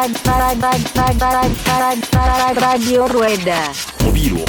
Radio Rueda。 おビールを。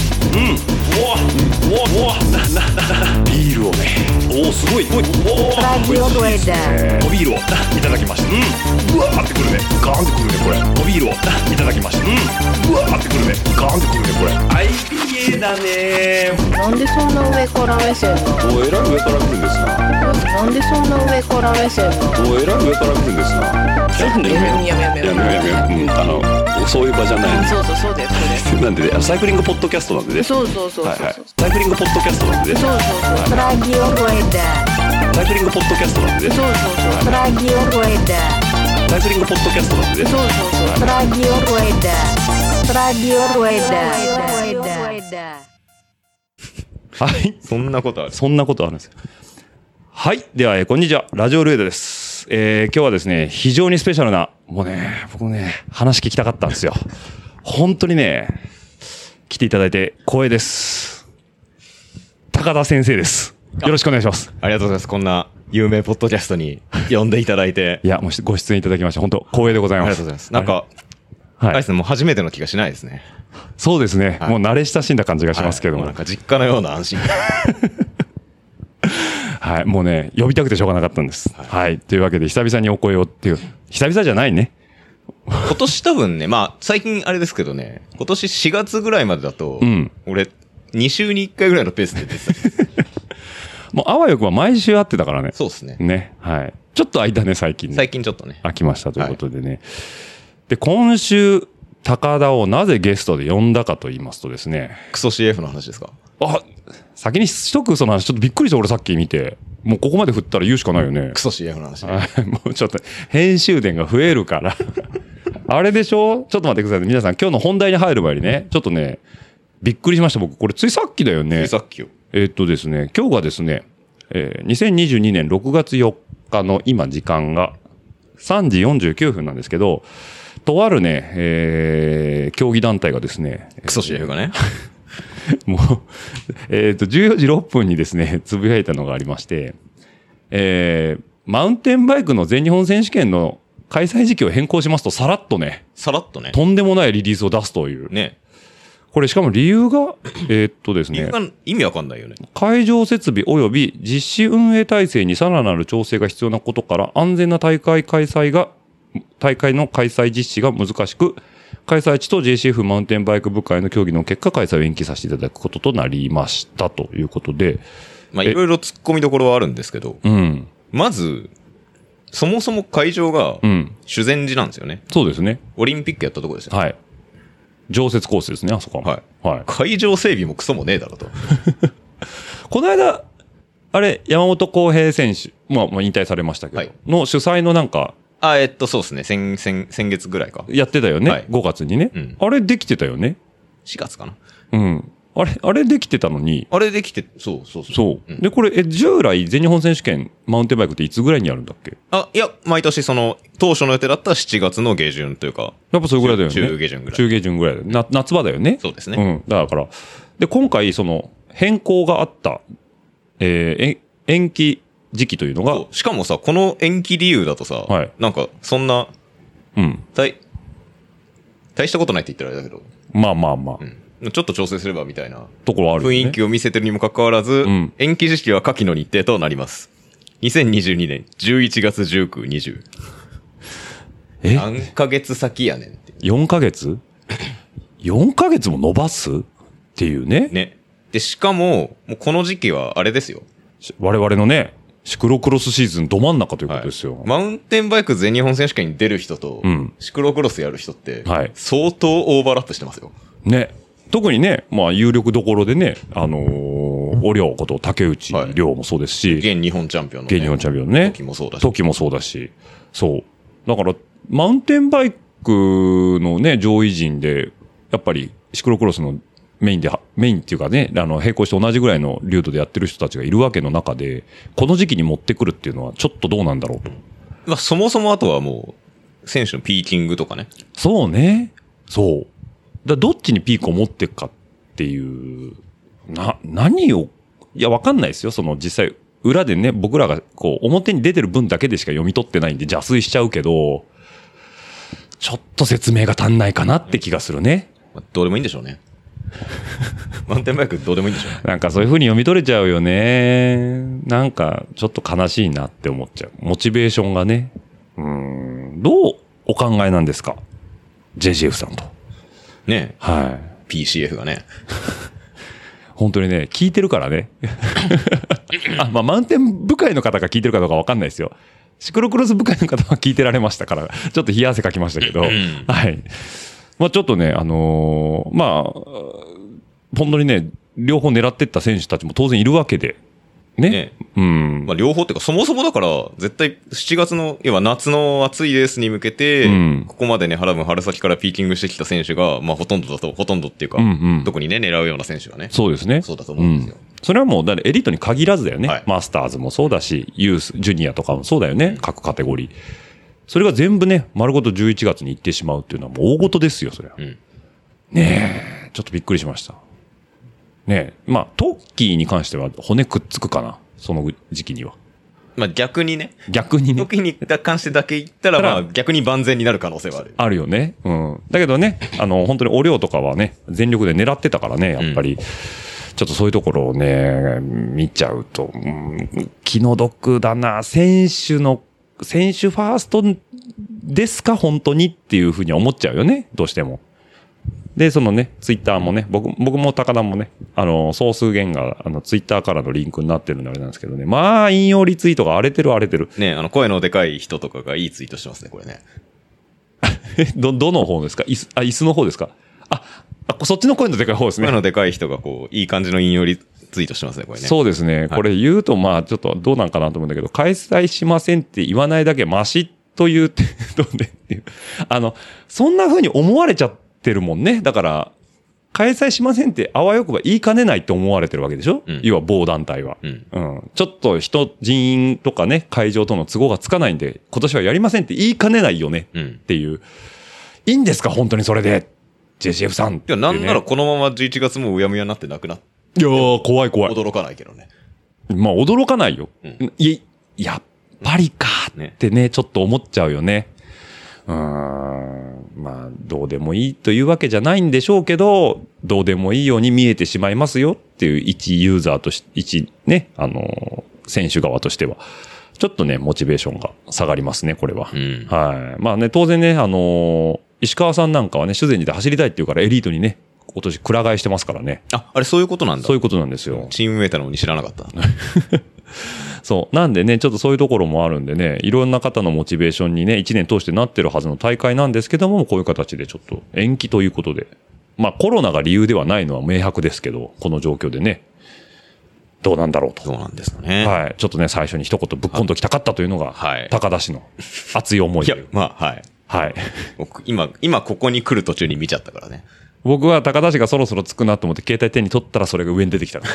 ビールをね。おおすごい。 Radio Rueda。 おビールをいただきました。うわーってくるね。ガーンってくるねこれ。おビールをいただきました。うわーってくるね。ガーンってくるねこれ。IPA だね。 なんでそんな上から目線なの？ おえらい上から来るんですな。 なんでそんな上から目線なの？ おえらい上から来るんですな。 やめよう。 そういう場じゃない。 そうだよそれ。 なんでね、サイクリングポッドキャストなんでね。 そう。 はいはい。サイクリングポッドキャストなんでね。 そう。 Radio Rueda。 サイクリングポッドキャストなんでね。 そう。 Radio Rueda。 サイクリングポッドキャストなんでね。 そう。 Radio Rueda。Radio Rueda。 はい。そんなことあるんですよ。はい。では、こんにちは。ラジオルエダです。今日はですね、非常にスペシャルな、僕ね、話聞きたかったんですよ。本当にね、来ていただいて光栄です。高田先生です。よろしくお願いします。 ありがとうございます。こんな有名ポッドキャストに呼んでいただいて。 いや、もうご出演いただきまして、本当光栄でございます。 ありがとうございます。なんか、 はい。 あれですね、もう初めての気がしないですね。 そうですね。 はい、 もう慣れ親しんだ感じがしますけども。 はい、なんか実家のような安心感。 はい。もうね、呼びたくてしょうがなかったんです。はい。というわけで、久々にお声をっていう、久々じゃないね。 今年多分ね、まあ、最近あれですけどね、今年4月ぐらいまでだと、俺、2週に1回ぐらいのペースで出てた。 もう、あわよくは毎週会ってたからね。 そうですね。 ね。はい。ちょっと空いたね、最近ね。 最近ちょっとね。 飽きましたということでね。はい、で、今週、高田をなぜゲストで呼んだかと言いますとですね。 クソ CF の話ですか？ 先にしとくその話、ちょっとびっくりした俺さっき見て。もうここまで振ったら言うしかないよね。 クソ CF の話、 ね。もうちょっと、編集点が増えるから。あれでしょ？ちょっと待ってくださいね。皆さん、今日の本題に入る前にね、ちょっとね、びっくりしました。僕、これついさっきだよね。 ついさっきよ。 ですね、今日がですね、2022年6月4日の今時間が3時49分なんですけど、とあるね、競技団体がですね、 クソ CF がね。 もう、14時6分にですね、つぶやいたのがありまして、マウンテンバイクの全日本選手権の開催時期を変更しますと、さらっとね、とんでもないリリースを出すという。 ね。 これしかも理由が、ですね。 意味わかんないよね。 会場設備及び実施運営体制にさらなる調整が必要なことから、安全な大会の開催実施が難しく、開催地と JCF マウンテンバイク部会の協議の結果、開催を延期させていただくこととなりましたということで。 まあ、いろいろ突っ込みどころはあるんですけど、まず、そもそも会場が、修善寺なんですよね。 そうですね。 オリンピックやったとこですよね。 はい。常設コースですね、あそこは。 はい。会場整備もクソもねえだろと。 この間、あれ、山本浩平選手、まあ引退されましたけど、の主催のなんか、 そうですね。先月ぐらいか。 やってたよね。5月にね。あれできてたよね。 4月かな。 あれできてたのに。 あれできて、そう。 で、これ、従来全日本選手権マウンテンバイクっていつぐらいにやるんだっけ？ いや、毎年当初の予定だったら7月の下旬というか。 やっぱそれぐらいだよね。 中下旬ぐらい。 中下旬ぐらいだよね。夏場だよね。 そうですね。 だから。で、今回、変更があった、延期時期というのが。 しかもさ、この延期理由だとさ、なんか、そんな、大したことないって言ったらあれだけど。 まあ。 ちょっと調整すればみたいなところある、 雰囲気を見せてるにもかかわらず、延期時期は下記の日程となります。2022年11月19、20。何ヶ月先やねんって。 4ヶ月 ?4 ヶ月も伸ばすっていうね。 ね。で、しかも、もうこの時期はあれですよ。 我々のね、シクロクロスシーズンど真ん中ということですよ。 マウンテンバイク全日本選手権に出る人と、シクロクロスやる人って、相当オーバーラップしてますよ。 ね。特にね、まあ有力どころでね、おりょうこと竹内涼もそうですし、 現日本チャンピオンのね。現日本チャンピオンね。 時もそうだし。 そう。だから、マウンテンバイクのね、上位陣で、やっぱりシクロクロスのメインっていうかね、並行して同じぐらいの流度でやってる人たちがいるわけの中で、この時期に持ってくるっていうのはちょっとどうなんだろうと。 まあそもそもあとはもう、選手のピーキングとかね。 そうね。そう。どっちにピークを持っていくかっていう、何を、いや、わかんないですよ。実際、裏でね、僕らが表に出てる分だけでしか読み取ってないんで邪推しちゃうけど、 ちょっと説明が足んないかなって気がするね。 どうでもいいんでしょうね。マウンテンバイクどうでもいいんでしょうね。 なんかそういう風に読み取れちゃうよね。なんかちょっと悲しいなって思っちゃう。モチベーションがね。どうお考えなんですか ?JGF さんと。 ねえ。 はい。 PCF がね。 本当にね、聞いてるからね。まあ、マウンテン部会の方が聞いてるかどうかわかんないですよ。シクロクロス部会の方は聞いてられましたから、ちょっと冷や汗かきましたけど、はい。まあ、ちょっとね、まあ、本当にね、両方狙ってった選手たちも当然いるわけで、ね。 まあ、両方っていうか、そもそもだから、絶対7月の、要は夏の暑いレースに向けて、ここまでね、春先からピーキングしてきた選手が、まあ、ほとんどっていうか、特にね、狙うような選手がね。 そうですね。 そうだと思うんですよ。 それはもう、エリートに限らずだよね。マスターズもそうだし、ユース、ジュニアとかもそうだよね。各カテゴリー。それが全部ね、丸ごと11月に行ってしまうっていうのはもう大事ですよ、それは。ねえ、ちょっとびっくりしました。ねえ、まあ、トッキーに関しては骨くっつくかな、その時期には。 まあ逆にね。 逆にね。 トッキーに関してだけ言ったら、まあ逆に万全になる可能性はある。 あるよね。だけどね、本当にお量とかはね、全力で狙ってたからね、やっぱり。ちょっとそういうところをね、見ちゃうと、気の毒だな。選手ファーストですか本当にっていうふうに思っちゃうよね、どうしても。で、そのね、ツイッターもね、僕も高田もね、総数源が、ツイッターからのリンクになってるんであれなんですけどね。まあ、引用リツイートが荒れてる。 ね、声のでかい人とかがいいツイートしてますね、これね。 どの方ですか？椅子の方ですか？そっちの声のでかい方ですね。 声のでかい人がいい感じの引用リツイートしてますね、これね。 そうですね。これ言うと、まあ、ちょっとどうなんかなと思うんだけど、開催しませんって言わないだけマシというって、どうでっていう。そんな風に思われちゃってるもんね。だから、開催しませんってあわよくば言いかねないと思われてるわけでしょ、要は某団体は、ちょっと人員とかね、会場との都合がつかないんで、今年はやりませんって言いかねないよねっていう。いいんですか本当にそれで。JCF さん、ね。 いや、なんならこのまま11月もうやむやになってなくなって。 いやー、怖い。 驚かないけどね。 まあ、驚かないよ。やっぱりかってね、ちょっと思っちゃうよね。まあ、どうでもいいというわけじゃないんでしょうけど、どうでもいいように見えてしまいますよっていう一ユーザーとして、一ね、選手側としては、ちょっとね、モチベーションが下がりますね、これは。はい。まあね、当然ね、石川さんなんかはね、修善寺で走りたいっていうからエリートにね、今年くら替えしてますからね。 あれそういうことなんだ。 そういうことなんですよ。 チームメーターのに知らなかった。 そう。なんでね、ちょっとそういうところもあるんでね、いろんな方のモチベーションにね、1年通してなってるはずの大会なんですけども、こういう形でちょっと延期ということで。まあコロナが理由ではないのは明白ですけど、この状況でね、どうなんだろうと。 そうなんですよね。 はい。ちょっとね、最初に一言ぶっこんときたかったというのが、はい、高田氏の熱い思い。 いや、まあ、はい。はい。僕、今ここに来る途中に見ちゃったからね。 僕は高田氏がそろそろつくなと思って携帯手に取ったらそれが上に出てきたから。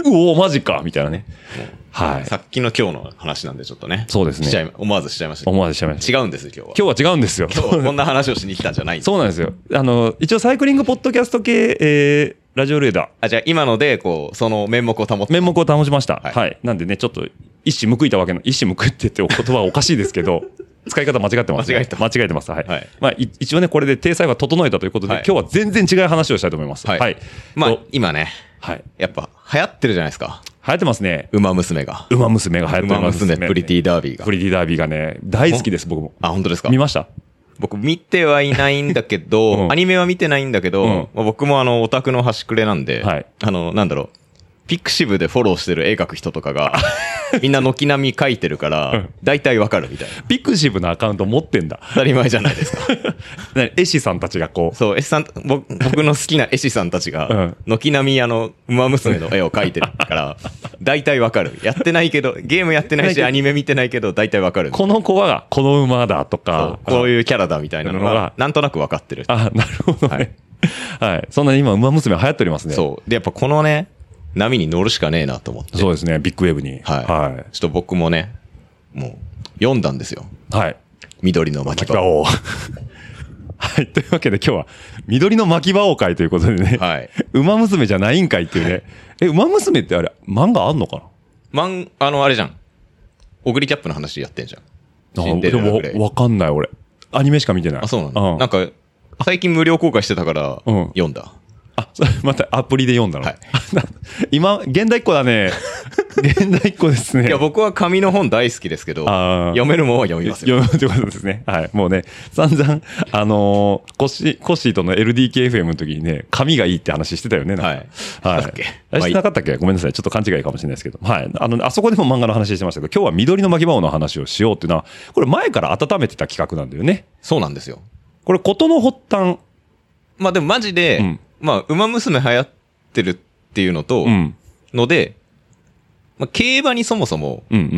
うおーマジかみたいなね。 はい。さっきの今日の話なんでちょっとね。 そうですね。 思わずしちゃいました。違うんですよ、今日は。 今日は違うんですよ。 今日はこんな話をしに来たんじゃないんです。 そうなんですよ。一応サイクリングポッドキャスト系、ラジオレーダー。じゃあ今ので、その面目を保って。 面目を保ちました。はい。なんでね、ちょっと、一矢報いたわけの、一矢報いって言葉はおかしいですけど、使い方間違ってます、ね。間違えてます。はい。まあ、一応ね、これで体裁は整えたということで、今日は全然違う話をしたいと思います。はい。 まあ、今ね、はい。やっぱ、流行ってるじゃないですか。 流行ってますね。 馬娘が。 馬娘が流行ってます。 馬娘、プリティダービーが。 プリティダービーがね、大好きです、僕も。 あ、本当ですか？ 見ました？ 僕見てはいないんだけど、アニメは見てないんだけど、僕もオタクの端くれなんで、なんだろう、ピクシブでフォローしてる絵描く人とかが、みんな軒並み描いてるから、大体わかるみたいな。 ピクシブのアカウント持ってんだ。 当たり前じゃないですか。 絵師さんたちがこう。 そう、絵師さん、僕の好きな絵師さんたちが、軒並み馬娘の絵を描いてるから、大体わかる。やってないけど、ゲームやってないし、アニメ見てないけど、大体わかる。 この子は、この馬だとか、 こういうキャラだみたいなのが、なんとなくわかってる。 あ、なるほどね。はい。そんな今、馬娘流行っておりますね。 そう。で、やっぱこのね、波に乗るしかねえなと思って。 そうですね、ビッグウェーブに。 はい。ちょっと僕もね、もう、読んだんですよ。 はい。 緑の巻き場を。 はい。というわけで今日は、緑の巻き場を会ということでね。はい。馬娘じゃないんかいっていうね。馬娘ってあれ、漫画あんのかな？ あれじゃん。オグリキャップの話やってんじゃん。 でも、わかんない俺。 アニメしか見てない。 あ、そうなんだ。なんか、最近無料公開してたから、読んだ。 あ、それまたアプリで読んだの。 はい。 今、現代っ子だね。現代っ子ですね。 いや、僕は紙の本大好きですけど、読めるもんは読みますよ。 読むってことですね。はい。もうね、散々、コッシーとの LDKFM の時にね、紙がいいって話してたよね。 はい。 はい。 してなかったっけ？ごめんなさい。ちょっと勘違いかもしれないですけど。はい。あそこでも漫画の話してましたけど、今日は緑の巻き場の話をしようっていうのは、これ前から温めてた企画なんだよね。 そうなんですよ。 これ、事の発端。 まあでもマジで、まあ、馬娘流行ってるっていうのと、ので、まあ、競馬にそもそも、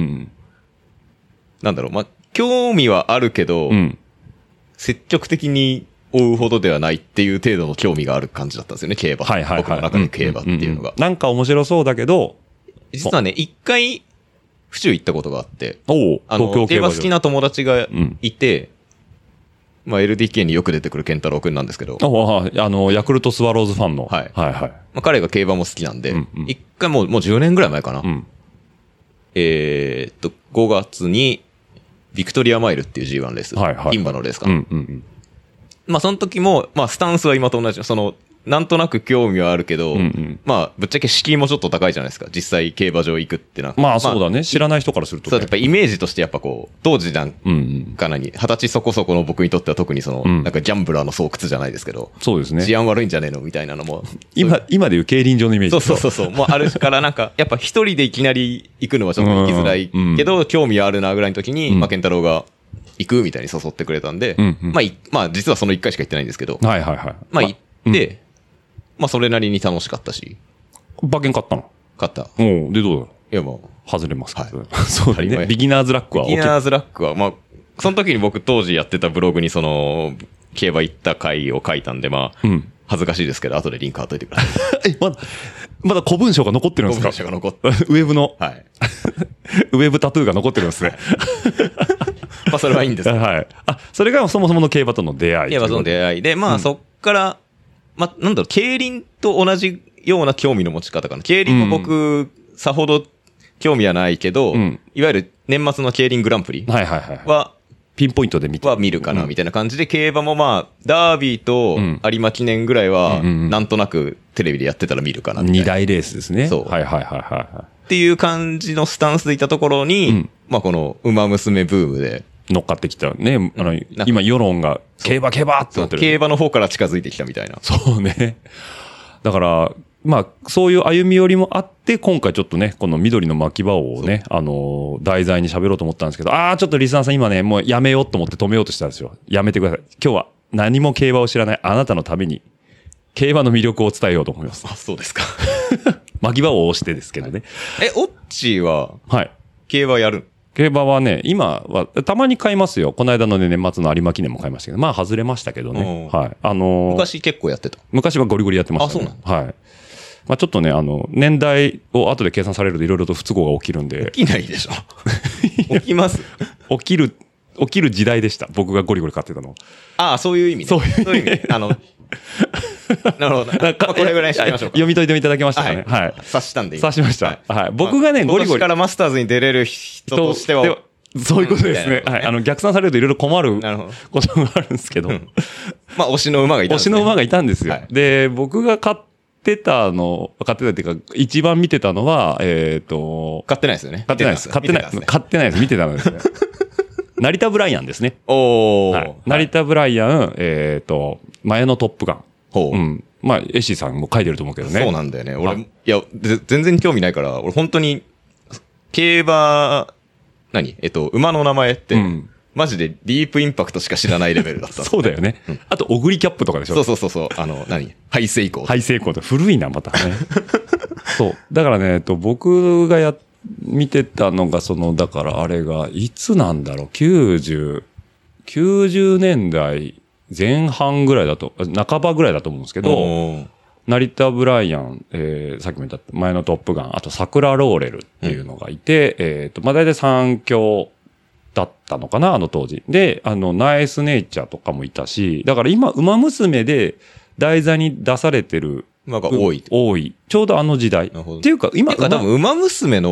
なんだろう、まあ、興味はあるけど、積極的に追うほどではないっていう程度の興味がある感じだったんですよね、競馬。 はいはいはい。 僕の中で競馬っていうのが。 なんか面白そうだけど、 実はね、一回、府中行ったことがあって、 東京競馬好きな友達がいて、まあ、LDK によく出てくる健太郎くんなんですけど。 ヤクルトスワローズファンの。 はい。はいはい。まあ、彼が競馬も好きなんで、一回もう10年ぐらい前かな。5月に、ビクトリアマイルっていう G1 レース。牝馬のレースかな。まあ、その時も、まあ、スタンスは今と同じ。なんとなく興味はあるけど、まあ、ぶっちゃけ敷居もちょっと高いじゃないですか。実際競馬場行くってなんか。 まあ、そうだね。知らない人からすると。 そう、やっぱイメージとしてやっぱこう、当時なんかなに、20歳そこそこの僕にとっては特になんかギャンブラーの巣窟じゃないですけど。 そうですね。 治安悪いんじゃねえのみたいなのも。 今でいう競輪場のイメージ。そう。もうあるからなんか、やっぱ一人でいきなり行くのはちょっと行きづらいけど、興味あるなぐらいの時に、まあ、健太郎が、行くみたいに誘ってくれたんで、まあ実はその1回しか行ってないんですけど、まあ行って、まあそれなりに楽しかったし。 馬券買ったの？ 買った。 でどうだ？ いやもう。 外れますか？そうだね。ビギナーズラックは。 ビギナーズラックは、まあ、その時に僕当時やってたブログに競馬行った回を書いたんで、まあ、恥ずかしいですけど、後でリンク貼っといてください。 まだ古文章が残ってるんですか？ 古文章が残ってる。 ウェブの。 はい。 ウェブタトゥーが残ってるんですね。 まあそれはいいんですけど。 はい。それがそもそもの競馬との出会い。 競馬との出会いで、まあそっから、まあなんだろう、競輪と同じような興味の持ち方かな。競輪も僕、さほど興味はないけど、いわゆる年末の競輪グランプリは、 ピンポイントで見るかな、みたいな感じで、競馬もまあ、ダービーと有馬記念ぐらいは、なんとなくテレビでやってたら見るかな、みたいな。 2大レースですね。 そう。っていう感じのスタンスでいたところに、まあこの、馬娘ブームで、 乗っかってきたね。今世論が、競馬ってなってる。 競馬の方から近づいてきたみたいな。 そうね。だから、まあ、そういう歩み寄りもあって、今回ちょっとね、この緑の巻き場をね、題材に喋ろうと思ったんですけど、ちょっとリスナーさん今ね、もうやめようと思って止めようとしたんですよ。やめてください。今日は何も競馬を知らないあなたのために、競馬の魅力を伝えようと思います。 そうですか。 巻き場を押してですけどね。 オッチーは、 はい。 競馬やる？ 競馬はね、今は、たまに買いますよ。この間のね、年末の有馬記念も買いましたけど、まあ外れましたけどね。はい。 昔結構やってた？ 昔はゴリゴリやってましたね。 そうなんだ。 はい。まあちょっとね、年代を後で計算されるといろいろと不都合が起きるんで。 起きないでしょ。起きます？ 起きる時代でした。僕がゴリゴリ買ってたの。 そういう意味ね。 そういう意味。 なるほど。これぐらいにしてみましょうか。 読み解いていただけましたかね。はい。 察したんで。 察しました。はい。僕がね、ゴリゴリ。 今年からマスターズに出れる人としては。 そういうことですね。はい。逆算されるといろいろ困ることがあるんですけど。 まあ、推しの馬がいたんですね。 推しの馬がいたんですよ。で、僕が買ってたっていうか、一番見てたのは、 買ってないですよね。 買ってないです。買ってないです。見てたのですね。成田ブライアンですね。成田ブライアン、前のトップガン。まあ、エッシーさんも書いてると思うけどね。 そうなんだよね。俺、いや、全然興味ないから、俺本当に、競馬、馬の名前って、マジでディープインパクトしか知らないレベルだった。 そうだよね。あと、オグリキャップとかでしょ。 そう。ハイセイコー。 ハイセイコーって古いな、またね。そう。だからね、僕が見てたのが、だからあれが、いつなんだろう、90年代前半ぐらいだと、半ばぐらいだと思うんですけど、成田ブライアン、さっきも言った前のトップガン、あと桜ローレルっていうのがいて、まあ大体3強だったのかな、当時。で、ナイスネイチャーとかもいたし、だから今、馬娘で題材に出されてる馬が多い。 ちょうど時代。っていうか、今、 多分馬娘の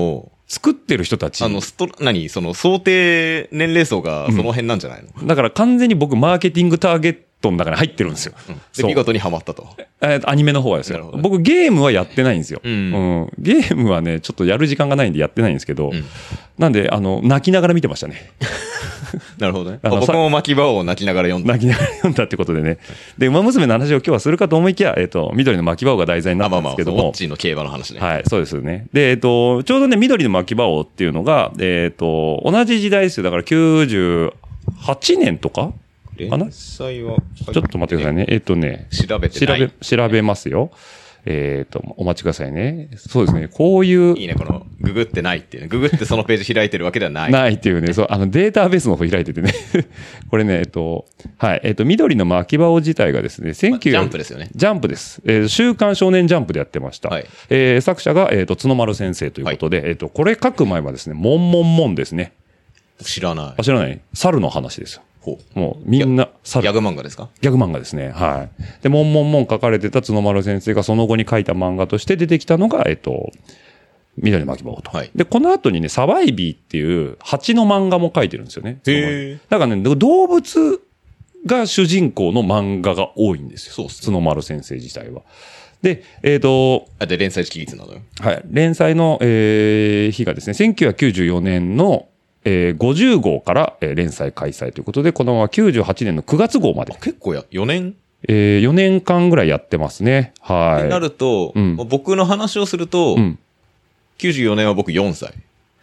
作ってる人たち。 その想定年齢層がその辺なんじゃないの？ だから完全に僕マーケティングターゲットの中に入ってるんですよ。 で、見事にハマったと。 アニメの方はですよ。 なるほどね僕ゲームはやってないんですよ。 うんゲームはね、ちょっとやる時間がないんでやってないんですけど、なんで、泣きながら見てましたね。 なるほどね。僕も巻き場を泣きながら読んだ。 泣きながら読んだってことでね。で、馬娘の話を今日はするかと思いきや、緑の巻き場王が題材になったんですけども。 オッチーの競馬の話ね。 はい、そうですよね。で、ちょうどね、緑の巻き場王っていうのが、同じ時代ですよ。だから98年とかかな？ 連載は、 ちょっと待ってくださいね。 調べてない。 調べますよ。お待ちくださいね。そうですね。こういう。 いいね、この、ググってないっていうね。ググってそのページ開いてるわけではない。 ないっていうね。そう、データベースの方開いててね。これね、はい。緑の巻き場王自体がですね、 ジャンプですよね。 ジャンプです。週刊少年ジャンプでやってました。 はい。 作者が、角丸先生ということで、はい、これ書く前はですね、もんですね。 知らない。 知らない？猿の話ですよ。 ほう。 もうみんなギャグ漫画ですか？ ギャグ漫画ですね。はい。で、もん書かれてた角丸先生がその後に書いた漫画として出てきたのが、緑の巻き場王と。 はい。 で、この後にね、サバイビーっていう蜂の漫画も書いてるんですよね。 へー。 だからね、動物が主人公の漫画が多いんですよ。 そうっすね。 角丸先生自体は。で、 で、連載時期いつなのよ？ はい。連載の、日がですね、1994年の50号から、連載開催ということで、このまま98年の9月号まで。 結構4年 4年間ぐらいやってますね。はい。 ってなると、僕の話をすると、94年は僕4歳。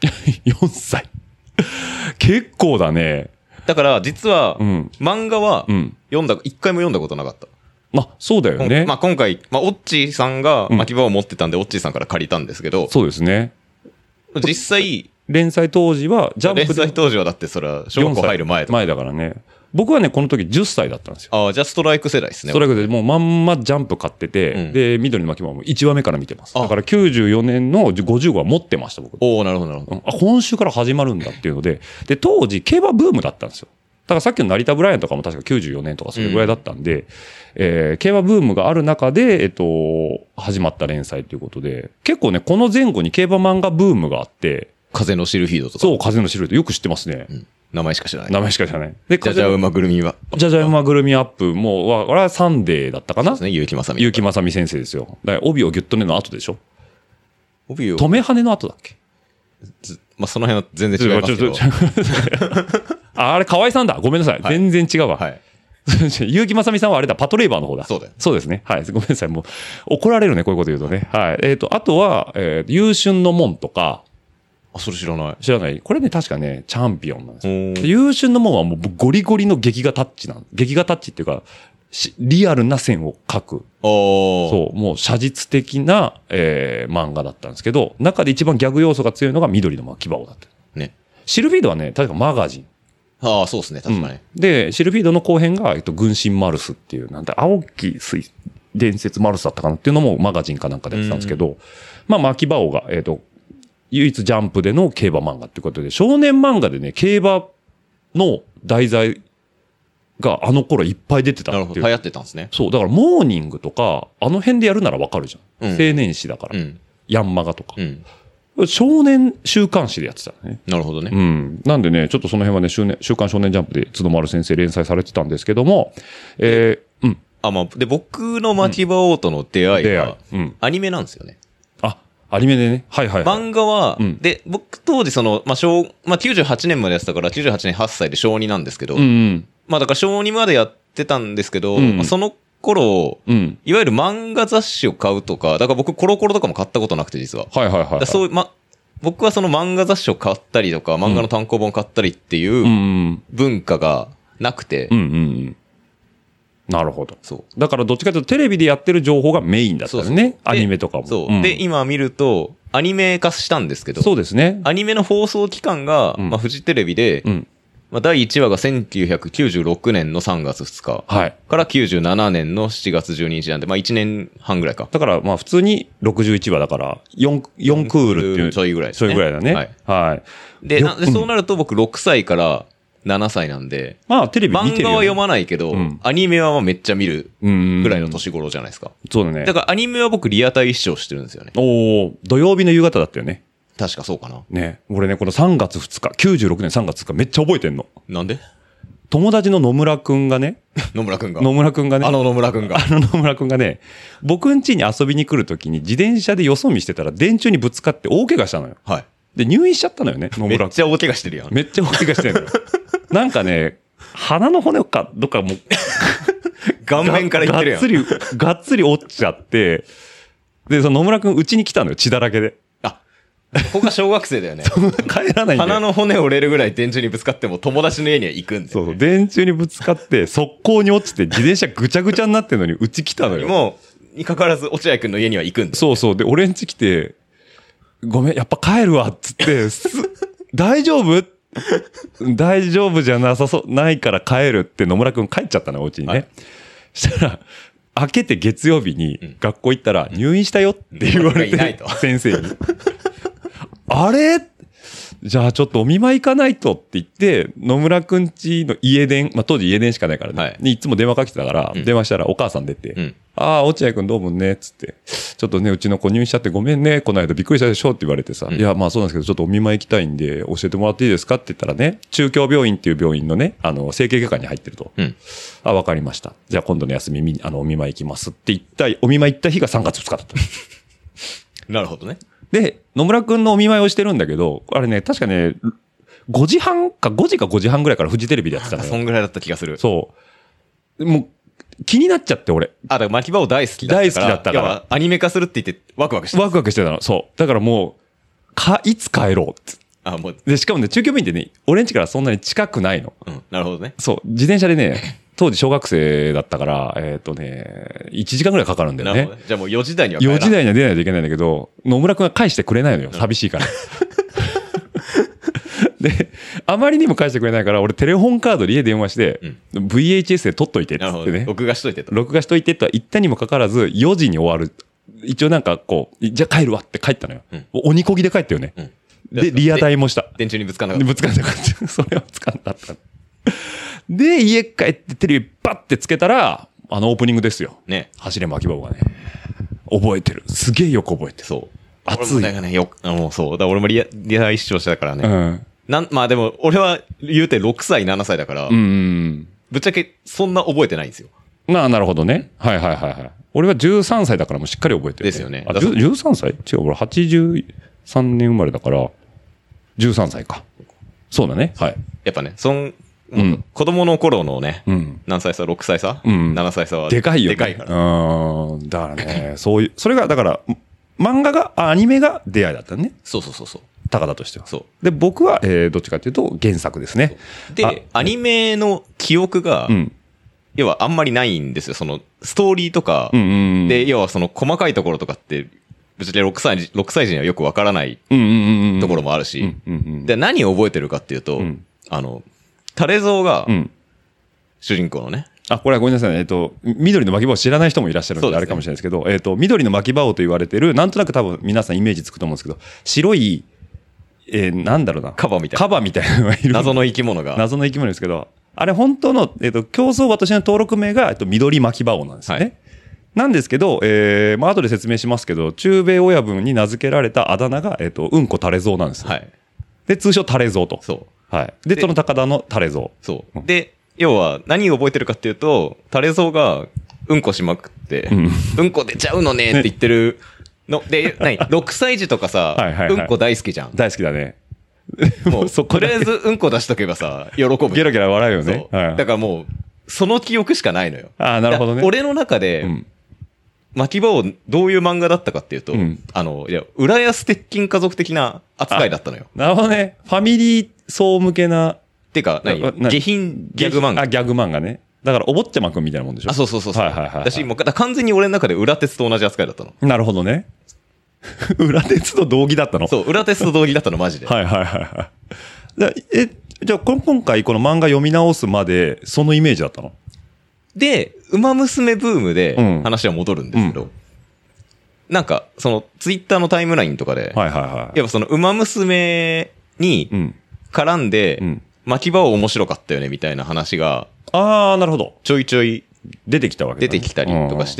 4歳。結構だね。 だから、実は、漫画は、一回も読んだことなかった。 まあ、そうだよね。 まあ、今回、オッチーさんが巻き場を持ってたんで、オッチーさんから借りたんですけど、 そうですね。 実際、 連載当時は、ジャンプで。 連載当時はだってそれは、小学校入る前だからね。僕はね、この時10歳だったんですよ。 ああ、じゃあストライク世代ですね。 ストライクでもうまんまジャンプ買ってて、で、緑の巻き場も1話目から見てます。だから94年の50号は持ってました、僕。 おお、なるほど、なるほど。 今週から始まるんだっていうので、で、当時、競馬ブームだったんですよ。だからさっきの成田ブライアンとかも確か94年とかそれぐらいだったんで、競馬ブームがある中で、始まった連載ということで、結構ね、この前後に競馬漫画ブームがあって、 風のシルフィードとか。 そう、風のシルフィード。よく知ってますね。 名前しか知らない。 名前しか知らない。で、 じゃじゃ馬ぐるみは。 じゃじゃ馬ぐるみアップも、これはサンデーだったかな？ そうですね、結城正美。 結城正美先生ですよ。だから帯をギュッとねの後でしょ？ 帯を。 止め羽の後だっけ？ まあ、その辺は全然違いますけど。 あれ、河合さんだ。ごめんなさい。全然違うわ。はい。結城正美さんはあれだ。パトレイバーの方だ。 そうだよ。 そうですね。はい。ごめんなさい。もう、怒られるね。こういうこと言うとね。はい。あとは、優春の門とか、 あ、それ知らない。 知らない。これね、確かね、チャンピオンなんですよ。優秀の門はもうゴリゴリの劇画タッチ劇画タッチっていうか、リアルな線を描く。そう、もう写実的な、漫画だったんですけど、中で一番ギャグ要素が強いのが緑の巻き場王だった。ね。シルフィードはね、確かマガジン。 ああ、そうですね、確かに。 で、シルフィードの後編が、軍神マルスっていう、なんて、青木伝説マルスだったかなっていうのもマガジンかなんかでやってたんですけど、まあ、巻き場王が、唯一ジャンプでの競馬漫画ってことで、少年漫画でね、競馬の題材があの頃いっぱい出てたっていう。 なるほど、流行ってたんですね。 そう、だからモーニングとか、あの辺でやるならわかるじゃん。青年誌だから。ヤンマガとか。少年週刊誌でやってたね。 なるほどね。 なんでね、ちょっとその辺はね、週刊少年ジャンプで角丸先生連載されてたんですけども、 まあ、で、僕の巻き場王との出会いは、アニメなんですよね。 アニメでね。はいはい、はい。 漫画は、で、僕当時98年までやってたから、98年8歳で小2なんですけど、まあだから小2までやってたんですけど、その頃、いわゆる漫画雑誌を買うとか、だから僕コロコロとかも買ったことなくて実は。 はいはいはい、 そういう、僕はその漫画雑誌を買ったりとか、漫画の単行本買ったりっていう文化がなくて、 なるほど。そう。だからどっちかというとテレビでやってる情報がメインだったんですね。アニメとかも。 そう。で、今見ると、アニメ化したんですけど。 そうですね。 アニメの放送期間が、フジテレビで、第1話が1996年の3月2日。はい。から97年の7月12日なんで、1年半ぐらいか。 だから普通に61話だから、4クールっていう。 ちょいぐらいですね。ちょいぐらいだね。はい。はい。 で、そうなると僕6歳から、7歳なんで。 テレビ見てるよ、ね。 漫画は読まないけど、アニメはめっちゃ見るぐらいの年頃じゃないですか。 そうだね。 だからアニメは僕リアタイ視聴してるんですよね。 土曜日の夕方だったよね。 確かそうかな。 ね。俺ね、この3月2日、96年3月2日めっちゃ覚えてんの。 なんで友達の野村くんがね、 野村くんが。 野村くんがね、 野村くんが。 野村くんがね、僕ん家に遊びに来るときに自転車でよそ見してたら電柱にぶつかって大怪我したのよ。 はい。 で、入院しちゃったのよね、野村くん。 めっちゃ大怪我してるやん。 めっちゃ大怪我してんのよ。なんかね、鼻の骨か、どっかもう、 顔面からいってるやん。 がっつり折っちゃって、で、その野村くん家に来たのよ、血だらけで。 ここが小学生だよね。 帰らないんだよ。 鼻の骨折れるぐらい電柱にぶつかっても友達の家には行くんだよ、ね。 そう、電柱にぶつかって、速攻に落ちて、自転車ぐちゃぐちゃになってるのに、うち来たのよ。 もう、にかかわらず、落合くんの家には行くんだよ。 そうそう。で、俺ん家来て、ごめん、やっぱ帰るわ、っつって、大丈夫大丈夫じゃなさそう、ないから帰るって野村くん帰っちゃったの、お家にね。はい、したら、明けて月曜日に学校行ったら、入院したよって言われて、先生に。あれじゃあちょっとお見舞い行かないとって言って、野村くんちの家電、まあ当時家電しかないからね。はい、いつも電話かけてたから、電話したらお母さん出て、ああ、落合くんどうもね、つって、ちょっとね、うちの子入院しちゃってごめんね、この間びっくりしたでしょって言われてさ、いや、まあそうなんですけど、ちょっとお見舞い行きたいんで、教えてもらっていいですかって言ったらね、中京病院っていう病院のね、整形外科に入ってると。あ、わかりました。じゃあ今度の休み、お見舞い行きますって言った、お見舞い行った日が3月2日だった。 なるほどね。 で、野村くんのお見舞いをしてるんだけど、あれね、確かね、5時半か5時か5時半ぐらいからフジテレビでやってたのよ。 そんぐらいだった気がする。 そう。もう、気になっちゃって俺。 だから牧場を大好きだったから。 大好きだったから。 アニメ化するって言ってワクワクしてた。 ワクワクしてたの。そう。だからもう、いつ帰ろうって。 もう。 で、しかもね、中京病院ってね、俺ん家からそんなに近くないの。 なるほどね。 そう。自転車でね、当時小学生だったから、1時間ぐらいかかるんだよね。 じゃあもう4時台には 4時台には出ないといけないんだけど、野村くんが返してくれないのよ。寂しいから。で、あまりにも返してくれないから、俺テレホンカードで家電話して、VHS で撮っといてってってね。 録画しといてと。 録画しといてとは言ったにもかかわらず、4時に終わる。一応なんかこう、じゃあ帰るわって帰ったのよ。鬼こぎで帰ったよね。で、リアタイもした。 電柱にぶつかんなかった。 ぶつかんなかった。それはぶつかんなかった。で、家帰ってテレビバッてつけたら、オープニングですよ。ね。走れ牧場がね。覚えてる。すげえよく覚えてる。 そう。 熱い。 ね、もうそう。だから俺もリアイ視聴したからね。まあでも、俺は言うて6歳、7歳だから、ぶっちゃけそんな覚えてないんですよ。 なるほどね。はいはいはいはい。俺は13歳だからもうしっかり覚えてる、 ですよね。 13歳違う、俺83年生まれだから、13歳か。そうだね。はい。 やっぱね、子供の頃のね、何歳差 ?6 歳差 ?7 歳差は。 でかいよ。 でかいから。 だからね、そういう、それが、だから、アニメが出会いだったね。 そう。 高田としては。そう。で、僕は、どっちかというと原作ですね。 で、アニメの記憶が、要はあんまりないんですよ。その、ストーリーとか、で、要はその細かいところとかって、ぶっちゃけ6歳児にはよくわからないところもあるし、で、何を覚えてるかっていうと、タレゾウが、主人公のね。 これはごめんなさいね。緑の牧場を知らない人もいらっしゃるので、あれかもしれないですけど、緑の牧場と言われてる、なんとなく多分皆さんイメージつくと思うんですけど、白い、なんだろうな。 カバみたいなのがいる。 謎の生き物が。 謎の生き物ですけど、あれ本当の、競走馬としての登録名が、緑牧場なんですよね。はい、なんですけど、後で説明しますけど、中米親分に名付けられたあだ名が、うんこタレゾウなんですよ。はい。で、通称タレゾウと。 そう。 はい。で、その高田のタレゾウ。そう。で、要は何を覚えてるかっていうと、タレゾウがうんこしまくって、うんこ出ちゃうのねって言ってるの。で、6歳児とかさ、うんこ大好きじゃん。 大好きだね。 もう、とりあえずうんこ出しとけばさ、喜ぶ。 ゲラゲラ笑うよね。 だからもう、その記憶しかないのよ。 なるほどね。 俺の中で、牧場どういう漫画だったかっていうと、浦安鉄筋家族的な扱いだったのよ。 なるほどね。ファミリー層向けな。 てか、下品ギャグ漫画。 ギャグ漫画ね。だから、お坊ちゃまくんみたいなもんでしょ。 そう。だし、もう完全に俺の中で裏鉄と同じ扱いだったの。 なるほどね。裏鉄と同義だったの。 そう、裏鉄と同義だったの、マジで。 じゃあ、今回この漫画読み直すまで、そのイメージだったの？ で、ウマ娘ブームで話は戻るんですけど、なんか、その、ツイッターのタイムラインとかで、やっぱその、ウマ娘に絡んで、牧場面白かったよね、みたいな話が、 なるほど。 ちょいちょい出てきたわけだね。出てきたりとかして、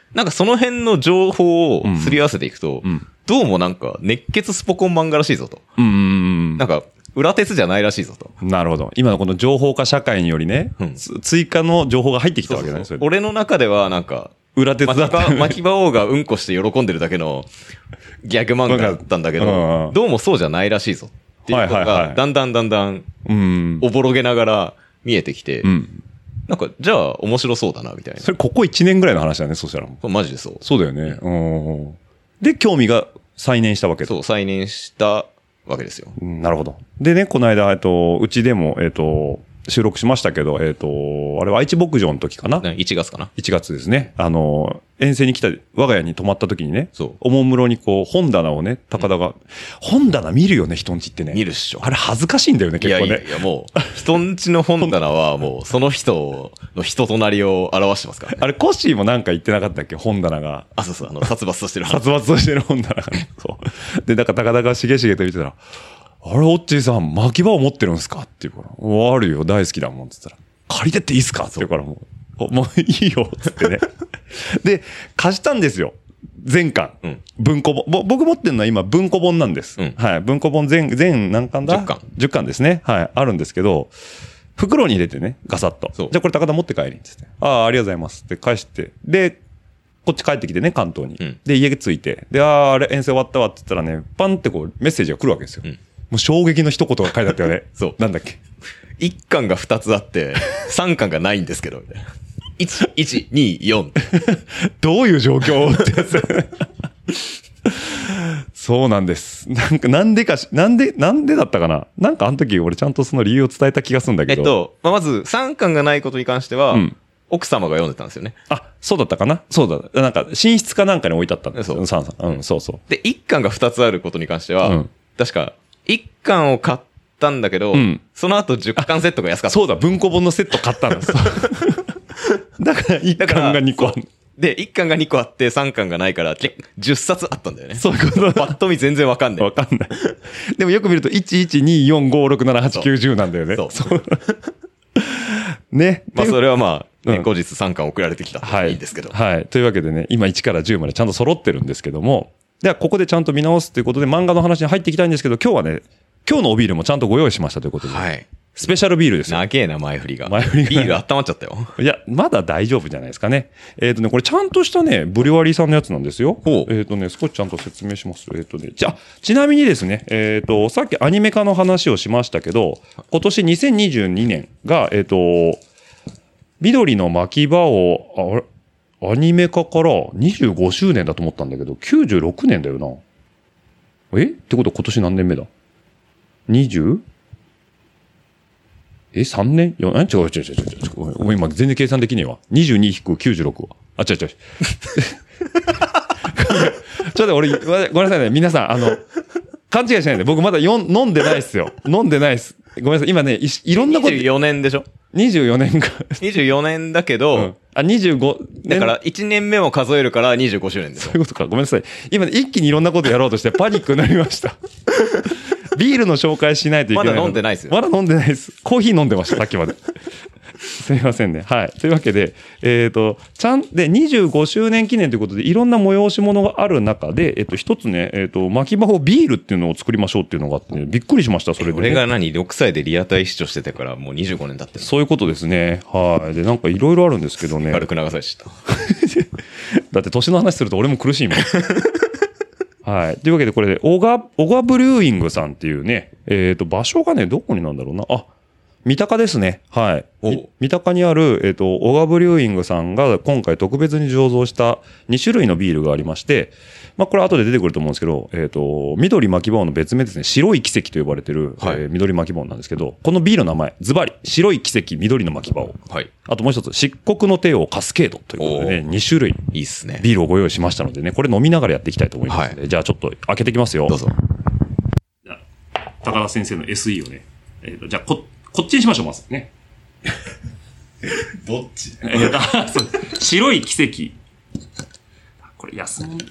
なんかその辺の情報をすり合わせていくと、どうもなんか熱血スポコン漫画らしいぞと。なんか裏鉄じゃないらしいぞと。 なるほど。今のこの情報化社会によりね、追加の情報が入ってきたわけだね。 そう俺の中ではなんか、 裏鉄だった。 巻場王がうんこして喜んでるだけのギャグ漫画だったんだけど、どうもそうじゃないらしいぞっていうのが、だんだん、おぼろげながら見えてきて、なんか、じゃあ面白そうだな、みたいな。 それここ1年ぐらいの話だね、そしたら。 マジでそう。 そうだよね。で、興味が再燃したわけだ。 そう、再燃したわけですよ。 なるほど。でね、この間、うちでも、収録しましたけど、あれは愛知牧場の時かな ?1 月かな ?1 月ですね。遠征に来た、我が家に泊まった時にね、 そう。 おもむろにこう、本棚をね、高田が、本棚見るよね、人んちってね。 見るっしょ。 あれ恥ずかしいんだよね、結構ね。 いや、もう、人んちの本棚はもう、その人の人となりを表してますからね。 あれ、コッシーもなんか言ってなかったっけ、本棚が。 あ、そう、殺伐としてる。 殺伐としてる本棚がね。そう。で、なんか高田がしげしげと言ってたら、あれ、オッチーさん、巻き場を持ってるんですかって言うから、あるよ、大好きだもん、って言ったら、借りてっていいっすかって言うから、もういいよ、つってね。で、貸したんですよ。全巻。文庫本。僕持ってるのは今、文庫本なんです。はい。文庫本全何巻だ ?10 巻。 10巻ですね。はい。あるんですけど、袋に入れてね、ガサッと。じゃあこれ高田持って帰り、って言って。ありがとうございます。って返して。で、こっち帰ってきてね、関東に。で、家着いて。で、あれ、遠征終わったわって言ったらね、パンってこう、メッセージが来るわけですよ。もう衝撃の一言が書いてあったよね。 そう。 なんだっけ。 1巻が2つあって、3巻がないんですけど、みたいな。1、1、2、4。 どういう状況ってやつ。そうなんです。なんでだったかな。なんかあの時俺ちゃんとその理由を伝えた気がするんだけど。 まず3巻がないことに関しては、奥様が読んでたんですよね。 あ、そうだったかな。そうだ。なんか寝室かなんかに置いてあったんですよ。そうそう。 で、1巻が2つあることに関しては、確か、1巻を買ったんだけど、その後10巻セットが安かった。 そうだ、文庫本のセット買ったんです。だから1巻が2個ある。 で、1巻が2個あって3巻がないから、10冊あったんだよね。 そういうこと。 パッと見全然わかんない。 わかんない。でもよく見ると、1、1、2、4、5、6、7、8、9、10なんだよね。そう。ね。 まあそれはまあ、後日3巻送られてきたらいいんですけど。 はい。というわけでね、今1から10までちゃんと揃ってるんですけども、ではここでちゃんと見直すということで漫画の話に入っていきたいんですけど、今日はね、今日のおビールもちゃんとご用意しましたということで。はい。スペシャルビールですよ。 長えな、前振りが。ビール温まっちゃったよ。 いや、まだ大丈夫じゃないですかね。これちゃんとしたね、ブリュワリーさんのやつなんですよ。少しちゃんと説明します。ちなみにですね、さっきアニメ化の話をしましたけど、今年2022年が、緑の巻き場を、アニメ化から25周年だと思ったんだけど、96年だよな。ってことは今年何年目だ ?20? 3年 ?4 年違う。今全然計算できねえわ。22-96は。あ、違う。ちょっと俺、ごめんなさいね。皆さん、勘違いしないで。僕まだ飲んでないっすよ。飲んでないっす。ごめんなさい。今ね、いろんなこと。 24年でしょ ?24 年か。 24年だけど、 25 年。だから1年目を数えるから25周年です。 そういうことか。ごめんなさい。今ね、一気にいろんなことやろうとしてパニックになりました。ビールの紹介しないといけない。 まだ飲んでないですよ。 まだ飲んでないです。コーヒー飲んでました、さっきまで。すみませんね。はい。というわけで、で、25周年記念ということで、いろんな催し物がある中で、一つね、巻き場をビールっていうのを作りましょうっていうのがあって、ね、びっくりしました、それで、ね。 俺が6歳でリアタイ視聴してたから、もう25年経ってる。 そういうことですね。はい。で、なんかいろいろあるんですけどね。 軽く流されちゃった。 だって年の話すると俺も苦しいもん。はい。というわけで、これで、オガブリューイングさんっていうね、場所がね、どこになんだろうな。あ、三鷹ですね。はい。三鷹にある、オガブリューイングさんが今回特別に醸造した2種類のビールがありまして、まあ、これ後で出てくると思うんですけど、緑巻き棒の別名ですね、白い奇跡と呼ばれてる、はい、緑巻き棒なんですけど、このビールの名前、ズバリ、白い奇跡、緑の巻き棒。はい。あともう一つ、漆黒の帝王カスケードということでね、2種類。 いいっすね。 ビールをご用意しましたのでね、これ飲みながらやっていきたいと思いますので、はい、じゃあちょっと開けていきますよ。 どうぞ。 じゃあ、高田先生の SE をね、じゃあこっちにしましょう、まずね。 どっち白い奇跡。これ、安物。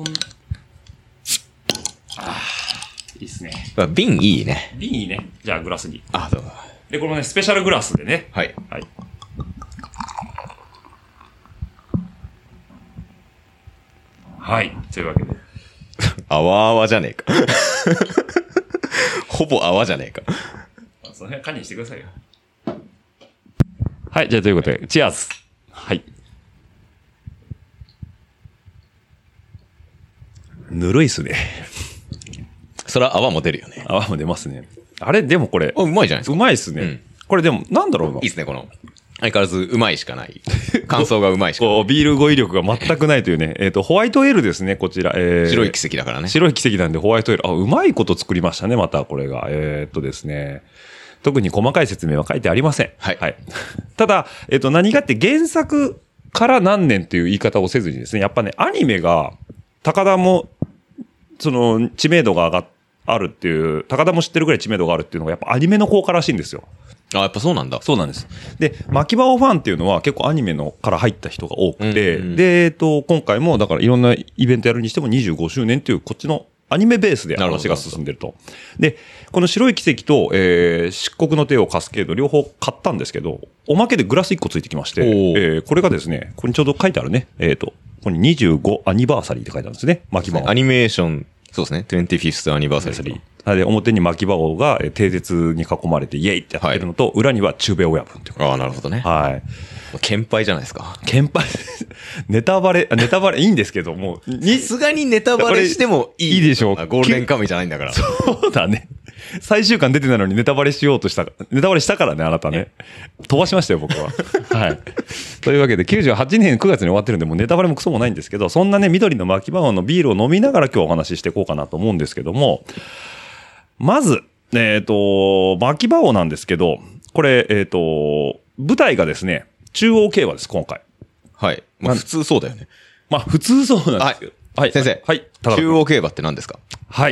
いいっすね。 瓶いいね。 瓶いいね。じゃあ、グラスに。 どうぞ。 で、これもね、スペシャルグラスでね。 はい。 はい。 はい。というわけで。 あわあわじゃねえか。ほぼ泡じゃねえか。 その辺は管理してくださいよ。はい。じゃあということで、チアーズ。はい。ぬるいっすね。 それは泡も出るよね。 泡も出ますね。あれ、でもこれ。 うまいじゃないですか。 うまいっすね。うん、これでも、なんだろうな。 いいっすね、この。相変わらずうまいしかない。感想がうまいしかない。 ビール語彙力が全くないというね。ホワイトエールですね、こちら。 白い奇跡だからね。 白い奇跡なんでホワイトエール。あ、うまいこと作りましたね、またこれが。ですね。特に細かい説明は書いてありません。 はい。はい、 ただ、何がって原作から何年という言い方をせずにですね、やっぱね、アニメが、高田も、その、知名度があるっていう、高田も知ってるぐらい知名度があるっていうのが、やっぱアニメの効果らしいんですよ。 あ、やっぱそうなんだ。 そうなんです。で、牧場ファンっていうのは結構アニメのから入った人が多くて、で、今回もだからいろんなイベントやるにしても25周年っていうこっちのアニメベースで話が進んでると。で、この白い奇跡と、漆黒の帝王カスケード両方買ったんですけど、おまけでグラス1個ついてきまして、これがですね、ここにちょうど書いてあるね、ここに25アニバーサリーって書いてあるんですね、牧場。 アニメーション、そうですね、25th アニバーサリー。 で、表に牧場王が蹄鉄に囲まれてイエイってやってるのと、はい、裏には中兵衛親分っていう。 ああ、なるほどね。 はい。 献杯じゃないですか。 献杯ネタバレいいんですけど、もう、 さすがにネタバレしてもいい。 いいでしょう。 ゴールデンカムイじゃないんだから。 そうだね。最終巻出てないのにネタバレしようとした、ネタバレしたからね、あなたね。飛ばしましたよ、僕は。はい。というわけで、98年9月に終わってるんで、もうネタバレもクソもないんですけど、そんなね、緑の牧場王のビールを飲みながら今日お話ししていこうかなと思うんですけども、まず、牧場王なんですけど、これ、舞台がですね、中央競馬です、今回。 はい。まあ、普通そうだよね。 まあ、普通そうなんですけど。 はい。先生。はい。中央競馬って何ですか？ はい。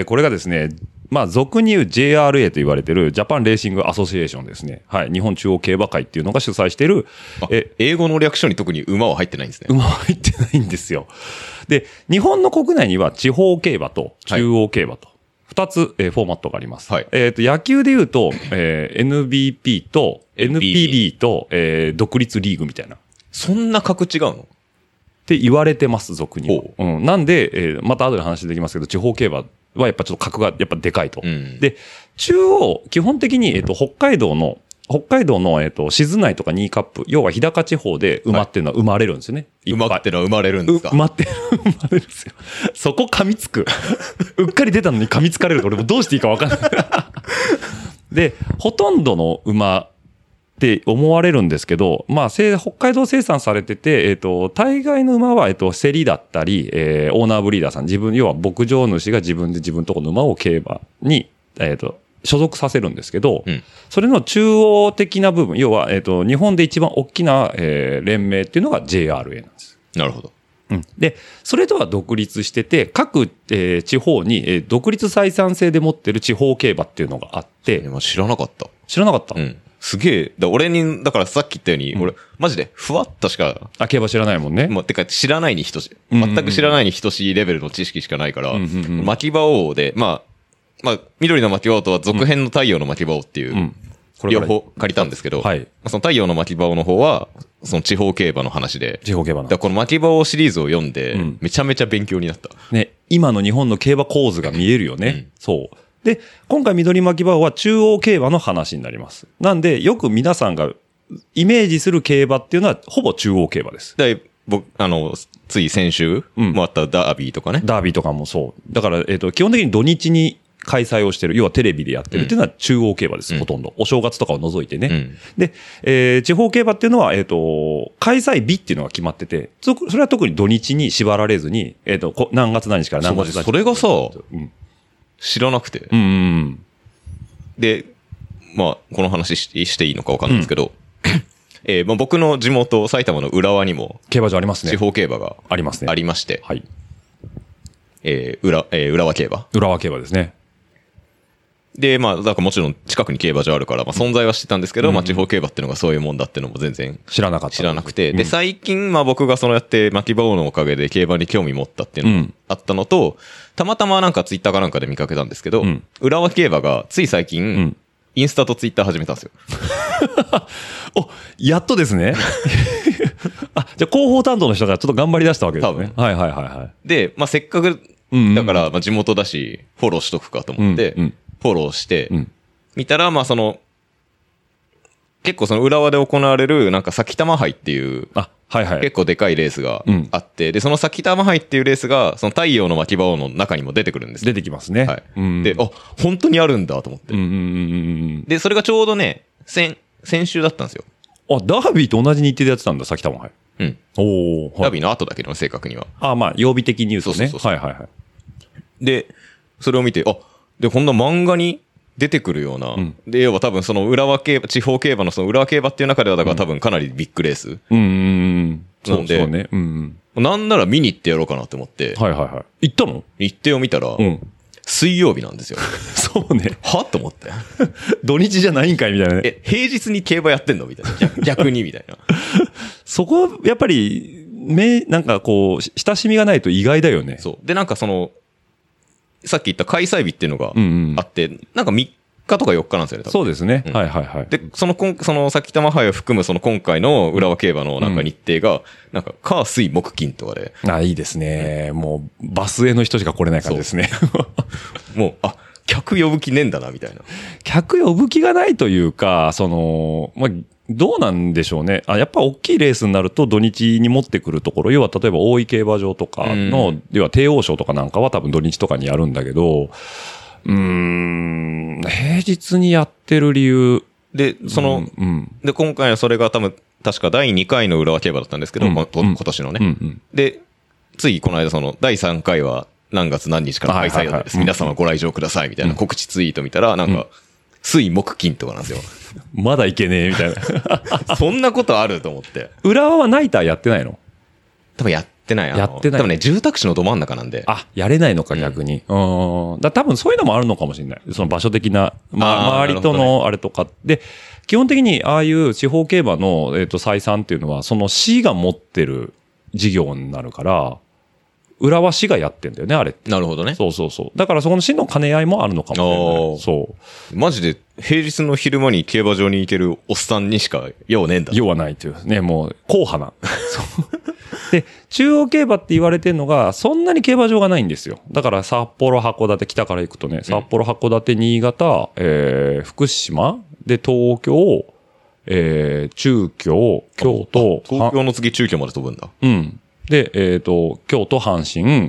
これがですね、まあ、俗に言う JRA と言われてるジャパンレーシングアソシエーションですね。はい。日本中央競馬会っていうのが主催している。 英語の略称に特に馬は入ってないんですね。 馬は入ってないんですよ。で、日本の国内には地方競馬と中央競馬と。二つ、フォーマットがあります。はい。野球で言うと、NBP と NPB と、独立リーグみたいな。 そんな格違うの？ って言われてます、俗に。うん。なんで、また後で話できますけど、地方競馬はやっぱちょっと格がやっぱでかいと。うん、で、中央、基本的に、北海道の、静内とか新カップ、要は日高地方で馬っていうのは生まれるんですよね。 馬っていうのは生まれるんですか？ 馬って生まれるんですよ。そこ噛みつく。うっかり出たのに噛みつかれると俺もどうしていいか分かんない。で、ほとんどの馬って思われるんですけど、まあ、北海道生産されてて、大概の馬は、競りだったり、オーナーブリーダーさん、要は牧場主が自分で自分のところの馬を競馬に、所属させるんですけど、うん、それの中央的な部分、要は、日本で一番大きな、連盟っていうのが JRA なんです。 なるほど。 うん。で、それとは独立してて、各、地方に、独立採算制で持ってる地方競馬っていうのがあって。 知らなかった。 知らなかった。 うん。すげえ。俺に、だからさっき言ったように、うん、俺、マジで、ふわっとしか。 競馬知らないもんね。 てか、知らないに等しい。全く知らないに等しいレベルの知識しかないから、牧場王で、まあ、緑の牧場王とは続編の太陽の牧場王っていう、両方借りたんですけど、はい。その太陽の牧場王の方は、その地方競馬の話で。 地方競馬の。 だからこの牧場王シリーズを読んで、めちゃめちゃ勉強になった。 ね、今の日本の競馬構図が見えるよね。そう。で、今回緑牧場王は中央競馬の話になります。なんで、よく皆さんがイメージする競馬っていうのは、ほぼ中央競馬です。 僕、つい先週もあったダービーとかね。 ダービーとかもそう。だから、基本的に土日に開催をしてる、要はテレビでやってるっていうのは中央競馬です、ほとんど。お正月とかを除いてね。で、地方競馬っていうのは、開催日っていうのが決まってて、それは特に土日に縛られずに、何月何日から何月何日。 それがさ、知らなくて。で、まあ、この話していいのかわかんないんですけど、まあ、僕の地元、埼玉の浦和にも、 競馬場ありますね。 地方競馬がありますね。 ありまして、 はい。 浦和競馬。 浦和競馬ですね。 で、まあ、だからもちろん近くに競馬場あるから、まあ、存在はしてたんですけど、まあ、地方競馬っていうのがそういうもんだっていうのも全然知らなかった。 知らなくて。で、最近、まあ、僕がそのやって、牧場王のおかげで競馬に興味持ったっていうのがあったのと、たまたまなんかツイッターかなんかで見かけたんですけど、浦和競馬がつい最近、 インスタとツイッター始めたんですよ。 お、やっとですね。あ、じゃあ広報担当の人がちょっと頑張り出したわけですね。はいはいはいはい。 で、まあ、せっかく、だから、まあ、地元だし、フォローしとくかと思って、フォローして、見たら、まあ、結構その浦和で行われる、なんか埼玉杯っていう、 はいはい、 結構でかいレースがあって、で、その埼玉杯っていうレースが、その太陽の巻き場王の中にも出てくるんです。 出てきますね。 はい。で、あ、本当にあるんだと思って。で、それがちょうどね、先週だったんですよ。 あ、ダービーと同じ日程でやってたんだ、埼玉杯。 うん。 おー。 ダービーの後だけどね、正確には。 まあ、曜日的に言うとね。 そうはいはいはい。 で、それを見て、で、こんな漫画に出てくるような、で、要は多分その浦和競馬、地方競馬のその浦和競馬っていう中では、だから多分かなりビッグレース。 そうね。 なんなら見に行ってやろうかなって思って。 はいはいはい。行ったの？ 日程を見たら、水曜日なんですよ。 そうね。 はと思って。 土日じゃないんかいみたいなね。 平日に競馬やってんのみたいな。逆にみたいな。 そこ、やっぱり、なんかこう、親しみがないと意外だよね。 そう。で、なんかさっき言った開催日っていうのがあって、なんか3日とか4日なんですよね、多分。 そうですね。はいはいはい。 で、その埼玉杯を含むその今回の浦和競馬のなんか日程が、なんか火水木金とかで。 いいですね。もう、バスへの人しか来れない感じですね。 もう、客呼ぶ気ねえんだな、みたいな。 客呼ぶ気がないというか、まあ、どうなんでしょうね。やっぱ大きいレースになると土日に持ってくるところ、要は例えば大井競馬場とかの、要は帝王賞とかなんかは多分土日とかにやるんだけど、平日にやってる理由。 で、で、今回はそれが確か第2回の浦和競馬だったんですけど、今年のね。で、ついこの間第3回は何月何日から開催予定です。皆様ご来場くださいみたいな告知ツイート見たら、なんか、水木金とかなんですよ。 まだいけねえみたいな。 そんなことあると思って。 浦和はナイターやってないの？ 多分やってない。 やってない。 多分ね、住宅地のど真ん中なんで。 やれないのか、逆に。多分そういうのもあるのかもしれない。その場所的な、周りとのあれとか。で、基本的にああいう地方競馬の、採算っていうのは、その市が持ってる事業になるから、浦和市がやってんだよね、あれ。 なるほどね。 そうそうそう。だからそこの市の兼ね合いもあるのかもしれない。そう。 マジで平日の昼間に競馬場に行けるおっさんにしか用ねえんだ。 用はないという。ね、もう、硬派な。そう。で、中央競馬って言われてるのが、そんなに競馬場がないんですよ。だから札幌、函館、北から行くとね、札幌、函館、新潟、福島、で、東京、中京、京都。 東京の次中京まで飛ぶんだ。 で、京都、阪神、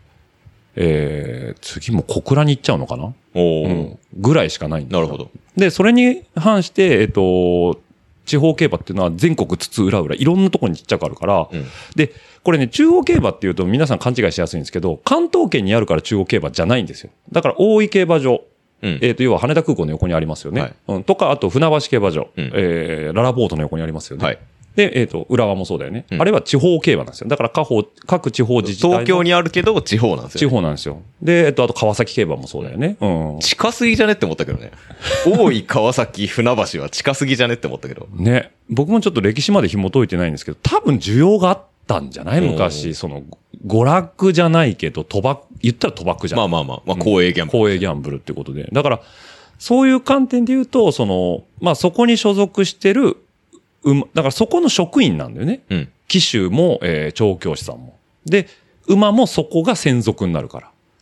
次も小倉に行っちゃうのかな？ぐらいしかないんですよ。 なるほど。 で、それに反して、地方競馬っていうのは全国津々浦々いろんなところにちっちゃくあるから、で、これね、中央競馬っていうと皆さん勘違いしやすいんですけど、関東圏にあるから中央競馬じゃないんですよ。だから大井競馬場。要は羽田空港の横にありますよね。とか、あと船橋競馬場。ララポートの横にありますよね。で、浦和もそうだよね。あれは地方競馬なんですよ。だから各地方自治体。 東京にあるけど地方なんですよ。 地方なんですよ。で、あと川崎競馬もそうだよね。 近すぎじゃねって思ったけどね。大井、川崎、船橋は近すぎじゃねって思ったけど。 ね。僕もちょっと歴史まで紐解いてないんですけど、多分需要があったんじゃない？昔、娯楽じゃないけど、言ったら賭博じゃん。 まあ、公営ギャンブル。 公営ギャンブルってことで。だから、そういう観点で言うと、まあ、そこに所属してる、だからそこの職員なんだよね。騎手も、調教師さんも。で、馬もそこが専属になるから。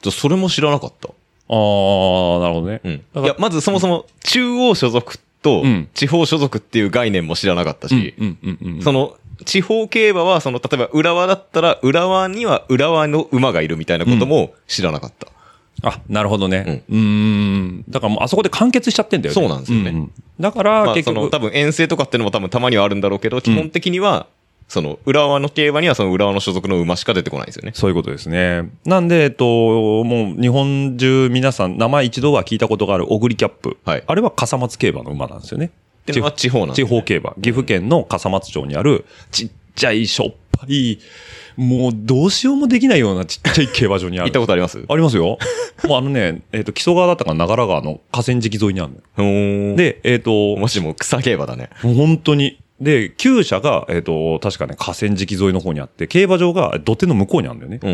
それも知らなかった。 なるほどね。 いや、まずそもそも中央所属と地方所属っていう概念も知らなかったし、地方競馬は、例えば浦和だったら、浦和には浦和の馬がいるみたいなことも知らなかった。 なるほどね。だからもうあそこで完結しちゃってんだよね。 そうなんですよね。 だから結局、 多分遠征とかっていうのも多分たまにはあるんだろうけど、基本的には、浦和の競馬には浦和の所属の馬しか出てこないんですよね。 そういうことですね。なんで、もう日本中皆さん名前一度は聞いたことがあるオグリキャップ。あれは笠松競馬の馬なんですよね。 っていうのは地方なんですね。地方競馬。岐阜県の笠松町にあるちっちゃいしょっぱい、もうどうしようもできないようなちっちゃい競馬場にある。 行ったことあります？ ありますよ。もう木曽川だったか長良川の河川敷沿いにあるのよ。で、 もしも草競馬だね。 本当に。で、厩舎が、確かね、河川敷沿いの方にあって、競馬場が土手の向こうにあるんだよね。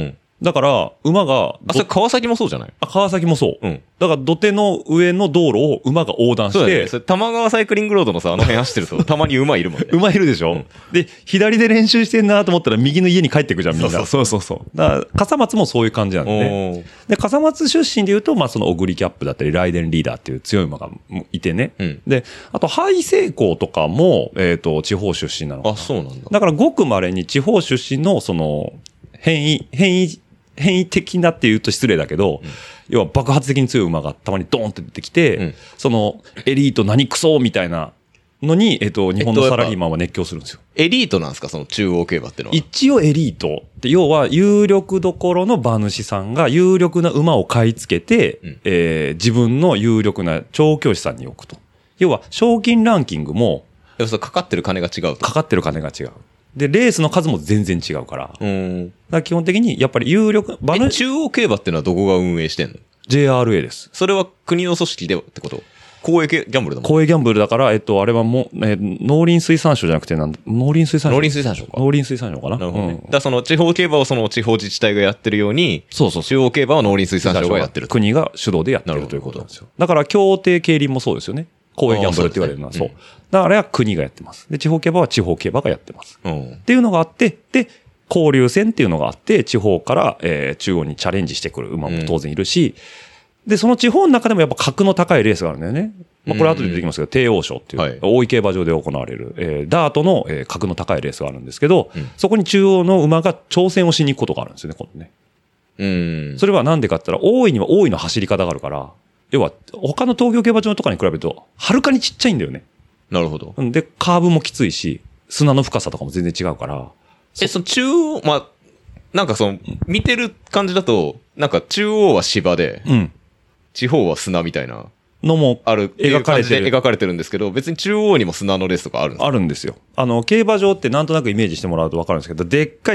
だから、馬が、 それ川崎もそうじゃない？ 川崎もそう。 うん。 だから土手の上の道路を馬が横断して、 それ玉川サイクリングロードのさ、あの辺走ってると、たまに馬いるもんね。 馬いるでしょ、で、左で練習してんなと思ったら右の家に帰ってくじゃん、みんな。そう。だから、笠松もそういう感じなんでね。で、笠松出身で言うと、そのオグリキャップだったり、ライデンリーダーっていう強い馬がいてね。で、あと、ハイセイコーとかも、地方出身なのかな。 そうなんだ。 だから、ごく稀に地方出身の、その、変異的なって言うと失礼だけど、要は爆発的に強い馬がたまにドーンって出てきて、そのエリート何クソみたいなのに、日本のサラリーマンは熱狂するんですよ。 エリートなんですか、その中央競馬ってのは。 一応エリートって、要は有力どころの馬主さんが有力な馬を買い付けて、自分の有力な調教師さんに置くと。要は賞金ランキングも、 かかってる金が違うと。 かかってる金が違う。で、レースの数も全然違うから。だから基本的に、やっぱり有力、 中央競馬ってのはどこが運営してんの？ JRA です。 それは国の組織でってこと？公営ギャンブルだもん。 公営ギャンブルだから、あれはもう、農林水産省じゃなくて農林水産省。 農林水産省か。 農林水産省かな。 なるほどね。だからその地方競馬をその地方自治体がやってるように、 そう。 中央競馬は農林水産省がやってる。 国が主導でやってるということなんですよ。だから、協定競輪もそうですよね。公営ギャンブルって言われるのはそう。だからあれは国がやってます。で、地方競馬は地方競馬がやってます。っていうのがあって、で、交流戦っていうのがあって、地方から、中央にチャレンジしてくる馬も当然いるし、で、その地方の中でもやっぱ格の高いレースがあるんだよね。これ後で出てきますけど、帝王賞っていう、大井競馬場で行われる、ダートの、格の高いレースがあるんですけど、そこに中央の馬が挑戦をしに行くことがあるんですよね、今度ね。それはなんでかって言ったら、大井には大井の走り方があるから、要は、他の東京競馬場とかに比べると、はるかにちっちゃいんだよね。 なるほど。 で、カーブもきついし、砂の深さとかも全然違うから。 その中央、なんかその、見てる感じだと、なんか中央は芝で、地方は砂みたいな。 のも、 描かれてるんですけど、別に中央にも砂のレースとかあるんですか？ あるんですよ。競馬場ってなんとなくイメージしてもらうと分かるんですけど、でっかい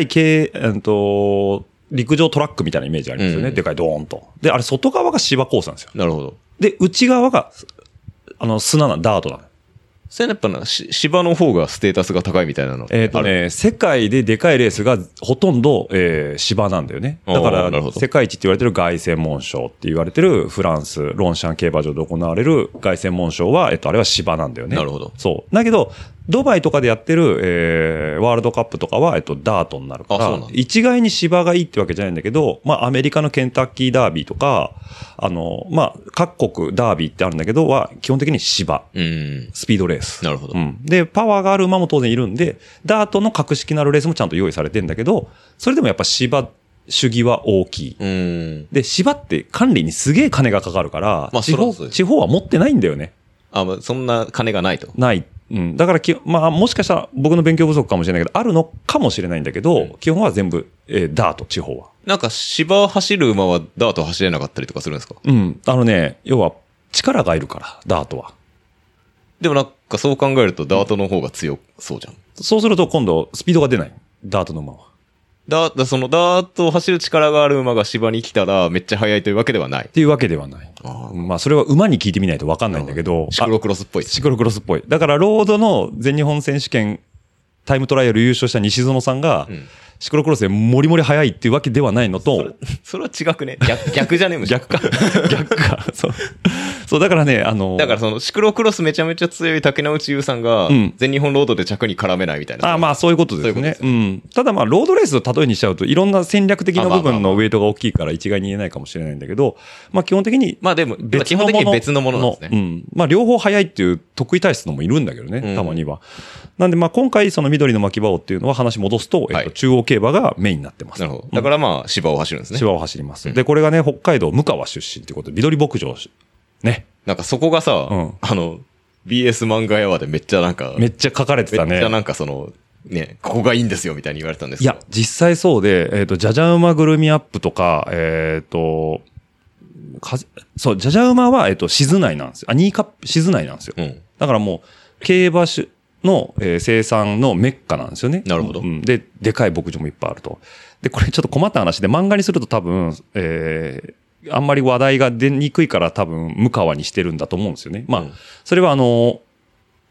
陸上トラックみたいなイメージありますよね。でかいドーンと。で、あれ外側が芝コースなんですよ。 なるほど。 で、内側が、砂なの、ダートなの。 それやっぱ芝の方がステータスが高いみたいなの。 世界ででかいレースがほとんど、芝なんだよね。だから、世界一って言われてる凱旋門賞って言われてるフランス、ロンシャン競馬場で行われる凱旋門賞は、あれは芝なんだよね。 なるほど。 そう。だけど、ドバイとかでやってる、ワールドカップとかは、ダートになるから、一概に芝がいいってわけじゃないんだけど、アメリカのケンタッキーダービーとか、各国ダービーってあるんだけど、は、基本的に芝。スピードレース。 なるほど。 で、パワーがある馬も当然いるんで、ダートの格式のあるレースもちゃんと用意されてんだけど、それでもやっぱ芝主義は大きい。で、芝って管理にすげえ金がかかるから、地方は持ってないんだよね。 そんな金がないと。 ない。だからもしかしたら僕の勉強不足かもしれないけど、あるのかもしれないんだけど、基本は全部、ダート、地方は。 なんか芝走る馬はダート走れなかったりとかするんですか？ 要は力がいるから、ダートは。 でもなんかそう考えるとダートの方が強そうじゃん。 そうすると今度スピードが出ない。ダートの馬は。 そのダートを走る力がある馬が芝に来たらめっちゃ速いというわけではない。 っていうわけではない。それは馬に聞いてみないと分かんないんだけど。 シクロクロスっぽい。 シクロクロスっぽい。だからロードの全日本選手権タイムトライアル優勝した西園さんが、シクロクロスでモリモリ速いっていうわけではないのと。 それは違くね。逆じゃねえもん。 逆か。そう、だからね、 だからそのシクロクロスめちゃめちゃ強い竹之内優さんが、全日本ロードで着に絡めないみたいな。 そういうことですね。ただロードレースを例えにしちゃうと、いろんな戦略的な部分のウェイトが大きいから一概に言えないかもしれないんだけど、基本的に、 でも、基本的に別のものなんですね。 両方速いっていう得意体質のもいるんだけどね、たまには。なんで今回その緑の巻き場王っていうのは話戻すと、中央競馬がメインになってます。 なるほど。だから芝を走るんですね。 芝を走ります。で、これがね、北海道向川出身っていうことで、緑牧場、ね。 なんかそこがさ、BS 漫画屋話でめっちゃ書かれてたね。 めっちゃここがいいんですよみたいに言われたんですけど。 いや、実際そうで、じゃじゃ馬グルミアップとか、そう、じゃじゃ馬は、静内なんですよ。2位カップ、静内なんですよ。だからもう、競馬種の、生産のメッカなんですよね。 なるほど。 で、でかい牧場もいっぱいあると。で、これちょっと困った話で、漫画にすると多分、あんまり話題が出にくいから多分、向川にしてるんだと思うんですよね。それは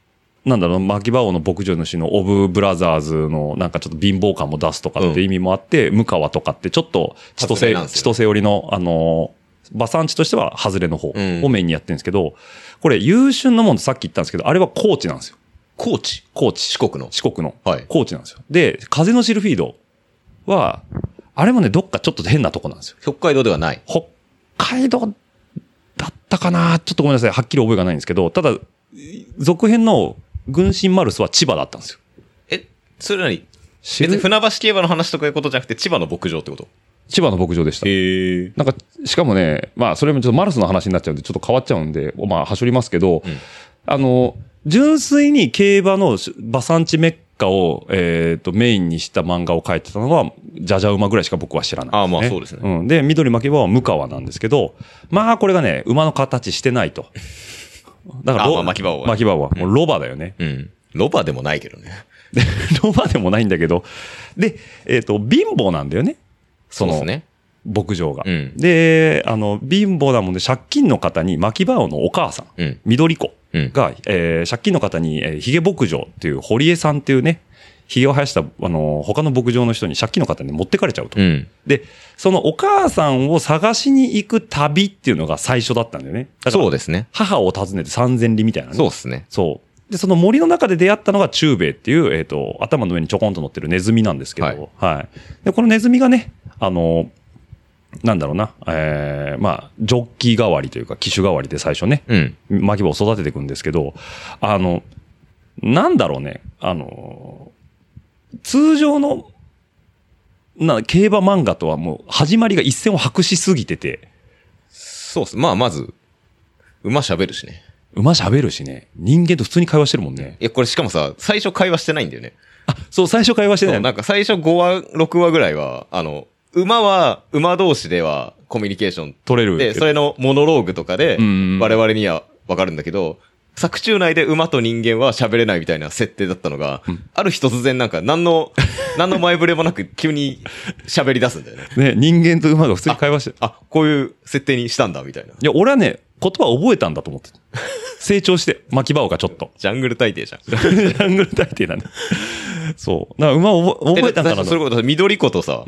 なんだろう、牧場王の牧場主のオブブラザーズのなんかちょっと貧乏感も出すとかって意味もあって、向川とかってちょっと千歳寄りの、馬産地としては外れの方をメインにやってるんですけど、これ優秀なもんとさっき言ったんですけど、あれは高知なんですよ。 高知。四国の。はい。 高知なんですよ。で、風のシルフィードは、あれもね、どっかちょっと変なとこなんですよ。 北海道ではない。 北海道だったかな、ちょっとごめんなさい。はっきり覚えがないんですけど、ただ、続編の軍神マルスは千葉だったんですよ。 それ何別に船橋競馬の話とかいうことじゃなくて、千葉の牧場ってこと？ 千葉の牧場でした。なんか、しかもね、まあ、それもちょっとマルスの話になっちゃうんで、ちょっと変わっちゃうんで、まあ、はしょりますけど、純粋に競馬の馬産地メッカを、メインにした漫画を描いてたのは、じゃじゃ馬ぐらいしか僕は知らない、ね。 まあそうですね。 うん。で、緑牧場は向川なんですけど、まあ、これがね、馬の形してないと。だから、 牧場は。 牧場は。もうロバだよね。 うん。ロバでもないけどね。 ロバでもないんだけど、で、貧乏なんだよね。 そうですね。 牧場が。で、貧乏なもんで借金の方に牧場王のお母さん、緑子が、借金の方に、ヒゲ牧場っていう堀江さんっていうね、ヒゲを生やした、他の牧場の人に借金の方に持ってかれちゃうと。で、そのお母さんを探しに行く旅っていうのが最初だったんだよね。だからそうですね。 母を訪ねて三千里みたいなね。 そうですね。 そう。で、その森の中で出会ったのが中兵衛っていう、頭の上にちょこんと乗ってるネズミなんですけど、はい。で、このネズミがね、なんだろうな、まあ、ジョッキー代わりというか、騎手代わりで最初ね、牧場を育てていくんですけど、なんだろうね、通常の、競馬漫画とはもう始まりが一線を画しすぎてて。 そうっす。まあ、まず、馬喋るしね。 馬喋るしね。人間と普通に会話してるもんね。 いや、これしかもさ、最初会話してないんだよね。 そう、最初会話してない。 なんか最初5話、6話ぐらいは、馬は、馬同士ではコミュニケーション取れる。 で、それのモノローグとかで、我々にはわかるんだけど、作中内で馬と人間は喋れないみたいな設定だったのが、ある日突然なんか何の前触れもなく急に喋り出すんだよね。 ね、人間と馬が普通に会話してる。 こういう設定にしたんだみたいな。いや、俺はね、言葉覚えたんだと思ってた。成長して、牧場王がちょっと。 ジャングル大帝じゃん。 ジャングル大帝なんだ。そう。だから馬を覚えたんだな。 それこそ緑子とさ、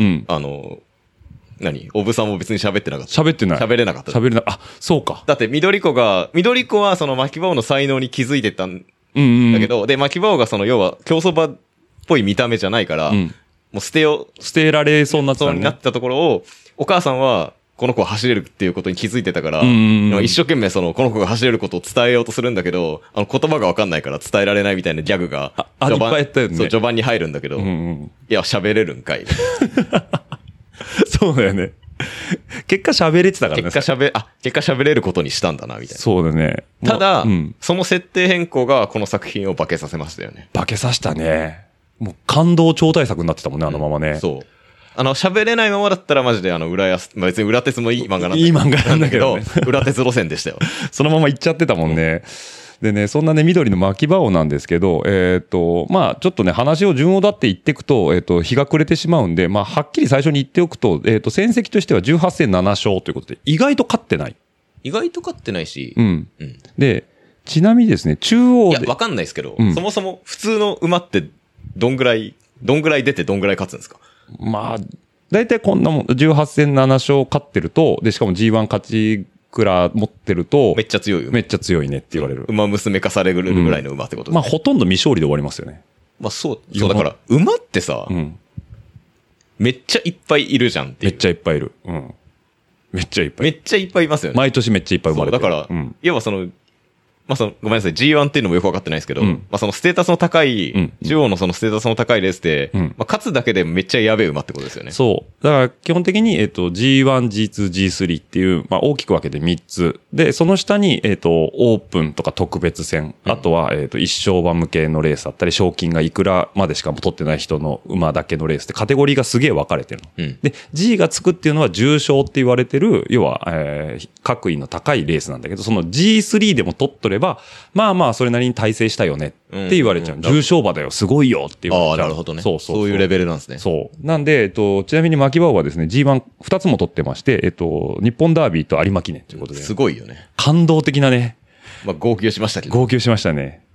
おぶさんも別に喋ってなかった。 喋ってない。 喋れなかった。 そうか。 だって緑子はその牧場王の才能に気づいてたんだけど、で、牧場王がその要は競走馬っぽい見た目じゃないから、もう捨てられそうになってた、ね。そうになったところを、お母さんは、この子が走れるっていうことに気づいてたから、一生懸命この子が走れることを伝えようとするんだけど、言葉がわかんないから伝えられないみたいなギャグが、 いっぱいやったよね。 そう、序盤に入るんだけど、いや、喋れるんかい。 そうだよね。結果喋れてたからね。 結果喋れることにしたんだな、みたいな。 そうだね。 ただ、その設定変更がこの作品を化けさせましたよね。 化けさせたね。もう感動超大作になってたもんね、あのままね。 そう。喋れないままだったらマジで別に裏鉄もいい漫画なんだけど。 いい漫画なんだけど、 裏鉄路線でしたよ。 そのまま行っちゃってたもんね。でね、そんなね、緑の牧場王なんですけど、まあ、ちょっとね、話を順をだって言っていくと、日が暮れてしまうんで、まあ、はっきり最初に言っておくと、戦績としては18戦7勝ということで、意外と勝ってない。 意外と勝ってないし。 で、ちなみにですね、中央で。 いや、わかんないですけど、そもそも普通の馬ってどんぐらい出てどんぐらい勝つんですか？ まあ、だいたいこんなもん、18戦7勝勝ってると、で、しかも G1 勝ちくら持ってると、 めっちゃ強いよ。 めっちゃ強いねって言われる。 馬娘化されるぐらいの馬ってことで、 まあ、ほとんど未勝利で終わりますよね。 まあ、そうだから、馬ってさ、めっちゃいっぱいいるじゃんっていう。 めっちゃいっぱいいる。めっちゃいっぱい。 めっちゃいっぱいいますよね。 毎年めっちゃいっぱい生まれてる。 だから、要はまあごめんなさい、G1 っていうのもよくわかってないですけど、まあそのステータスの高い、中央のそのステータスの高いレースで、まあ勝つだけでめっちゃやべえ馬ってことですよね。 そう。だから基本的に、G1、G2、G3 っていう、まあ大きく分けて3つ。で、その下に、オープンとか特別戦、あとは、一生馬向けのレースだったり、賞金がいくらまでしかも取ってない人の馬だけのレースで、カテゴリーがすげえ分かれてるの。で、G がつくっていうのは重賞って言われてる、要は、各位の高いレースなんだけど、その G3 でも取っとれば、まあそれなりに大成したよねって言われちゃう。重賞馬だよ、すごいよって言われちゃう。 なるほどね。そういうレベルなんですね。 そう。なんで、ちなみに牧場王はですね、G12 つも取ってまして、日本ダービーと有馬記念ということで。 すごいよね。 感動的なね。 まあ号泣しましたけど。 号泣しましたね。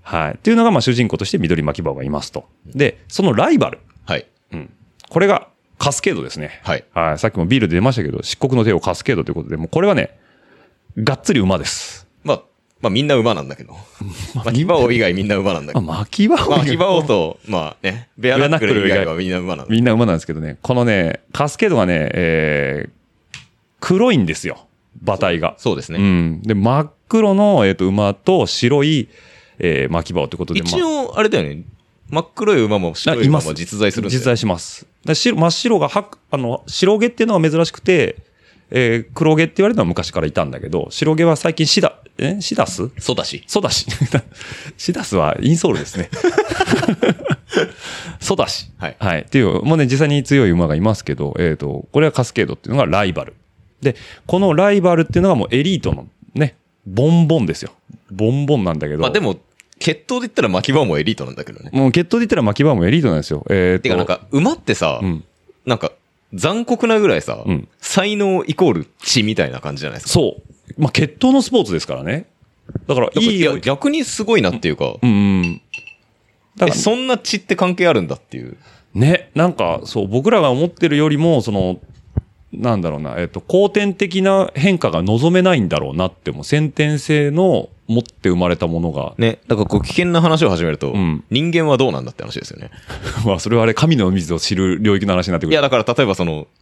はい。っていうのが、まあ、主人公として緑巻き場がいますと。で、そのライバル。 はい。 うん。これが、カスケードですね。 はい。 はい。さっきもビールで出ましたけど、漆黒の帝王カスケードということで、もうこれはね、がっつり馬です。 まあみんな馬なんだけど。巻き場王以外みんな馬なんだけど。 巻き場王と、まあね、ベアナックル以外はみんな馬なんだ。 みんな馬なんですけどね、このね、カスケードがね、黒いんですよ。馬体が。 そうですね。 うん。で、真っ黒の、馬と白い、巻き場ということで。 一応、あれだよね。真っ黒い馬も白い馬も実在するんですよ。 実在します。真っ白が白毛っていうのが珍しくて、黒毛って言われるのは昔からいたんだけど、白毛は最近シダスソダシシダスはインソールですね。ソダシ。 はい。 はい。っていう、もうね、実際に強い馬がいますけど、これはカスケードっていうのがライバル。で、このライバルっていうのがもうエリートのね、ボンボンですよ。ボンボンなんだけど。 まあでも、血統で言ったら巻き場もエリートなんだけどね。 もう血統で言ったら巻き場もエリートなんですよ。 てかなんか、馬ってさ、なんか、残酷なぐらいさ、才能イコール血みたいな感じじゃないですか。 そう。まあ血統のスポーツですからね。だからいや、逆にすごいなっていうか。だからそんな血って関係あるんだっていう。 ね、なんか、そう、僕らが思ってるよりも、なんだろうな、後天的な変化が望めないんだろうなって、もう先天性の持って生まれたものが。 ね、だからこう危険な話を始めると、人間はどうなんだって話ですよね。 まあ、それはあれ、神の水を知る領域の話になってくる。 いや、だから例えばスポ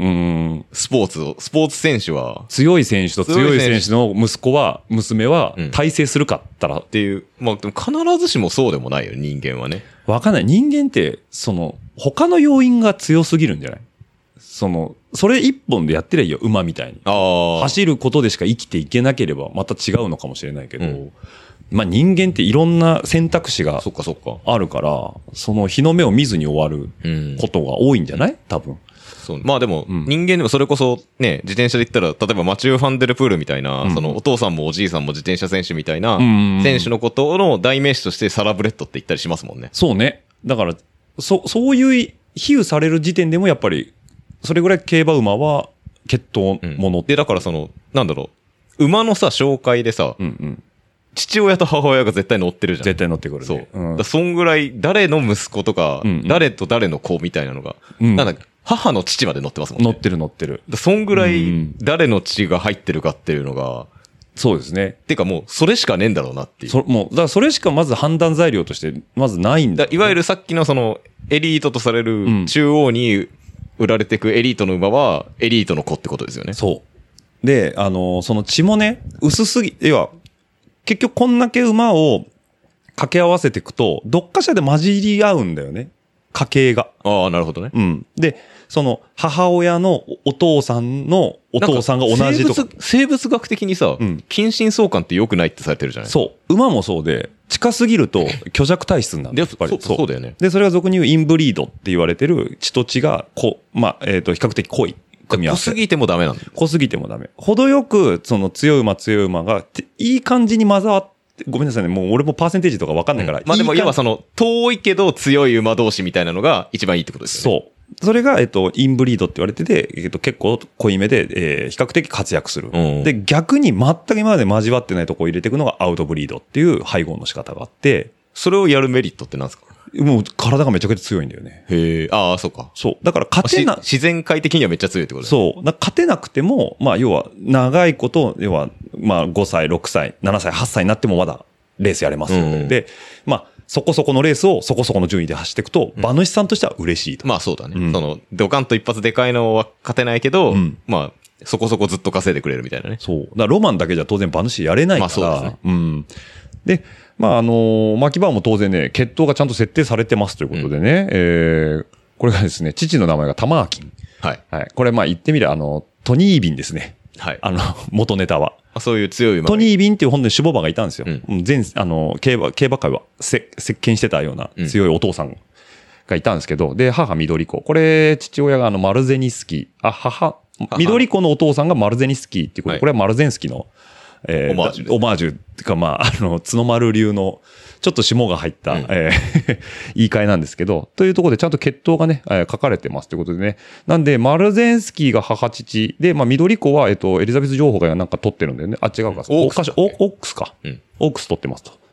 ーツ選手は、 強い選手と強い選手の娘は、対戦するかったら。 っていう、まあ、でも必ずしもそうでもないよ、人間はね。 わかんない。人間って、他の要因が強すぎるんじゃない？それ一本でやってりゃいいよ、馬みたいに。走ることでしか生きていけなければ、また違うのかもしれないけど、まあ人間っていろんな選択肢があるから、その日の目を見ずに終わることが多いんじゃない？多分。 そう。まあでも、人間でもそれこそね、自転車で言ったら、例えばマチュー・ファンデルプールみたいな、お父さんもおじいさんも自転車選手みたいな、選手のことの代名詞としてサラブレッドって言ったりしますもんね。 そうね。だから、そういう比喩される時点でもやっぱり、それぐらい競馬馬は血統もの、 で、だからなんだろう、馬のさ、紹介でさ、父親と母親が絶対乗ってるじゃん。 絶対乗ってくるね。 そう。そんぐらい、誰の息子とか、誰と誰の子みたいなのが、なんだ母の父まで乗ってますもんね。 乗ってる。 そんぐらい、誰の血が入ってるかっていうのが、 そうですね。 てかもう、それしかねえんだろうなっていう。 もう、だからそれしかまず判断材料として、まずないんだ、 いわゆるさっきのエリートとされる中央に売られていくエリートの馬は、エリートの子ってことですよね。 そう。で、その血もね、薄すぎ、要は、結局こんだけ馬を掛け合わせていくと、どっかしらで混じり合うんだよね。家系が。 ああ、なるほどね。 で、母親のお父さんのお父さんが同じとか。 生物学的にさ、近親相関って良くないってされてるじゃない？ そう。馬もそうで、近すぎると虚弱体質になる。 やっぱりそうだよね。 で、それが俗に言うインブリードって言われてる血と血がまあ、比較的濃い組み合わせ。 濃すぎてもダメなんだ。 濃すぎてもダメ。程よく、強い馬が、いい感じに混ざって、ごめんなさいね。もう俺もパーセンテージとか分かんないから。 まあでも、要は遠いけど強い馬同士みたいなのが一番いいってことですよね。 そう。それが、インブリードって言われてて、結構濃いめで、比較的活躍する。で、逆に全く今まで交わってないとこを入れていくのがアウトブリードっていう配合の仕方があって、 それをやるメリットって何ですか？ もう体がめちゃくちゃ強いんだよね。 へえ、ああ、そうか。 そう。だから自然界的にはめっちゃ強いってことですね。そう。勝てなくても、まあ要は長いこと、要はまあ5歳、6歳、7歳、8歳になってもまだレースやれますよね。で、まあそこそこのレースをそこそこの順位で走っていくと、馬主さんとしては嬉しいと。 まあそうだね。ドカンと一発でかいのは勝てないけど、まあそこそこずっと稼いでくれるみたいなね。 そう。だからロマンだけじゃ当然馬主やれないから。まあそうですね。で、まあ巻き場も当然ね、血統がちゃんと設定されてますということでね、これがですね、父の名前が玉明。 はい。 はい。これまあ言ってみればトニービンですね。 はい。 元ネタは。 そういう強い馬。 トニービンっていう本で守護馬がいたんですよ。競馬界は席巻してたような強いお父さんがいたんですけど、で、母緑子。これ、父親がマルゼニスキー。緑子のお父さんがマルゼニスキーっていうことで、これはマルゼンスキの、オマージュっていうか、まあ、角丸流の、ちょっと霜が入った、言い換えなんですけど、というところでちゃんと血統がね、書かれてますということでね。なんで、マルゼンスキーが母父で、まあ、緑子は、エリザベス女王がなんか取ってるんだよね。あ、違うか。オークスか。オークス取ってますと。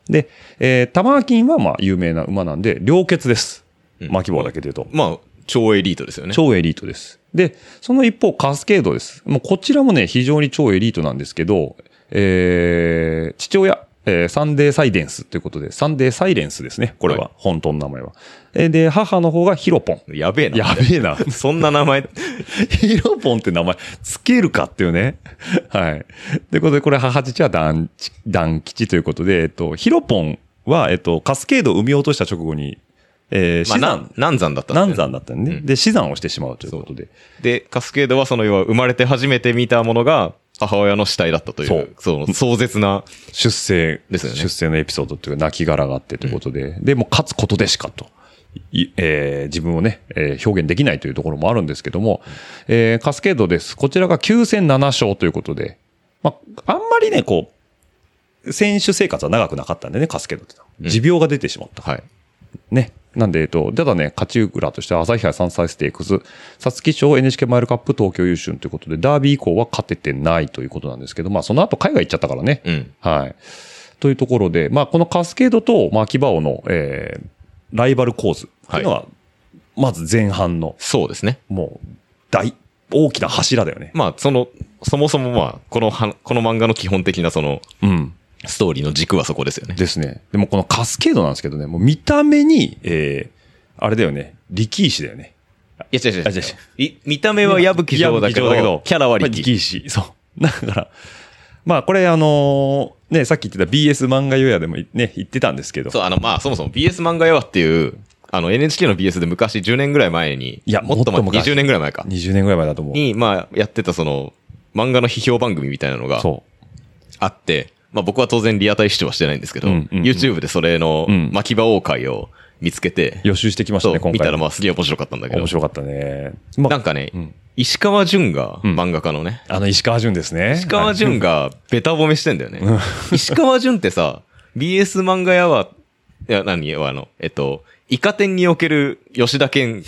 で、玉金はまあ有名な馬なんで、良血です。巻き棒だけで言うと。 まあ、超エリートですよね。 超エリートです。で、その一方、カスケードです。もうこちらもね、非常に超エリートなんですけど、父親、サンデーサイデンスということで、サンデーサイレンスですね。これは、はい、本当の名前は。で、母の方がヒロポン。 やべえな。 やべえな。 そんな名前。 ヒロポンって名前つけるかっていうね。はい。ということで、これ母父は団吉ということで、ヒロポンは、カスケードを生み落とした直後に、死産。 難産だったんですね。 難産だったんでね。で、死産をしてしまうということで。 で、カスケードはその要は生まれて初めて見たものが、母親の死体だったという、その壮絶な出生ですよね。 出生のエピソードっていうか、亡骸があってということで、で、もう勝つことでしかと、自分をね、表現できないというところもあるんですけども、カスケードです。こちらが9戦7勝ということで、まあ、あんまりね、こう、選手生活は長くなかったんでね、カスケードって。持病が出てしまった。 はい。 ね。なんで、ただね、勝ち浦としては朝日杯3歳ステークス、皐月賞 NHK マイルカップ東京優秀ということで、ダービー以降は勝ててないということなんですけど、まあその後海外行っちゃったからね。 うん。 はい。というところで、まあこのカスケードと牧場王の、ライバル構図っていうのは、まず前半の。 そうですね。 もう、大きな柱だよね。 まあそもそもまあ、この漫画の基本的なうん。 ストーリーの軸はそこですよね。 ですね。でもこのカスケードなんですけどね、もう見た目に、あれだよね、力石だよね。 いや違う。見た目は矢吹城だけど、キャラは力石。そう。だから、まあこれね、さっき言ってた BS 漫画予約でもね、言ってたんですけど。 そう、まあそもそも BS 漫画予約っていう、NHK の BS で昔10年ぐらい前に、 いや、もっと前、 20年ぐらい前か。 20年ぐらい前だと思う。 に、まあやってたその、漫画の批評番組みたいなのが、あって、まあ僕は当然リアタイ視聴はしてないんですけど、YouTube でそれの牧場王会を見つけて、 予習してきましたね、今回。 見たらまあすげえ面白かったんだけど。 面白かったね。 なんかね、石川淳が、漫画家のね。 石川淳ですね。 石川淳がベタ褒めしてんだよね。石川淳ってさ、BS 漫画屋は、いや、イカ天における吉田健。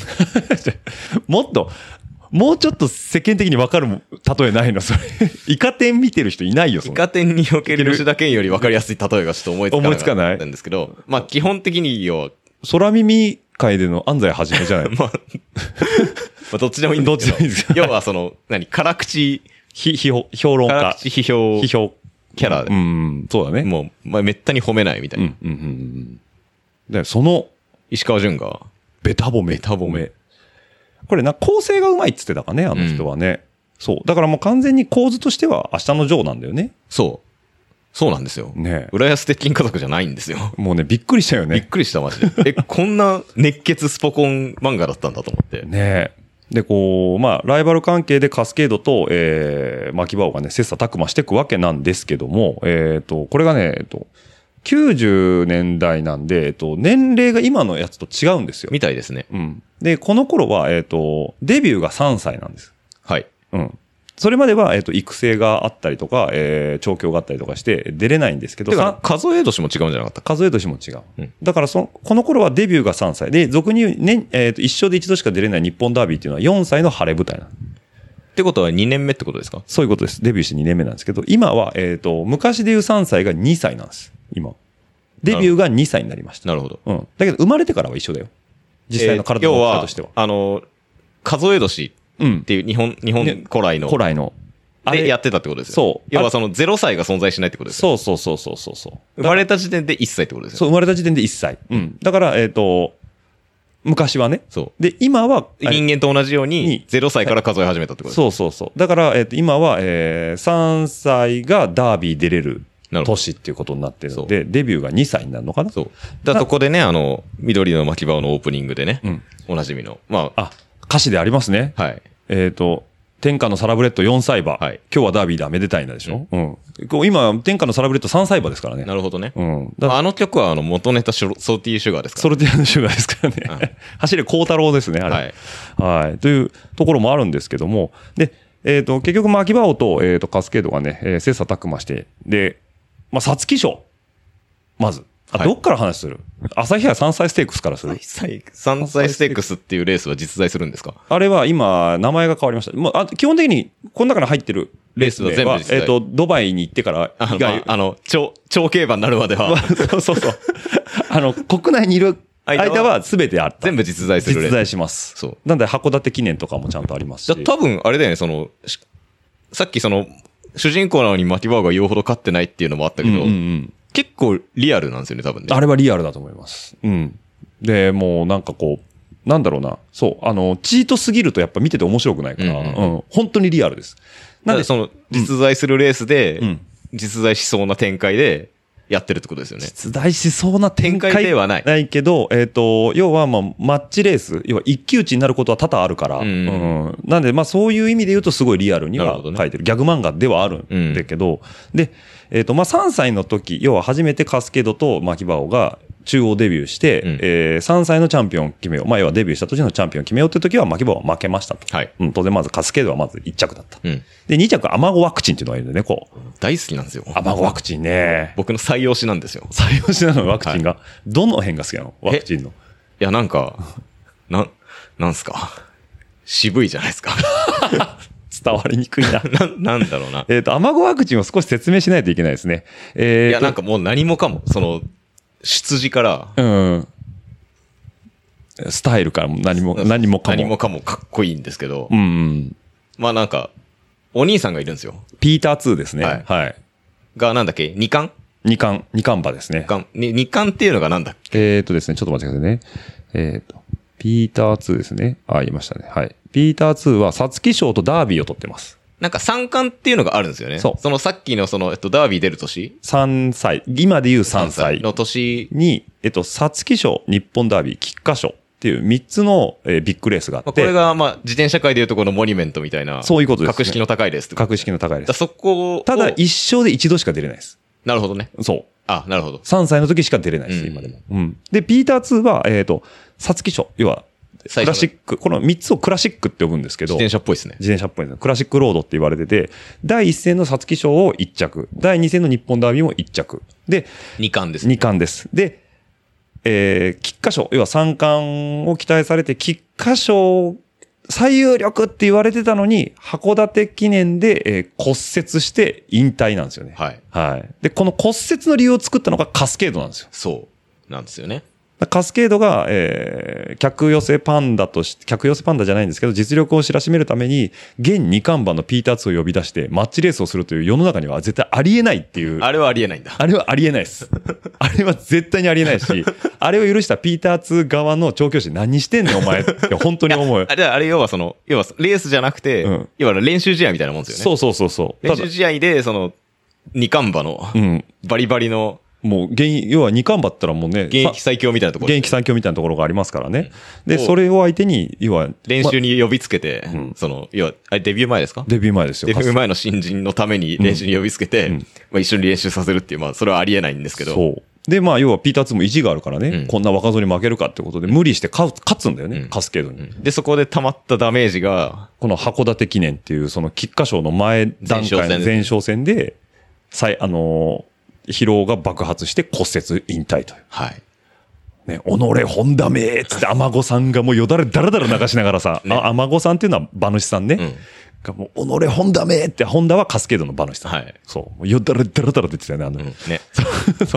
もうちょっと世間的に分かる例えないのそれ。イカ天見てる人いないよ、 イカ天における吉田健より分かりやすい例えがちょっと思いつかないんですけど、まあ基本的に空耳界での安西はじめじゃないまあどっちでもいいんですけど。どっちでもいいんですけど。要は辛口評論家。 辛口批評キャラで。 そうだね。 もう、まあめったに褒めないみたいな。 で、その、 石川淳が、 ベタ褒め。これ構成がうまいっつってたかね、あの人はね。そう。だからもう完全に構図としては明日のジョーなんだよね。 そうなんですよ。 ね浦安鉄筋家族じゃないんですよ。 もうね、びっくりしたよね。 びっくりした、マジで。こんな熱血スポコン漫画だったんだと思って。 ねで、まあ、ライバル関係でカスケードと、牧場王がね、切磋琢磨していくわけなんですけども、これがね、90年代なんで、年齢が今のやつと違うんですよ。 みたいですね。 で、この頃は、デビューが3歳なんです。 はい。 それまでは、育成があったりとか、調教があったりとかして出れないんですけど、 数え年も違うんじゃなかった数え年も違う。だからこの頃はデビューが3歳で、俗に言う、一生で一度しか出れない日本ダービーっていうのは4歳の晴れ舞台なの。 ってことは2年目ってことですか？ そういうことです。デビューして2年目なんですけど、今は、昔でいう3歳が2歳なんです。今。デビューが2歳になりました。 なるほど。 だけど生まれてからは一緒だよ。実際の体の大きさとしては。 数え年っていう日本古来の。でやってたってことですよ。 そう。 要は0歳が存在しないってことですよ。 そう。 生まれた時点で1歳ってことですよ。 そう、生まれた時点で1歳。だから、昔はね。 そう。 で、今は、 人間と同じように0歳から数え始めたってことです。 そう。だから、今は、3歳がダービー出れる年っていうことになってるので、デビューが2歳になるのかな。 そう。だからそこでね、緑の牧場のオープニングでね、おなじみの。まあ。 歌詞でありますね。 はい。 天下のサラブレッド4歳馬。今日はダービーだ、めでたいんだでしょ。今、天下のサラブレッド3歳馬ですからね。 なるほどね。曲は元ネタソルティーシュガーですから。 ソルティーシュガーですからね。走れ孝太郎ですね、あれ。はい。というところもあるんですけども。で、結局、牧場王と、カスケードがね、切磋琢磨して、で、まあ、皐月賞。まず、 あ、どっから話する？朝日屋3歳ステークスからする？ 3歳ステークスっていうレースは実在するんですか？ あれは今、名前が変わりました。もう基本的に、この中に入ってるレースは全部ドバイに行ってから以外、 超競馬になるまでは。 そう。国内にいる間は全てあった。 全部実在するレース。 実在します。そう。なんで函館記念とかもちゃんとありますし。 多分、あれだよね、さっき主人公なのにマキバオが言うほど勝ってないっていうのもあったけど、結構リアルなんですよね、多分ね。 あれはリアルだと思います。うん。で、もうなんかこう、なんだろうな。そう。チートすぎるとやっぱ見てて面白くないから、本当にリアルです。 なんで実在するレースで、実在しそうな展開でやってるってことですよね。 実在しそうな展開ではない。 ないけど、要はまあ、マッチレース、要は一騎打ちになることは多々あるから、なんでまあそういう意味で言うとすごいリアルには書いてる。ギャグ漫画ではあるんだけど、で、まあ3歳の時、要は初めてカスケードとマキバオが中央デビューして、3歳のチャンピオン決めよう。まあ要はデビューした年のチャンピオン決めようって時はマキバオは負けましたと。はい。当然まずカスケードはまず1着だった。で、2着アマゴワクチンっていうのがいるんでね、こう。 大好きなんですよ。 アマゴワクチンね。 僕の最推しなんですよ。 最推しなのワクチンが。どの辺が好きなのワクチンの。いや、なんか、なんすか。渋いじゃないですか。 伝わりにくいな。 なんだろうな。 アマゴワクチンを少し説明しないといけないですね。 いや、なんかもう何もかも、出自から、 スタイルからも何もかも。 何もかもかっこいいんですけど、まあなんか、お兄さんがいるんですよ。 ピーター2ですね。はい。 がなんだっけ二冠二冠っていうのがなんだっけですね、ちょっと待ってくださいね。ピーター2ですね。言いましたね。はい。ピーター2は、皐月賞とダービーを取ってます。 なんか三冠っていうのがあるんですよね。そう。さっきのダービー出る年 ?3 歳。今で言う3歳。 の年に、皐月賞、日本ダービー、菊花賞っていう3つの、ビッグレースがあって。 これが、まあ、自転車界でいうとこのモニュメントみたいな。 そういうことです、ね。 格式の高いレースってこと。 格式の高いレース。 そこただ、一生で一度しか出れないです。 なるほどね。 そう。 あ、なるほど。 3歳の時しか出れないです、今でも。で、ピーター2は、皐月賞。要は、クラシック、この3つをクラシックって呼ぶんですけど。 自転車っぽいですね。 自転車っぽいですね。クラシックロードって言われてて、第1戦の皐月賞を1着、第2戦の日本ダービーも1着。で、 2冠ですね。 2冠です。で、菊花賞、要は3冠を期待されて、菊花賞、最有力って言われてたのに、函館記念で、骨折して引退なんですよね。 はい。 はい。で、この骨折の理由を作ったのがカスケードなんですよ。 そうなんですよね。 カスケードが、客寄せパンダとして、客寄せパンダじゃないんですけど、実力を知らしめるために、現二冠馬のピーター2を呼び出して、マッチレースをするという世の中には絶対ありえないっていう。 あれはありえないんだ。 あれはありえないです。あれは絶対にありえないし、あれを許したピーター2側の調教師何してんねんお前って本当に思う。 あれ要はレースじゃなくて、要は練習試合みたいなもんですよね。 そう。 練習試合で、二冠馬の、バリバリの、 もう要は二冠馬ったらもうね、 現役最強みたいなところ、 現役最強みたいなところがありますからね。で、それを相手に、要は。 練習に呼びつけて、要は、デビュー前ですか？ デビュー前ですよ。 デビュー前の新人のために練習に呼びつけて、まあ一緒に練習させるっていう、まあそれはありえないんですけど。 そう。で、まあ要はピーター2も意地があるからね、こんな若造に負けるかってことで無理して勝つんだよね、カスケードに。 で、そこで溜まったダメージが、 この函館記念っていうその菊花賞の前段階の前哨戦で、疲労が爆発して骨折引退という。 はい。 ね、己本田めーっつって、アマゴさんがもうよだれだらだら流しながらさ、アマゴさんっていうのは馬主さんね。がもう、己本田めーって、本田はカスケードの馬主さん。はい。そう。よだれだらだら出てたよね、 ね。そう。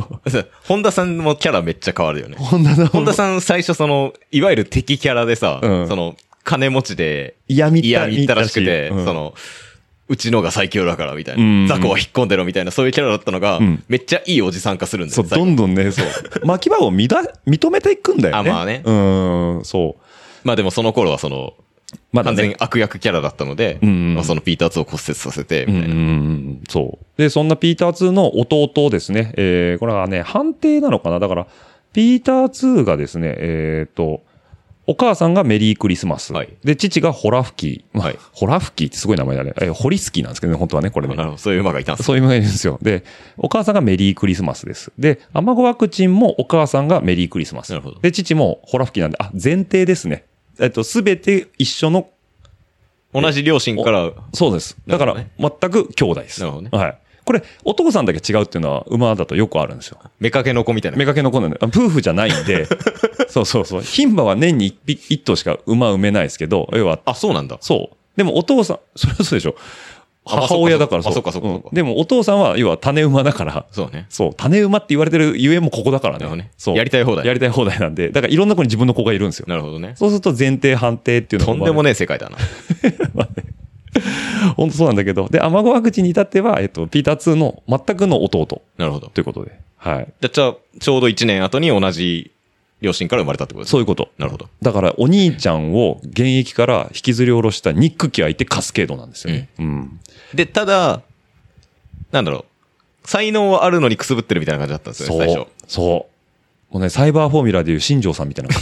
本田さんもキャラめっちゃ変わるよね。 本田さん最初いわゆる敵キャラでさ、金持ちで、 嫌みったらしくて、うちのが最強だからみたいな。雑魚は引っ込んでろみたいな、そういうキャラだったのが、めっちゃいいおじさん化するんですよ。 そう、どんどんね、そう。巻き場を認めていくんだよね。 まあね。 そう。 まあでもその頃は完全に悪役キャラだったので、そのピーター2を骨折させて、みたいな。 そう。で、そんなピーター2の弟ですね。これはね、判定なのかな？だから、ピーター2がですね、お母さんがメリークリスマス。はい、で、父がホラフキー。はい、ホラフキーってすごい名前だね。ホリスキーなんですけどね、本当はね、これね。 そういう馬がいたんですそういう馬がいるんですよ。で、お母さんがメリークリスマスです。で、アマゴワクチンもお母さんがメリークリスマス。なるほど。で、父もホラフキーなんで、前提ですね。すべて一緒の。 同じ両親から。 そうです。だから、全く兄弟です。 なるほどね。 はい。 これ、お父さんだけ違うっていうのは馬だとよくあるんですよ。 目かけの子みたいな。 目かけの子なんで、夫婦じゃないんで、そうそうそう。牝馬は年に一頭しか馬産めないですけど、要は、 あ、そうなんだ。 そう。でもお父さん、それはそうでしょ。母親だからそう。 あ、そっかそっかそっか。 でもお父さんは、要は種馬だから、 そうね。 そう。種馬って言われてるゆえもここだからね。そう。 やりたい放題。 やりたい放題なんで、だからいろんな子に自分の子がいるんですよ。 なるほどね。 そうすると前提判定っていうのが。 とんでもねえ世界だな。 まあね本当そうなんだけど。で、アマゴワクチンに至っては、ピーター2の全くの弟。 なるほど。 ということで。はい。 じゃあ、ちょうど1年後に同じ両親から生まれたってことですか？ そういうこと。 なるほど。 だから、お兄ちゃんを現役から引きずり下ろしたニックキがいてカスケードなんですよね。うん。 で、ただ、なんだろう。才能はあるのにくすぶってるみたいな感じだったんですよね、最初。 そう。もうね、サイバーフォーミュラでいう新庄さんみたいな。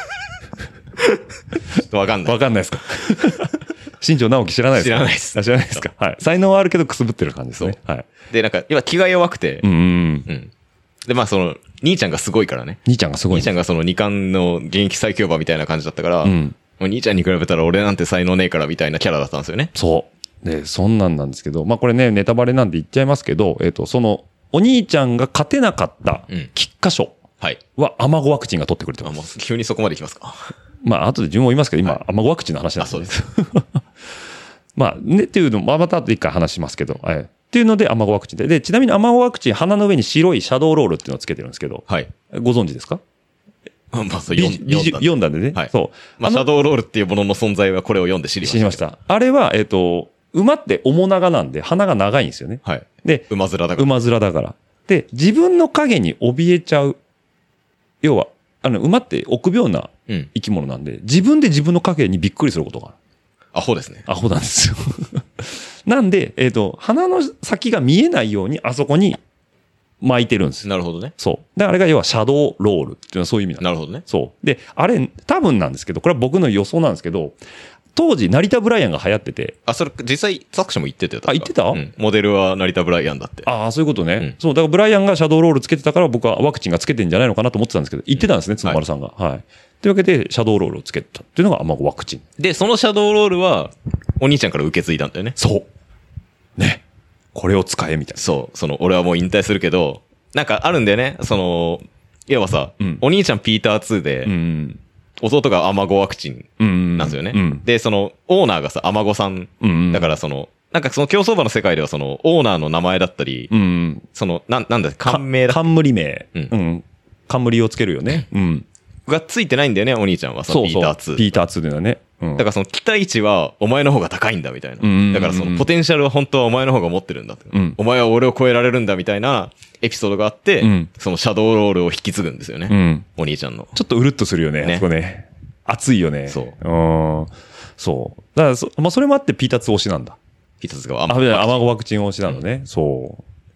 わかんない。 わかんないですか。新庄直樹知らないですか？ 知らないです。 知らないですか。はい。才能はあるけどくすぶってる感じですね。はい。 で、なんか、今気が弱くて。 うん。 で、まあ、兄ちゃんがすごいからね。 兄ちゃんがすごい。 兄ちゃんが二冠の現役最強馬みたいな感じだったから、お兄ちゃんに比べたら俺なんて才能ねえからみたいなキャラだったんですよね。 そう。で、そんなんですけど、まあこれね、ネタバレなんで言っちゃいますけど、お兄ちゃんが勝てなかった菊花賞はアマゴワクチンが取ってくれてます。 もう急にそこまでいきますか。 まあ後で順を言いますけど、今、アマゴワクチンの話なんですよ。そうです。まあね、っていうのも、また後で一回話しますけど、っていうのでアマゴワクチンで。で、ちなみにアマゴワクチン、鼻の上に白いシャドーロールっていうのをつけてるんですけど、ご存知ですか？ まあ、そう読んだんでね。そう。 まあ、シャドーロールっていうものの存在はこれを読んで知りました。 あれは、馬って面長なんで、鼻が長いんですよね。 はい。 で、 馬面だから。 馬面だから。で、自分の影に怯えちゃう。要は、馬って臆病な生き物なんで、自分で自分の影にびっくりすることがある。 アホですね。 アホなんですよ。なんで、鼻の先が見えないように、あそこに巻いてるんです。 なるほどね。 そう。で、あれが要はシャドーロールっていうのはそういう意味なんです。 なるほどね。 そう。で、あれ、多分なんですけど、これは僕の予想なんですけど、当時、成田ブライアンが流行ってて。 あ、それ、実際、作者も言ってたよ。 あ、言ってた？ モデルは成田ブライアンだって。 ああ、そういうことね。そう、だからブライアンがシャドーロールつけてたから、僕はワクチンがつけてんじゃないのかなと思ってたんですけど、言ってたんですね、角丸さんが。はい。というわけで、シャドーロールをつけたっていうのがアマゴワクチン。 で、そのシャドーロールは、お兄ちゃんから受け継いだんだよね。 そう。ね。これを使え、みたいな。 そう。俺はもう引退するけど、なんかあるんだよね。要はさ、お兄ちゃんピーター2で、弟がアマゴワクチンなんですよね。で、オーナーがさ、アマゴさん。だからなんかその競走馬の世界ではオーナーの名前だったり、なんだ、冠名だ。 冠名。冠をつけるよね。 がついてないんだよね、お兄ちゃんは。ピーター2。 ピーター2ではね。 だから期待値はお前の方が高いんだみたいな。だからポテンシャルは本当はお前の方が持ってるんだ。お前は俺を超えられるんだみたいなエピソードがあって、そのシャドーロールを引き継ぐんですよね。お兄ちゃんの。 ちょっとうるっとするよね、あそこね。熱いよね。 そう。 そう。だからまあそれもあってピーター2推しなんだ。 ピーター2がアマゴワクチン推しなのね。そう。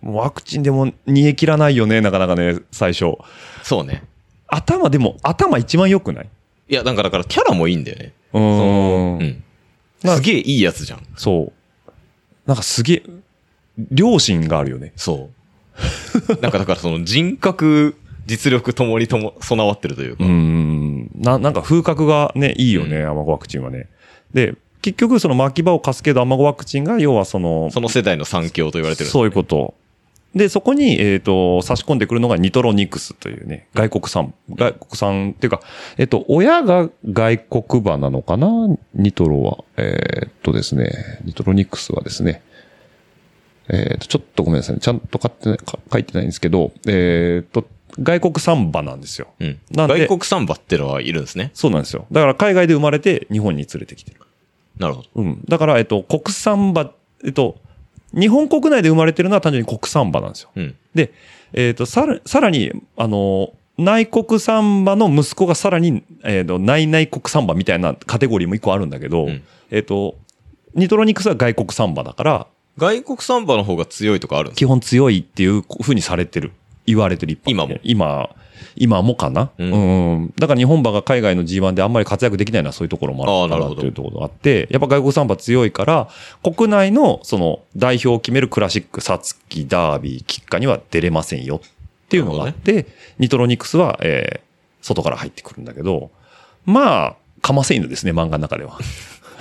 ワクチンでも煮え切らないよね、なかなかね、最初。 そうね。 頭一番良くない？ いや、だからキャラもいいんだよね。すげえいいやつじゃん。 そう。なんかすげえ、良心があるよね。 そう。だから人格、実力ともに備わってるというか。 なんか風格がね、いいよね、アマゴワクチンはね。で、結局巻き場を貸すけどアマゴワクチンが要はその世代の産業と言われてる、ね。 そういうこと。で、そこに、差し込んでくるのがニトロニクスというね、外国産っていうか、親が外国馬なのかなニトロは。ですね、ニトロニクスはですね、ちょっとごめんなさいね。ちゃんと書いてないんですけど、外国産馬なんですよ。 なんで外国産馬ってのはいるんですね。 そうなんですよ。だから海外で生まれて日本に連れてきてる。 なるほど。 だから、国産馬、日本国内で生まれてるのは単純に国産馬なんですよ。で、さらに、内国産馬の息子がさらに、内国産馬みたいなカテゴリーも一個あるんだけど、ニトロニクスは外国産馬だから、 外国産馬の方が強いとかあるんですか？ 基本強いっていう風にされてる。言われてる一般今も。 今もかな、だから日本馬が海外の G1 であんまり活躍できないのはそういうところもあるからっていうところがあって、やっぱ外国産馬強いから、国内のその代表を決めるクラシック、サツキ、ダービー、キッカには出れませんよっていうのがあって、ニトロニクスは、外から入ってくるんだけど、まあ、かませ犬ですね、漫画の中では。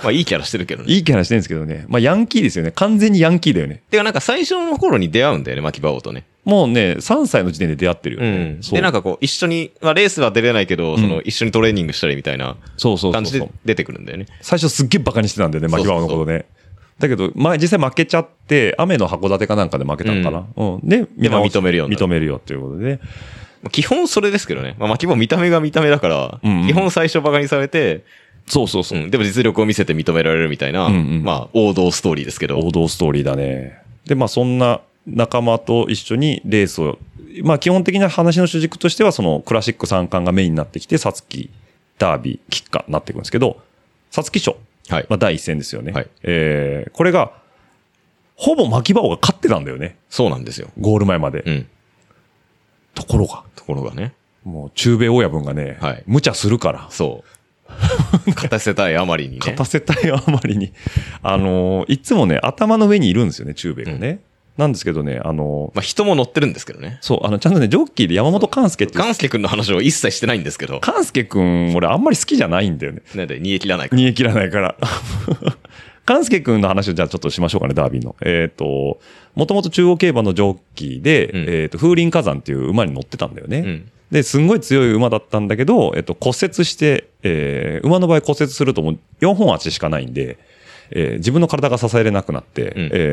まあいいキャラしてるけどね。 いいキャラしてるんですけどね。まあヤンキーですよね。完全にヤンキーだよね。 てかなんか最初の頃に出会うんだよね、牧場王とね。 もうね、3歳の時点で出会ってるよね。 で、なんかこう、一緒に、まあレースは出れないけど、一緒にトレーニングしたりみたいな感じで出てくるんだよね。 最初すっげえバカにしてたんだよね、牧場王のことね。だけど、実際負けちゃって、雨の函館かなんかで負けたのかな。で、 認めるよ。 認めるよっていうことでね。 基本それですけどね。まあ牧場見た目が見た目だから、基本最初バカにされて、 そう。 でも実力を見せて認められるみたいな、まあ王道ストーリーですけど。 王道ストーリーだね。で、まあそんな仲間と一緒にレースを、まあ基本的な話の主軸としてはそのクラシック3冠がメインになってきて、皐月、ダービー、キッカになっていくんですけど、皐月賞。はい。まあ第一戦ですよね。はい。これが、ほぼ牧場王が勝ってたんだよね。 そうなんですよ。 ゴール前まで。ところがね。もう中米親分がね、はい。無茶するから。 そう。勝たせたいあまりにね。 勝たせたいあまりに。いつもね、頭の上にいるんですよね、中米がね。なんですけどね、まあ、人も乗ってるんですけどね。 そう、ちゃんとね、ジョッキーで山本勘介って。 勘介くんの話を一切してないんですけど。 勘介くん、俺あんまり好きじゃないんだよね。 なんで、煮え切らないから。 煮え切らないから。勘介くんの話をじゃあちょっとしましょうかね、ダービーの。もともと中央競馬のジョッキーで、風林火山っていう馬に乗ってたんだよね。で、すんごい強い馬だったんだけど、骨折して、馬の場合骨折するともう4本足しかないんで、自分の体が支えれなくなって、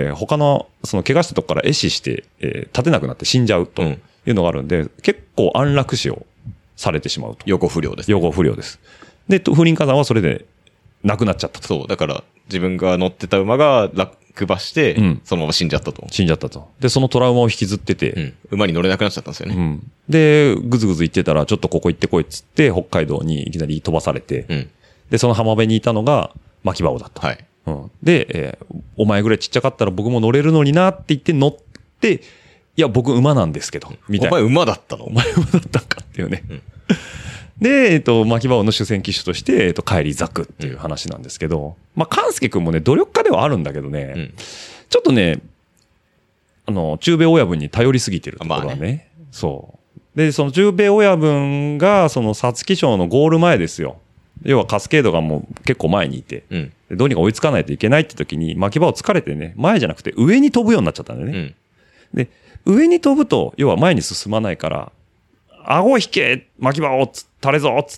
他の、その怪我したとこから壊死して、立てなくなって死んじゃうというのがあるんで、結構安楽死をされてしまうと。 横不良です、 ね。横不良です。で、風林火山はそれで亡くなっちゃったと。 そう、だから自分が乗ってた馬が落馬して、そのまま死んじゃったと。 死んじゃったと。で、そのトラウマを引きずってて、 馬に乗れなくなっちゃったんですよね。 で、ぐずぐず言ってたら、ちょっとここ行ってこいっつって、北海道にいきなり飛ばされて、で、その浜辺にいたのが牧場王だった。はい。で、お前ぐらいちっちゃかったら僕も乗れるのになって言って乗って、いや、僕馬なんですけど、みたいな。 お前馬だったの？ お前馬だったんかっていうね。で、牧場王の主戦騎手として、帰り咲くっていう話なんですけど、まあ、勘介くんもね、努力家ではあるんだけどね、ちょっとね、中米親分に頼りすぎてるところはね。そう。で、その中米親分が、その皐月賞のゴール前ですよ。要はカスケードがもう結構前にいて、どうにか追いつかないといけないって時に、牧場王疲れてね、前じゃなくて上に飛ぶようになっちゃったんだよね。で、上に飛ぶと、要は前に進まないから、顎引け牧場王垂れぞっつって、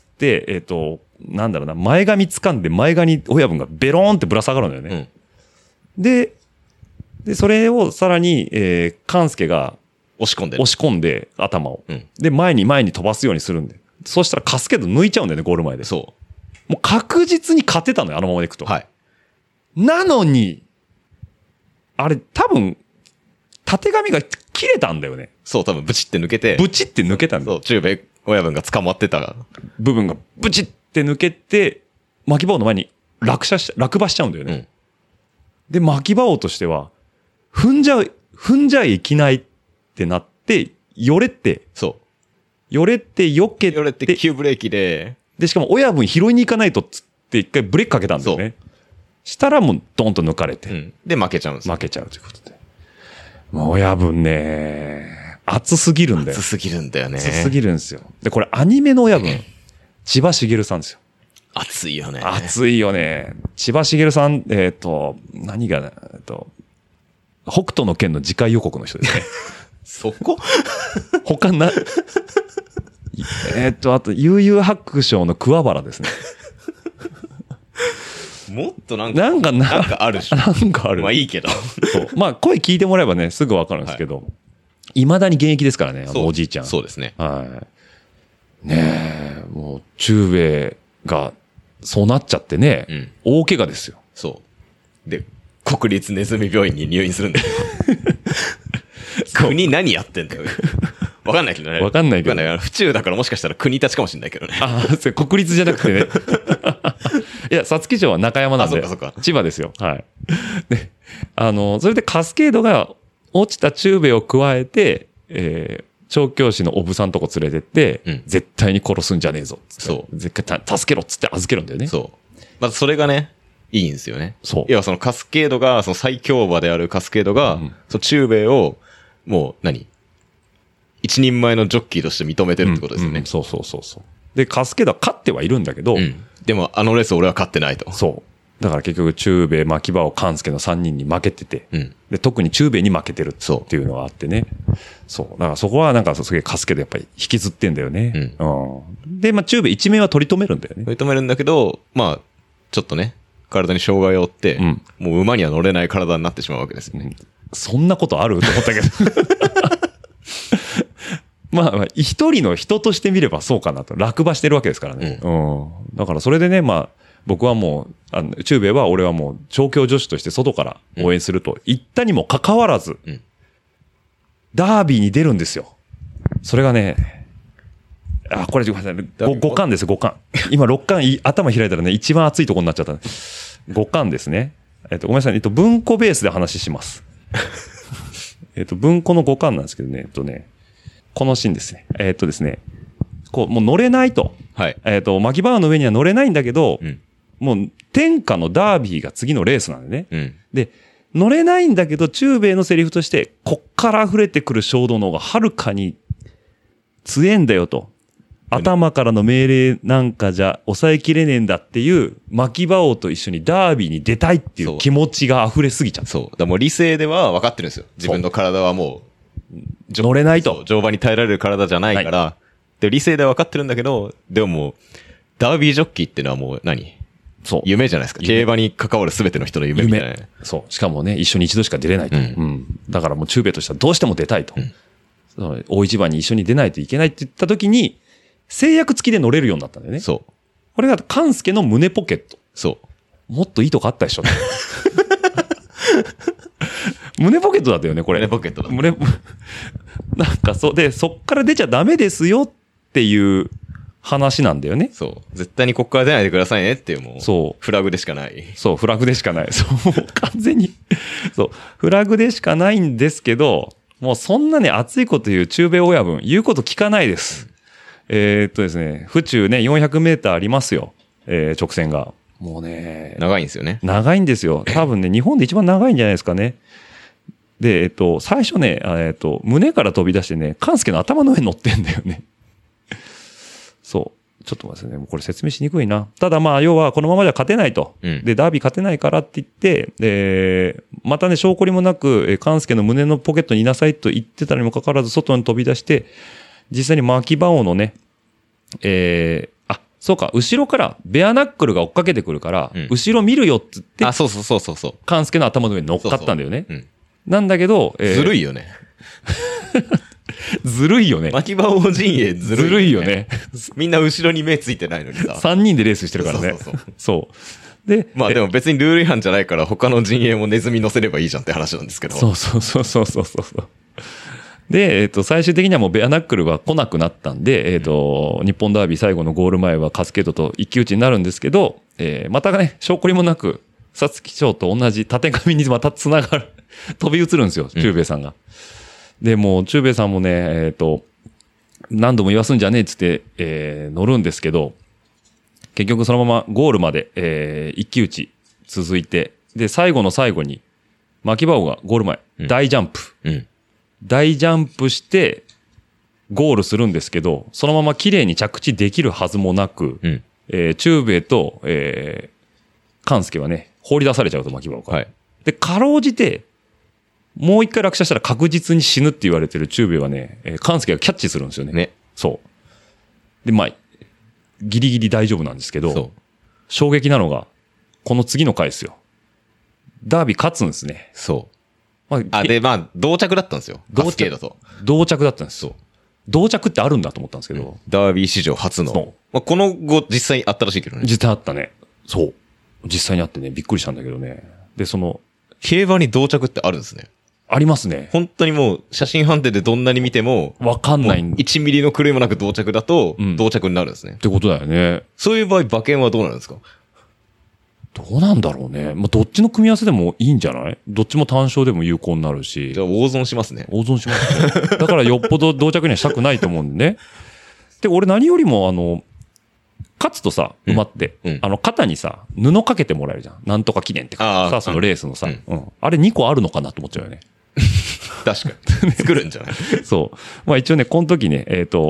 なんだろうな、前髪掴んで前髪親分がベローンってぶら下がるんだよね。で、それをさらに、勘介が押し込んで頭を、で、前に飛ばすようにするんで。そしたらカスケード抜いちゃうんだよね、ゴール前で。 そう。 もう確実に勝てたのよ、あのままでいくと。 はい。 なのに、あれ多分、縦紙が切れたんだよね。 そう、多分ブチって抜けて。 ブチって抜けたんだよ。 そう、中米親分が捕まってた部分がブチって抜けて、牧場王の前に落馬しちゃうんだよね。で、牧場王としては、踏んじゃいけないってなって、よれって、避けて、 急ブレーキで、 で、しかも親分拾いに行かないとっつって一回ブレーキかけたんだよね。したらもうドンと抜かれて。 で、負けちゃうんですよ。 負けちゃうということで。もう親分ね、熱すぎるんだよ。 熱すぎるんだよね。 熱すぎるんですよ。で、これアニメの親分、千葉茂さんですよ。 熱いよね。 熱いよね。千葉茂さん、何が、北斗の拳の次回予告の人ですね。 そこ他な、あと、悠々白書の桑原ですね。 もっとなんかあるでしょ。 なんかある。 まあいいけど。 そう。まあ声聞いてもらえばね、すぐわかるんですけど、未だに現役ですからね、おじいちゃん。 そうですね。 はい。ねえ、もう中米がそうなっちゃってね、大怪我ですよ。 そう。で、国立ネズミ病院に入院するんだよ。国何やってんだよ。わかんないけどね。 わかんないけど。 府中だからもしかしたら国立ちかもしれないけどね。 ああ、それ国立じゃなくてね。いや、皐月賞は中山なんで。 そうか。 千葉ですよ。はい。で、それでカスケードが落ちた中米を加えて、調教師のおぶさんとこ連れてって、絶対に殺すんじゃねえぞっつって。 そう。 絶対助けろっつって預けるんだよね。 そう。まずそれがね、いいんですよね。 そう。 要はそのカスケードが、その最強馬であるカスケードが、その中米を、もう一人前のジョッキーとして認めてるってことですよね。 そう。で、カスケードは勝ってはいるんだけど、 でもあのレース俺は勝ってないと。 そう。 だから結局、中兵衛、牧場を勘介の3人に負けてて、で特に中兵衛に負けてるっていうのがあってね。そう。だからそこはなんかすげえカスケでやっぱり引きずってんだよね。で、まあ中兵衛一面は取り留めるんだよね。 取り留めるんだけど、まあ、ちょっとね、体に障害を負って、もう馬には乗れない体になってしまうわけですよね。 そんなことあると思ったけど。まあ、一人の人として見ればそうかなと。落馬してるわけですからね。だからそれでね、まあ、僕はもう、中兵衛は俺はもう調教助手として外から応援すると言ったにもかかわらず、ダービーに出るんですよ。それがね、これ、5巻です、5巻。今6巻、頭開いたらね、一番熱いところになっちゃった。5巻ですね。ごめんなさい、文庫ベースで話します。文庫の5巻なんですけどね、このシーンですね。ですね、こう、もう乗れないと。 はい。 牧場の上には乗れないんだけど、もう天下のダービーが次のレースなんでね。で、乗れないんだけど、中兵衛のセリフとして、こっから溢れてくる衝動の方がはるかに強えんだよと。頭からの命令なんかじゃ抑えきれねえんだっていう、牧場王と一緒にダービーに出たいっていう気持ちが溢れすぎちゃった。 そう。だからもう理性では分かってるんですよ。自分の体はもう、 乗れないと。 乗馬に耐えられる体じゃないから、で理性では分かってるんだけど、でももう、ダービージョッキーっていうのはもうそう。 夢じゃないですか。競馬に関わる全ての人の夢みたいな。 そう。しかもね、一緒に一度しか出れないと。だからもう中兵衛としてはどうしても出たいと。大一番に一緒に出ないといけないって言った時に、制約付きで乗れるようになったんだよね。 そう。 これが勘介の胸ポケット。 そう。 もっといいとこあったでしょ。胸ポケットだったよね、これ。 胸ポケットだ。 なんかそう、で、そっから出ちゃダメですよっていう話なんだよね。 そう。絶対にこっから出ないでくださいねっていうもう。 そう。 フラグでしかない。 そう、フラグでしかない。そう、もう完全に。そう、フラグでしかないんですけど、もうそんなね、熱いこと言う中兵衛親分、言うこと聞かないです。ですね、府中ね、400メーターありますよ。直線が。もうね。 長いんですよね。 長いんですよ。多分ね、日本で一番長いんじゃないですかね。で、最初ね、胸から飛び出してね、勘介の頭の上に乗ってんだよね。そう。ちょっと待ってね、もうこれ説明しにくいな。ただまあ、要はこのままじゃ勝てないと。で、ダービー勝てないからって言って、またね、証拠りもなく、勘介の胸のポケットにいなさいと言ってたにもかかわらず、外に飛び出して、実際に牧場王のね、そうか、後ろからベアナックルが追っかけてくるから、後ろ見るよっつって、 そう。 勘介の頭の上に乗っかったんだよね。なんだけど、 ずるいよね。 ずるいよね。 牧場王陣営ずるいよね。 みんな後ろに目ついてないのにさ。 3人でレースしてるからね。そう。で、 まあでも別にルール違反じゃないから他の陣営もネズミ乗せればいいじゃんって話なんですけど。 そう。で、最終的にはもうベアナックルは来なくなったんで、日本ダービー最後のゴール前はカスケードと一騎打ちになるんですけど、またね、証拠りもなく、皐月賞と同じ縦紙にまた繋がる、飛び移るんですよ、中兵衛さんが。で、もう中兵衛さんもね、何度も言わすんじゃねえっつって、乗るんですけど、結局そのままゴールまで、一騎打ち続いて、で、最後の最後に、牧場王がゴール前、大ジャンプ。大ジャンプして、ゴールするんですけど、そのまま綺麗に着地できるはずもなく、中兵衛と、勘介はね、放り出されちゃうと、牧場王から。で、かろうじて、もう一回落車したら確実に死ぬって言われてる中兵衛はね、勘介がキャッチするんですよね。そう。で、まあ、ギリギリ大丈夫なんですけど、衝撃なのが、この次の回ですよ。ダービー勝つんですね。 そう。で、まあ、同着だったんですよ。カスケードと。 同着だったんですよ。同着ってあるんだと思ったんですけど。 ダービー史上初の。まあ、この後、実際にあったらしいけどね。 実際あったね。そう。実際にあってね、びっくりしたんだけどね。で、 競馬に同着ってあるんですね。 ありますね。 本当にもう、写真判定でどんなに見ても、 わかんない。 1ミリの狂いもなく同着だと、同着になるんですね。 ってことだよね。 そういう場合、馬券はどうなるんですか？ どうなんだろうね。まあ、どっちの組み合わせでもいいんじゃない？どっちも単勝でも有効になるし。 じゃあ、大損しますね。 大損しますね。だからよっぽど同着にはしたくないと思うんでね。で、俺何よりも勝つとさ、馬って、肩にさ、布かけてもらえるじゃん。なんとか記念ってさ、そのレースのさ、あれ2個あるのかなと思っちゃうよね。 確かに。作るんじゃない？ そう。まあ一応ね、この時ね、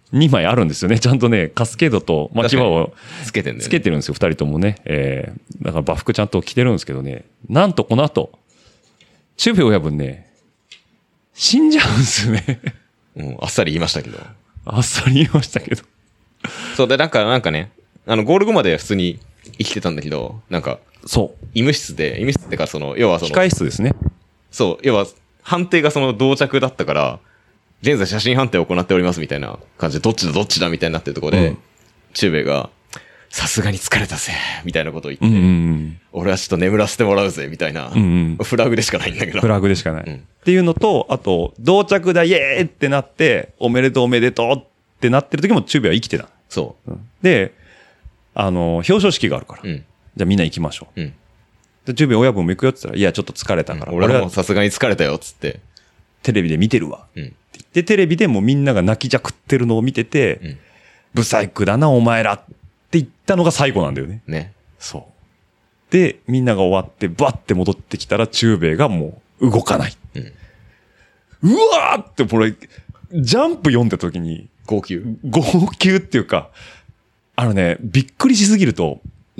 2枚あるんですよね。ちゃんとね、カスケードと巻き場をつけてんだよね。 つけてるんですよ、2人ともね。だからバフクちゃんと着てるんですけどね。なんとこの後、中兵親分ね、死んじゃうんですよね。 あっさり言いましたけど。 あっさり言いましたけど。 そうで、なんかね、ゴール後までは普通に生きてたんだけど、なんか、 そう。 医務室ってか、要は控え室ですね。 そう、要は、判定が同着だったから、現在写真判定を行っておりますみたいな感じで、どっちだみたいになってるところで、中兵衛が、さすがに疲れたぜみたいなことを言って、俺はちょっと眠らせてもらうぜみたいな、フラグでしかないんだけど。 フラグでしかない。っていうのと、あと、同着だイエーイってなって、おめでとうってなってる時も中兵衛は生きてた。 そう。 で、表彰式があるから。じゃあみんな行きましょう。で、中兵衛親分も行くよって言ったら、いや、ちょっと疲れたから。 俺はもうさすがに疲れたよっつって。 テレビで見てるわ。って言って、テレビでもうみんなが泣きじゃくってるのを見てて、ブサイクだな、お前らって言ったのが最後なんだよね。 ね。 そう。で、みんなが終わって、バッて戻ってきたら、中兵衛がもう動かない。うわーって、これ、ジャンプ読んだ時に、 号泣っていうか、びっくりしすぎると、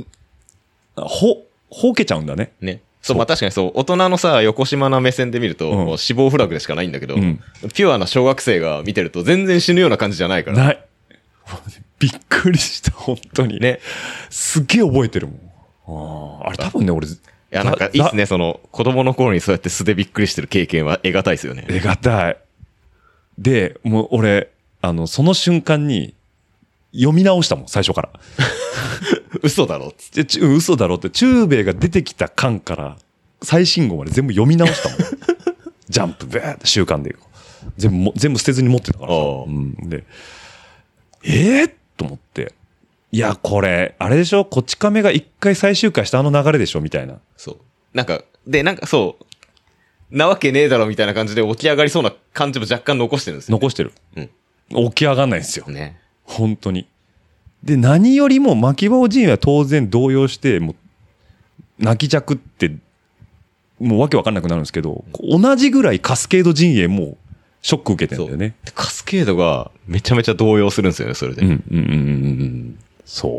ほうけちゃうんだね。 ね。そう、まあ確かにそう、大人のさ、横島な目線で見ると、もう死亡フラグでしかないんだけど、ピュアな小学生が見てると全然死ぬような感じじゃないから。 ない。びっくりした、本当に。 ね。 すっげえ覚えてるもん。あれ多分ね、俺、 いや、なんかいいっすね、子供の頃にそうやって素でびっくりしてる経験は得難いですよね。 得難い。で、もう俺、その瞬間に、読み直したもん、最初から。 嘘だろっつって。嘘だろって、中兵衛が出てきた巻から最新号まで全部読み直したもん。ジャンプ、べーって週刊で。全部捨てずに持ってたからさ。で、と思って。いや、これ、あれでしょ、こち亀が一回最終回した流れでしょみたいな。 そう。なんかそう。なわけねえだろみたいな感じで起き上がりそうな感じも若干残してるんですよ、ね。 残してる。起き上がんないんですよ。 ね。 本当に。で、何よりも牧場陣営は当然動揺して、もう、泣きじゃくって、もうわけわかんなくなるんですけど、同じぐらいカスケード陣営もショック受けてるんだよね。 カスケードがめちゃめちゃ動揺するんですよね、それで。 そう。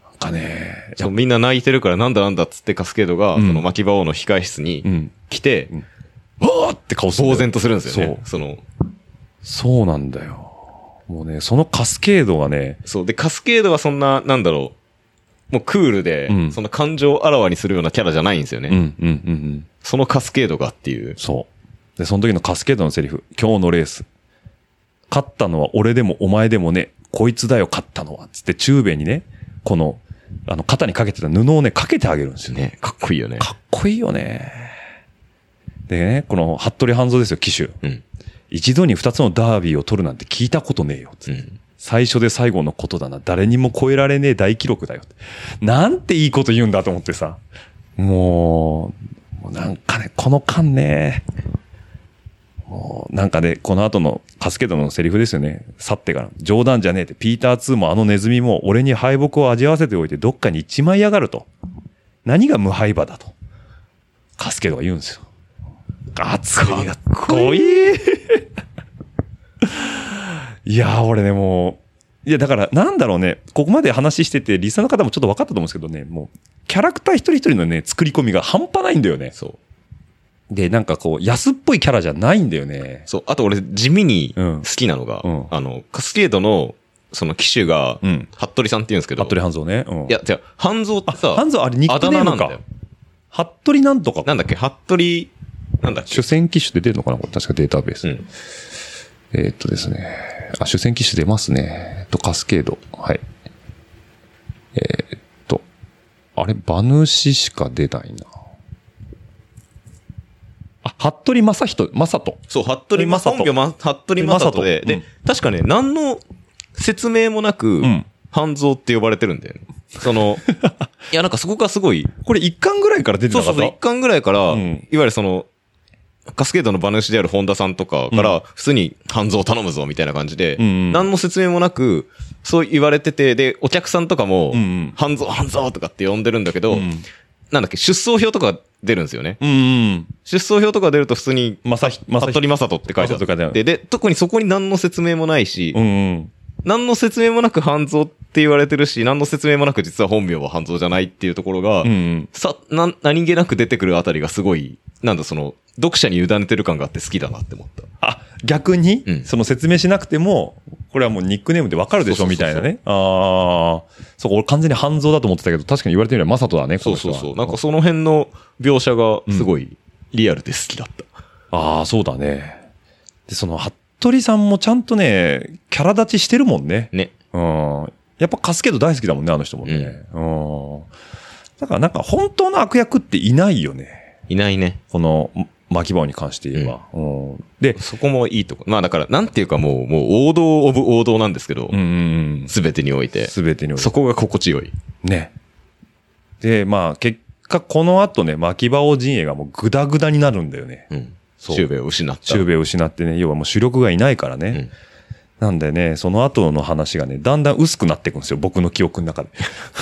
なんかね、 みんな泣いてるからなんだっつってカスケードが、その牧場王の控室に来て、 わーって顔する。 呆然とするんですよね。 そうなんだよ。もうね、そのカスケードがね。 そう。で、カスケードはそんな、もうクールで、そんな感情をあらわにするようなキャラじゃないんですよね。そのカスケードがっていう。 そう。で、その時のカスケードのセリフ。今日のレース。勝ったのは俺でもお前でもね、こいつだよ勝ったのは。つって中兵衛にね、この、肩にかけてた布をね、かけてあげるんですよね。かっこいいよね。 かっこいいよね。でね、この、服部半蔵ですよ、騎手。一度に2つのダービーを取るなんて聞いたことねえよ。最初で最後のことだな。誰にも超えられねえ大記録だよ。なんていいこと言うんだと思ってさ。もうなんかね、この間ね、もうなんかね、この後のカスケードのセリフですよね。去ってから。冗談じゃねえって、ピーター2もあのネズミも俺に敗北を味わわせておいてどっかに行っちまいやがると。何が無敗馬だと。カスケードが言うんですよ。熱い。かっこいい。いやー、俺ね、もう、いや、だから、なんだろうね、ここまで話してて、リスナーの方もちょっと分かったと思うんですけどね、もう、キャラクター一人一人のね、作り込みが半端ないんだよね。 そう。 で、なんかこう、安っぽいキャラじゃないんだよね。 そう。あと俺、地味に好きなのが、カスケードの、その騎手が、服部さんって言うんですけど。 服部半蔵ね。 いや、じゃあ、半蔵ってさ、 半蔵あれニックネームか。服部なんとか。 なんだっけ、服部、なんだっけ。 主戦騎手で出るのかなこれ確かデータベース。ですね。主戦騎手出ますね。カスケード。はい。あれ、馬主しか出ないな。服部正人。 そう、服部正人。服部正人で、で、確かね、何の説明もなく、半蔵って呼ばれてるんだよね。いや、なんかそこがすごい。 これ1巻ぐらいから出てなかった？ そう、1巻ぐらいから、いわゆるカスケードの馬主である本田さんとかから、普通に半蔵頼むぞみたいな感じで、何の説明もなく、そう言われてて、で、お客さんとかも、半蔵とかって呼んでるんだけど、 なんだっけ、出走表とか出るんですよね。 うん。 出走表とか出ると普通に、服部正人って書いてあって。で、特にそこに何の説明もないし、何の説明もなく半蔵って言われてるし、何の説明もなく実は本名は半蔵じゃないっていうところが、何気なく出てくるあたりがすごい、読者に委ねてる感があって好きだなって思った。 あ、逆に、その説明しなくても、これはもうニックネームでわかるでしょみたいなね。そう、俺完全に半蔵だと思ってたけど、確かに言われてみれば正人だね、 そう。なんかその辺の描写がすごいリアルで好きだった。 そうだね。で、服部さんもちゃんとね、キャラ立ちしてるもんね。 ね。 やっぱカスケード大好きだもんね、あの人もね。だからなんか本当の悪役っていないよね。 いないね。 この、巻き場に関して言えば。 で、そこもいいとこ。まあだから、なんていうかもう王道オブ王道なんですけど、すべてにおいて。そこが心地よい。 ね。で、まあ結果この後ね、巻き場王陣営がもうグダグダになるんだよね。 中兵衛を失った。 中兵衛を失ってね、要はもう主力がいないからね。なんでね、その後の話がね、だんだん薄くなっていくんですよ、僕の記憶の中で。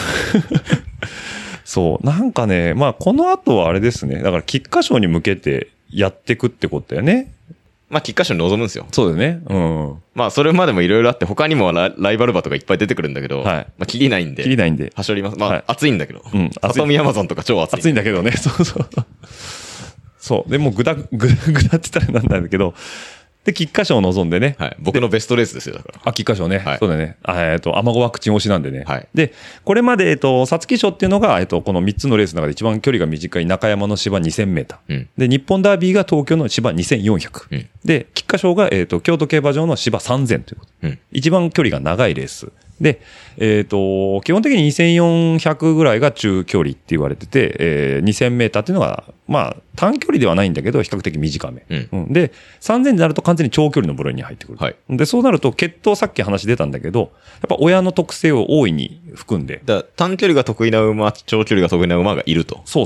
そう。なんかね、まあこの後はあれですね。だから菊花賞に向けてやっていくってことだよね。 まあ菊花賞に臨むんですよ。 そうだよね。 まあそれまでもいろいろあって他にもライバル馬とかいっぱい出てくるんだけど、まあ切りないんで。はしょります。まあ熱いんだけど。熱海アマゾンとか超熱い。 熱いんだけどね。そうそう。そう。でもぐだって言ったらなんだけど、で、菊花賞を望んでね。 はい。僕のベストレースですよ、だから。 菊花賞ね。はい。そうだね。アマゴワクチン推しなんでね。 はい。 で、これまで、皐月賞っていうのが、この3つのレースの中で一番距離が短い中山の芝2000メーター。で、日本ダービーが東京の芝2400。で、菊花賞が、京都競馬場の芝3000ということ。一番距離が長いレース。で、基本的に2400ぐらいが中距離って言われてて、2000メーターっていうのが、まあ、短距離ではないんだけど、比較的短め。で、3000になると完全に長距離の部類に入ってくる。はい。で、そうなると、血統さっき話出たんだけど、やっぱ親の特性を大いに含んで。 短距離が得意な馬、長距離が得意な馬がいると。 そう。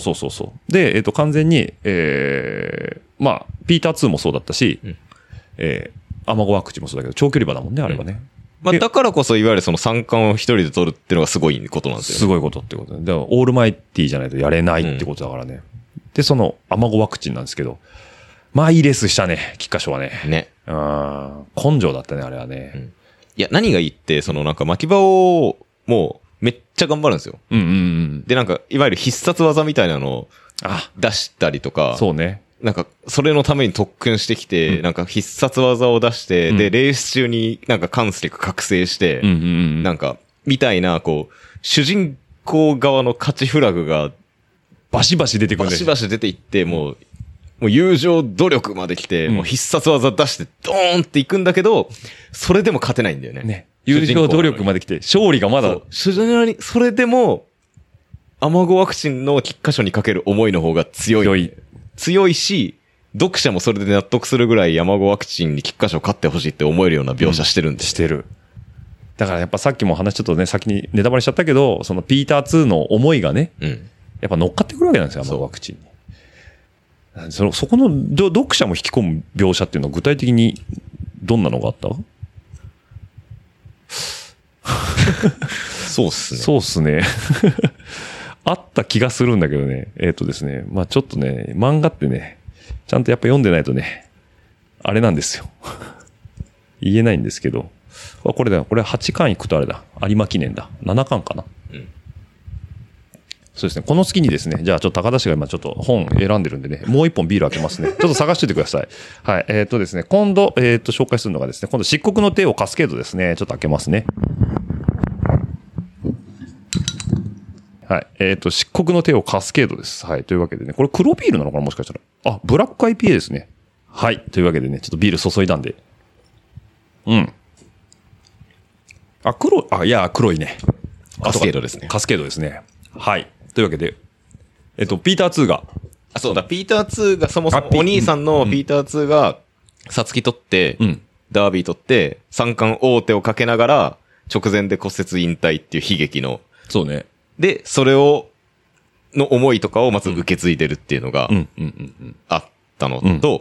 で、完全に、まあ、ピーター2もそうだったし、アマゴワクチンもそうだけど、長距離馬だもんね、あれはね。 まあ、だからこそいわゆるその三冠を一人で取るっていうのがすごいことなんですよね。 すごいことってことで。だからオールマイティーじゃないとやれないってことだからね。で、そのアマゴワクチンなんですけど、まあいいレースしたね、菊花賞はね。 ね。 根性だったね、あれはね。 いや、何がいいって、そのなんか巻き場をもうめっちゃ頑張るんですよ。で、なんか、いわゆる必殺技みたいなのを出したりとか。 そうね。 なんか、それのために特訓してきて、なんか必殺技を出して、で、レース中になんか関スリク覚醒して、なんか、みたいな、こう、主人公側の勝ちフラグが、 バシバシ出てくるんです。バシバシ出ていって、もう友情努力まで来て、もう必殺技出して、ドーンっていくんだけど、それでも勝てないんだよね。 友情努力まで来て、勝利がまだ。 それでも、アマゴワクチンの菊花賞にかける思いの方が強いし、読者もそれで納得するぐらい山子ワクチンに菊花賞勝ってほしいって思えるような描写してるんで、 してる。だからやっぱさっきも話ちょっとね、先にネタバレしちゃったけど、そのピーター2の思いがね、やっぱ乗っかってくるわけなんですよ、山子ワクチンに。そこの読者も引き込む描写っていうのは具体的にどんなのがあったそうっすね。 そうっすね。あった気がするんだけどね。ですね。まあちょっとね、漫画ってね、ちゃんとやっぱ読んでないとね、あれなんですよ。言えないんですけど。これ8巻いくとあれだ。有馬記念だ。7巻かな。そうですね。この月にですね、じゃあちょっと高田氏が今ちょっと本選んでるんでね、もう一本ビール開けますね。ちょっと探しておいてください。はい。ですね、今度、紹介するのがですね、今度漆黒の帝王カスケードですね。ちょっと開けますね。はい。漆黒の帝王カスケードです。はい。というわけでね、これ黒ビールなのかなもしかしたら。あ、ブラック IPA ですね。はい。というわけでね、ちょっとビール注いだんで。黒いね。 カスケードですね。 カスケードですね。はい。というわけで、ピーター2が。 そうだ、ピーター2がそもそもお兄さんのピーター2が、サツキ取って、ダービー取って、三冠王手をかけながら、直前で骨折引退っていう悲劇の。 そうね。 で、それの思いとかをまず受け継いでるっていうのが、あったのと、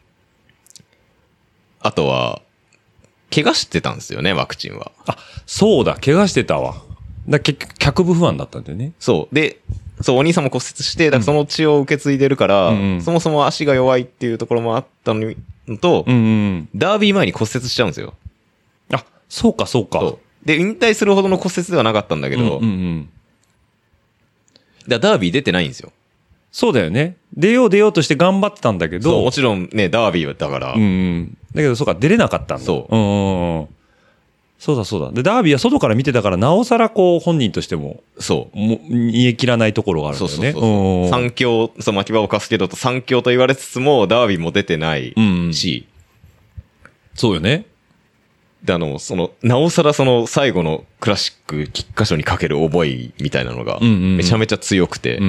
あとは、怪我してたんですよね、ワクチンは。 あ、そうだ、怪我してたわ。結局、脚部不安だったんだよね。 そう。で、 そう、お兄さんも骨折して、だからその血を受け継いでるから、そもそも足が弱いっていうところもあったのと、ダービー前に骨折しちゃうんですよ。 あ、そうかそうか。そうで、引退するほどの骨折ではなかったんだけど、ダービー出てないんですよ。 そうだよね。出ようとして頑張ってたんだけど。 そう、もちろんね、ダービーだから。 だけど、そうか、出れなかったんだ。 そう。 そうだそうだ。で、ダービーは外から見てたから、なおさらこう、本人としても、 そう。 煮え切らないところがあるんだよね。 そう。三強、そう、牧場を貸すけどと三強と言われつつも、ダービーも出てないし。 そうよね。 で、なおさら最後のクラシック菊花賞にかける思いみたいなのが、めちゃめちゃ強くて。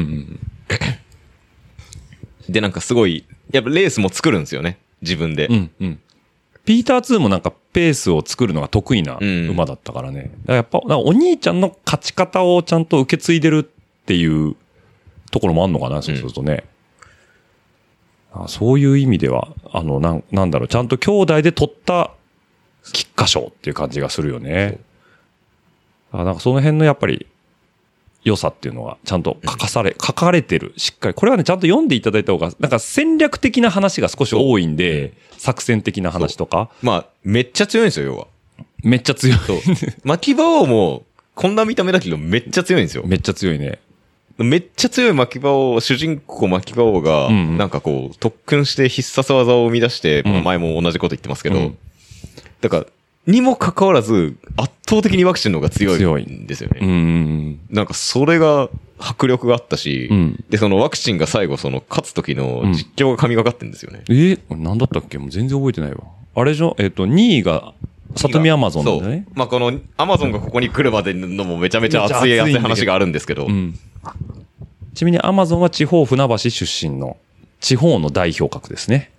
で、なんかすごい、やっぱレースも作るんですよね。自分で。 ピーター2もなんかペースを作るのが得意な馬だったからね。だからやっぱ、お兄ちゃんの勝ち方をちゃんと受け継いでるっていうところもあんのかな、そうするとね。そういう意味では、なんだろう、ちゃんと兄弟で取った菊花賞っていう感じがするよね。なんかその辺のやっぱり良さっていうのがちゃんと書かれてる。しっかり。これはね、ちゃんと読んでいただいた方が、なんか戦略的な話が少し多いんで、作戦的な話とか。 まあ、めっちゃ強いんですよ、要は。 めっちゃ強い。 牧場王も、こんな見た目だけどめっちゃ強いんですよ。 めっちゃ強いね。 めっちゃ強い牧場王、主人公牧場王が、なんかこう、特訓して必殺技を生み出して、前も同じこと言ってますけど、だから、にもかかわらず、圧倒的にワクチンの方が強いんですよね。なんかそれが迫力があったし、で、そのワクチンが最後勝つ時の実況が神がかってんですよね。 なんだったっけもう全然覚えてないわ。あれでしょ2位が、里見アマゾンだよね。 まあ、このアマゾンがここに来るまでのもめちゃめちゃ熱い話があるんですけど。 ちなみにアマゾンは地方船橋出身の地方の代表格ですね。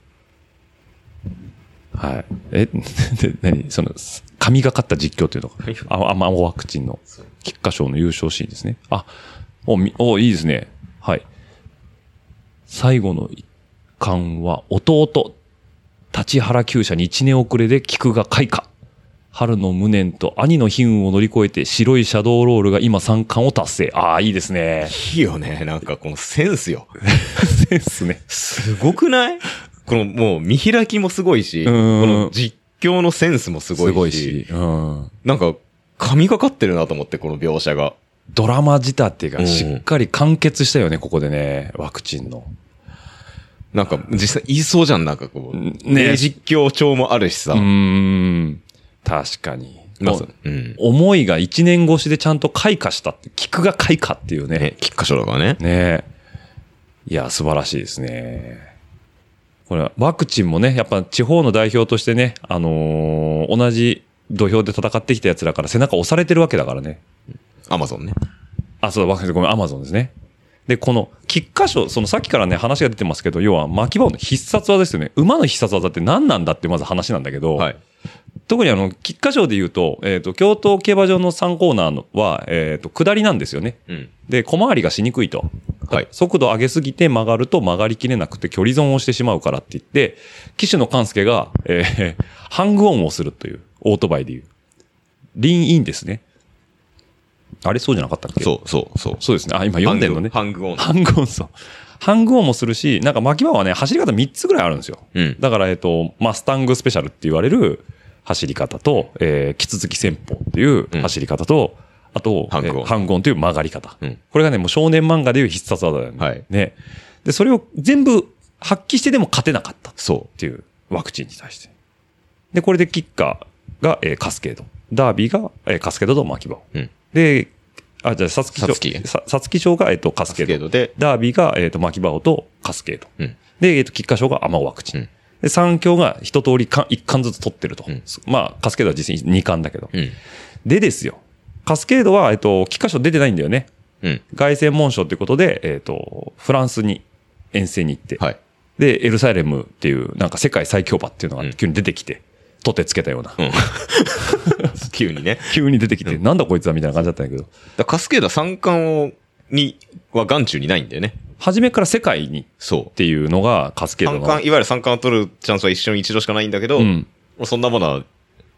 はい。何神がかった実況っていうのか。ワクチンの菊花賞の優勝シーンですね。いいですね。はい。最後の一冠は弟、立原厩舎に1年遅れで菊が開花。春の無念と兄の悲運を乗り越えて白いシャドウロールが今3冠を達成。いいですね。 いいよね。なんかこのセンスよ。 センスね。 すごくない？このもう見開きもすごいし、この実況のセンスもすごいし、なんか神がかってるなと思って、この描写が。 ドラマ仕立てがしっかり完結したよね、ここでね、ワクチンの。 なんか実際言いそうじゃん、なんかこう。ね、実況調もあるしさ。 確かに。思いが1年越しでちゃんと開花したって、菊が開花っていうね。 菊花賞だからね。 ね。いや、素晴らしいですね。これワクチンもね、やっぱ地方の代表としてね、同じ土俵で戦ってきた奴らから背中押されてるわけだからね。 アマゾンね。 そうだ、ごめん、アマゾンですね。で、この菊花賞、さっきからね、話が出てますけど、要は牧場の必殺技ですよね。馬の必殺技って何なんだってまず話なんだけど、特に菊花賞で言うと、京都競馬場の3コーナーは、下りなんですよね。で、小回りがしにくいと。速度上げすぎて曲がると曲がりきれなくて距離損をしてしまうからって言って、騎手の勘助が、ハングオンをするという、オートバイでいう。リンインですね。あれそうじゃなかったっけ？そうですね。今読んでるのね。 ハングオン。 ハングオン、そう。ハングオンもするし、なんか牧場はね、走り方3つぐらいあるんですよ。だから、マスタングスペシャルって言われる走り方と、キツツキ戦法っていう走り方と、あと、ハングオンという曲がり方。これがね、もう少年漫画でいう必殺技だよね。ね。で、それを全部発揮してでも勝てなかった。っていうワクチンに対して。で、これでキッカーが、カスケード。ダービーが、カスケードと牧場。で、じゃあ、皐月賞が、カスケードで、ダービーが、牧場とカスケード。で、菊花賞がアマワクチン。で、3強が一通り1冠ずつ取ってると。まあ、カスケードは実に2冠だけど。でですよ。カスケードは、菊花賞出てないんだよね。凱旋門賞ということで、フランスに遠征に行って。で、エルサレムっていう、なんか世界最強馬っていうのが急に出てきて、取ってつけたような。 急にね。 急に出てきて、なんだこいつはみたいな感じだったんだけど。 カスケードは3冠は眼中にないんだよね。 初めから世界にっていうのがカスケードの。 いわゆる3冠を取るチャンスは一生に一度しかないんだけど、そんなものは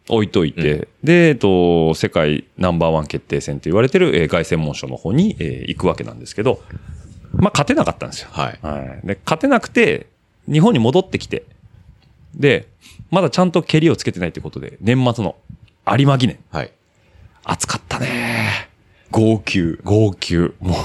置いといて、で、世界ナンバーワン決定戦と言われてる、凱旋門賞の方に、行くわけなんですけど、まあ、勝てなかったんですよ。 はい。 で、勝てなくて、日本に戻ってきて、で、まだちゃんと蹴りをつけてないということで、年末の有馬記念。 はい。 暑かったね。 号泣。 号泣。もう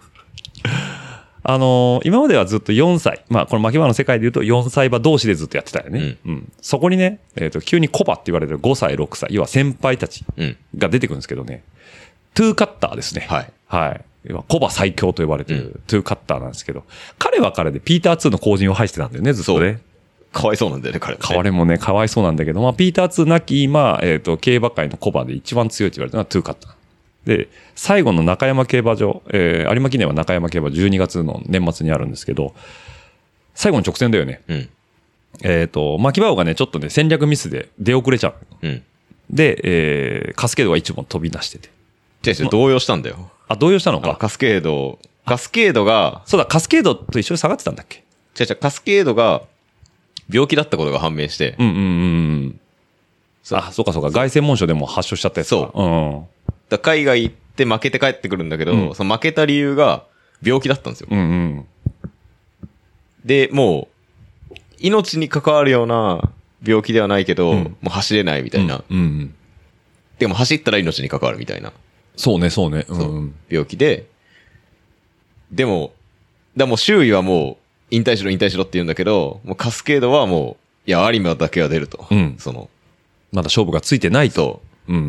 今まではずっと4歳。まあ、この牧場の世界で言うと4歳馬同士でずっとやってたよね。うん。そこにね、急にコバって言われてる5歳、6歳、要は先輩たちが出てくるんですけどね。トゥーカッターですね。 はい。 はい。要はコバ最強と呼ばれてるトゥーカッターなんですけど、彼は彼でピーター2の後陣を排してたんだよね、ずっとね。 かわいそうなんだよね、彼。 彼もね、かわいそうなんだけど、まあ、ピーター2なき今、競馬界のコバで一番強いと言われてるのはトゥーカッター。で、最後の中山競馬場、有馬記念は中山競馬12月の年末にあるんですけど、最後の直線だよね。 うん。 牧場王がね、ちょっとね、戦略ミスで出遅れちゃう。 うん。 で、カスケードが一本飛び出してて。 動揺したんだよ。 あ、動揺したのか。 カスケードが、 そうだ、カスケードと一緒に下がってたんだっけ？ カスケードが病気だったことが判明して。 あ、そうかそうか。凱旋門賞でも発症しちゃったやつか。 そう。だ海外行って負けて帰ってくるんだけど、その負けた理由が病気だったんですよ。で、もう、命に関わるような病気ではないけど、もう走れないみたいな。でも走ったら命に関わるみたいな。 そうね、そうね。 病気で、でも、もう周囲はもう、引退しろって言うんだけど、もうカスケードはもう、いや、有馬だけは出ると。 まだ勝負がついてないと。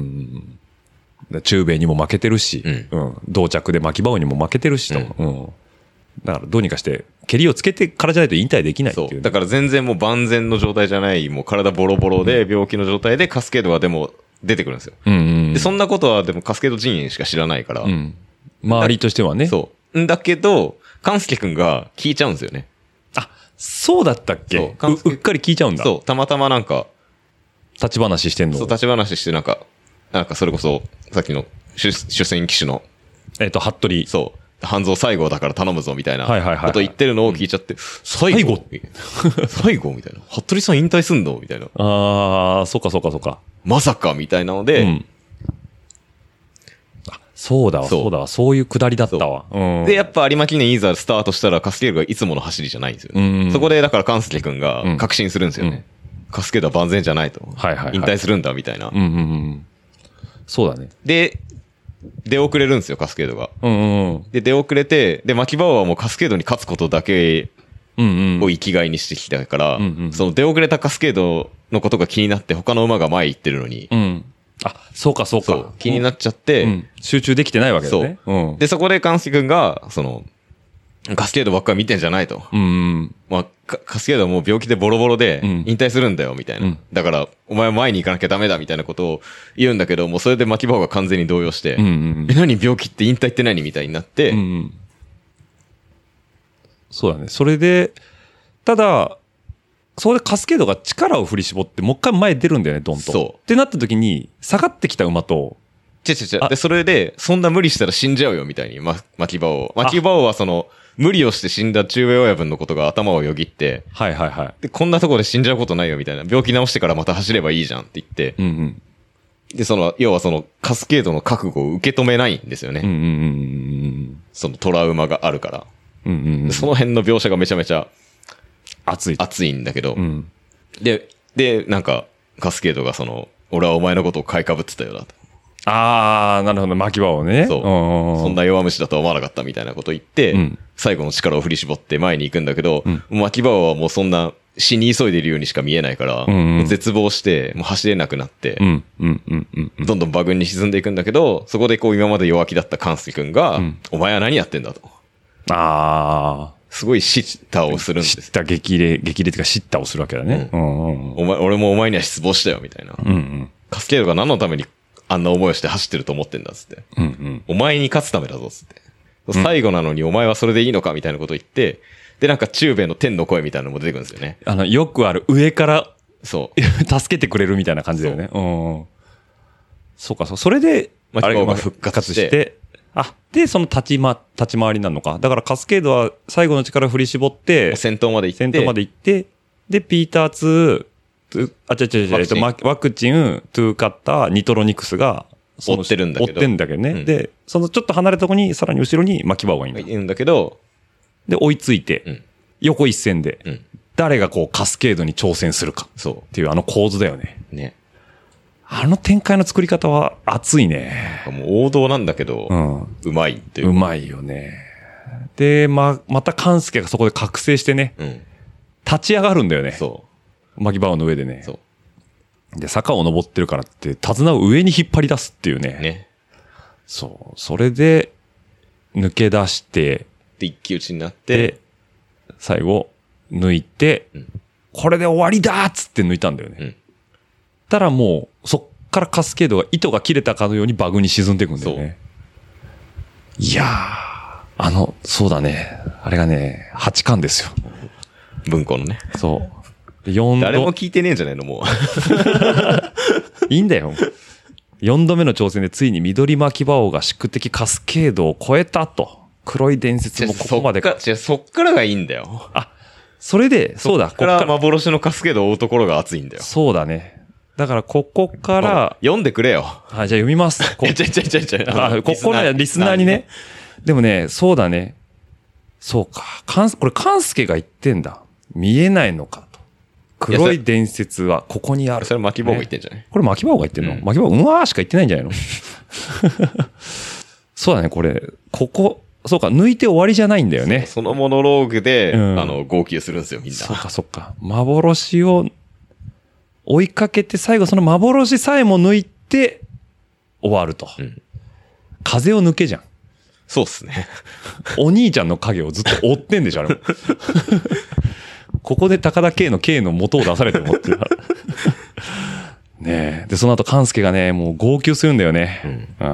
中米にも負けてるし、同着で牧場王にも負けてるしと。だからどうにかして、蹴りをつけてからじゃないと引退できないっていう。 だから全然もう万全の状態じゃない、もう体ボロボロで病気の状態でカスケードはでも出てくるんですよ。で、そんなことはでもカスケード陣営しか知らないから。 周りとしてはね。 そう。だけど、勘介くんが聞いちゃうんですよね。 あ、そうだったっけ？うっかり聞いちゃうんだ。 そう、たまたまなんか、 立ち話してんの？ そう、立ち話してなんかそれこそ、さっきの主戦騎手の、 服部。 そう。半蔵最後だから頼むぞみたいなこと言ってるのを聞いちゃって、最後最後みたいな。服部さん引退すんのみたいな。 ああ、そうかそうかそうか。 まさかみたいなので、 そうだわ、そういうくだりだったわ。 で、やっぱ有馬記念いざスタートしたらカスケードがいつもの走りじゃないんですよ。そこでだから勘介くんが確信するんですよね。カスケードは万全じゃないと。引退するんだみたいな。 そうだね。 で、出遅れるんですよ、カスケードが。で、出遅れて、で、牧場王はもうカスケードに勝つことだけを生きがいにしてきたから、その出遅れたカスケードのことが気になって他の馬が前行ってるのに、 あ、そうかそうか。 気になっちゃって、 集中できてないわけだね。 で、そこで勘介くんが、カスケードばっかり見てんじゃないと。まあ、カスケードはもう病気でボロボロで引退するんだよ、みたいな。だから、お前は前に行かなきゃダメだ、みたいなことを言うんだけど、もうそれで牧場が完全に動揺して、何病気って引退って何みたいになって、 そうだね。それで、ただ、そこでカスケードが力を振り絞って、もう一回前出るんだよね、ドンと。 そう。 ってなった時に、下がってきた馬と、 で、それで、そんな無理したら死んじゃうよ、みたいに、牧場王。牧場王は無理をして死んだ中米親分のことが頭をよぎって、で、こんなとこで死んじゃうことないよ、みたいな。病気治してからまた走ればいいじゃんって言って、で、要はカスケードの覚悟を受け止めないんですよね。そのトラウマがあるから。その辺の描写がめちゃめちゃ、熱いんだけど、で、なんか、カスケードが俺はお前のことを買いかぶってたよだと。 あー、なるほど、牧場をね。 そう。そんな弱虫だとは思わなかったみたいなこと言って、最後の力を振り絞って前に行くんだけど、牧場はもうそんな死に急いでいるようにしか見えないから、絶望して、もう走れなくなって、どんどん馬群に沈んでいくんだけど、そこで今まで弱気だった勘介くんが、お前は何やってんだと。すごい叱咤をするんです。 激励っていうか叱咤をするわけだね。 俺もお前には失望したよ、みたいな。カスケードが何のためにあんな思いをして走ってると思ってんだ、つって。お前に勝つためだぞ、つって。最後なのにお前はそれでいいのか、みたいなこと言って、で、なんか中米の天の声みたいなのも出てくるんですよね。 よくある上から、 そう。 助けてくれるみたいな感じだよね。そうか、それで、 あれが復活して、 で、その立ち回りなのか。だからカスケードは最後の力振り絞って、 先頭まで行って、 で、ピーター2、 違う、ワクチン、トゥーカッター、ニトロニクスが、 追ってるんだけど。 追ってんだけどね。うん、で、そのちょっと離れたとこに、さらに後ろに巻き場がいいんだ。 いるんだけど、 で、追いついて、 うん、 横一線で、 うん、 誰がこうカスケードに挑戦するか。 そう。 っていうあの構図だよね。 ね。 あの展開の作り方は熱いね。 もう王道なんだけど、うまいっていう。 うまいよね。で、また勘介がそこで覚醒してね、 うん、 立ち上がるんだよね。 そう。 巻き場の上でね。 そう。 で、坂を登ってるからって、手綱を上に引っ張り出すっていうね。 ね。 そう。それで、抜け出して、 で、一騎打ちになって、 最後、抜いて、 うん、これで終わりだーっつって抜いたんだよね。 うん、 たらもう、そっからカスケードが、糸が切れたかのようにバグに沈んでいくんだよね。いやー、そうだね。あれがね、8巻ですよ。 文庫のね。 そう。誰も聞いてねえんじゃないのもう。 いいんだよ。4度目の挑戦でついに緑巻き場王が宿敵カスケードを超えたと。黒い伝説もここまで。 そっからがいいんだよ。 あ、それで、そうだ。 ここから幻のカスケードを追うところが熱いんだよ。 そうだね。だからここから。 読んでくれよ。 はい、じゃあ読みます。 ここのリスナーにね。でもね、そうだね。そうか。これ、カンスケが言ってんだ。見えないのかと。黒い伝説はここにある。 それ巻き棒が言ってんじゃない、 これ巻き棒が言ってんの、巻き棒、うわーしか言ってないんじゃないのそうだね、これ。そうか、抜いて終わりじゃないんだよね。 そのモノローグで、号泣するんですよ、みんな。 そっか。幻を追いかけて、最後その幻さえも抜いて終わると。うん、風を抜けじゃん。 そうっすね。 お兄ちゃんの影をずっと追ってんでしょ、あれも。ここで高田Kの K の元を出されてもっていう。ねえ。で、その後、勘介がね、もう号泣するんだよね。うん、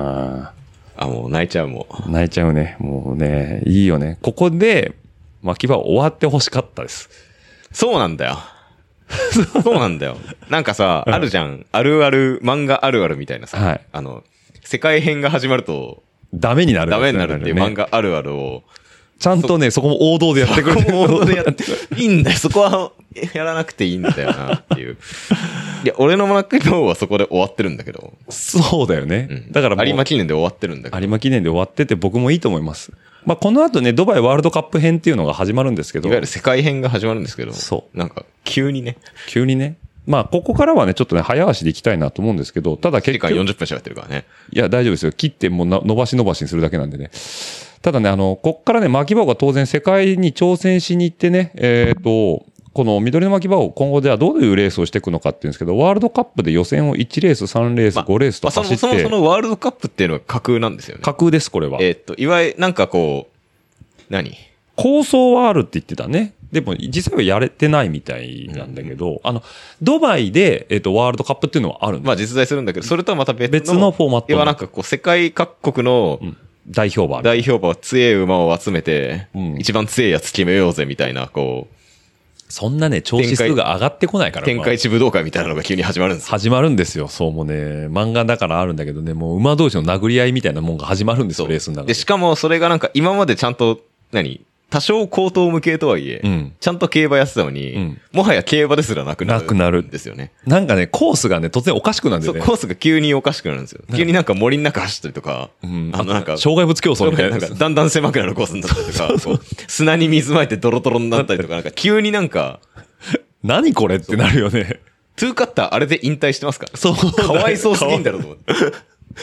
もう泣いちゃうもん。 泣いちゃうね。もうね、いいよね。ここで、巻き場終わってほしかったです。 そうなんだよ。そうなんだよ。なんかさ、あるじゃん。あるある、漫画あるあるみたいなさ。 はい。 世界編が始まると、 ダメになる。 ダメになるっていう漫画あるあるを、 ちゃんとね、そこも王道でやってくれる。 王道でやっていいんだよ。そこはやらなくていいんだよなっていう。いや、俺の巻き棒はそこで終わってるんだけど。 そうだよね。うん、だから有馬記念で終わってるんだけど。 有馬記念で終わってて僕もいいと思います。まあ、この後ね、ドバイワールドカップ編っていうのが始まるんですけど。 いわゆる世界編が始まるんですけど。 そう。 なんか、急にね。 まあ、ここからはね、ちょっとね、早足で行きたいなと思うんですけど、ただ結局。 1時間40分喋ってるからね。 いや、大丈夫ですよ。切ってもう伸ばしにするだけなんでね。ただね、こっからね、巻き場が当然世界に挑戦しに行ってね、この緑の巻き場を今後ではどういうレースをしていくのかっていうんですけど、ワールドカップで予選を1レース、3レース、5レースと走って。 そのワールドカップっていうのは架空なんですよね。 架空です、これは。 いわゆる、なんかこう、 構想はあるって言ってたね。でも、実際はやれてないみたいなんだけど、ドバイで、ワールドカップっていうのはあるんです。 まあ実在するんだけど、それとはまた別のフォーマット。 要はなんかこう、世界各国の、 代表馬強い馬を集めて、一番強いやつ決めようぜみたいな、こう。 そんなね、調子数が上がってこないから。 天下一武道会みたいなのが急に始まるんですよ。 始まるんですよ。そうもね、漫画だからあるんだけどね、もう馬同士の殴り合いみたいなもんが始まるんですよ、レースの中で。 で、しかもそれがなんか今までちゃんと、多少高等無形とはいえ、ちゃんと競馬やってたのに、もはや競馬ですらなくなるんですよね。 なんかね、コースがね、突然おかしくなるんですよね。 そう、コースが急におかしくなるんですよ。急になんか森の中走ったりとか、なんか、 障害物競争みたいな。 なんか、だんだん狭くなるコースになったりとか、砂に水まいてドロドロになったりとか、なんか急になんか、 何これってなるよね。 トゥーカッターあれで引退してますから。 そう。 かわいそうすぎんだろうと思って。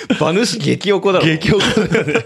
馬主激おこだろ。 激おこだよね。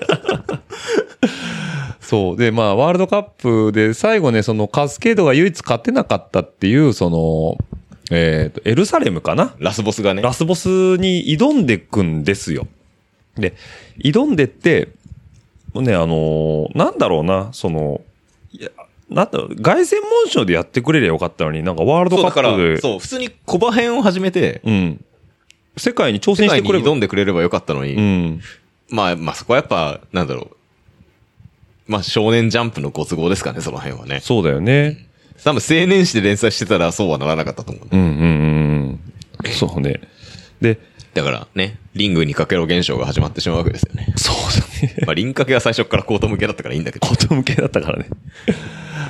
そう。で、まあ、ワールドカップで最後ね、そのカスケードが唯一勝てなかったっていう、その、エルサレムかな？ ラスボスがね。 ラスボスに挑んでくんですよ。で、挑んでって、ね、なんだろうな、その、いや、なんだろう、凱旋門賞でやってくれりゃよかったのに、なんかワールドカップで。 そう、普通にコバ編を始めて、 世界に挑戦してくれば。 世界に挑んでくれればよかったのに、まあそこはやっぱ、なんだろう。まあ、少年ジャンプのご都合ですかね、その辺はね。 そうだよね。 多分青年誌で連載してたらそうはならなかったと思う。 そうね。で、 だからね、リングにかけろ現象が始まってしまうわけですよね。 そうだね。 まあ、リンかけは最初からコート向けだったからいいんだけど。 コート向けだったからね。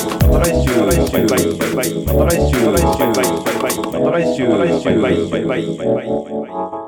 バイバイ。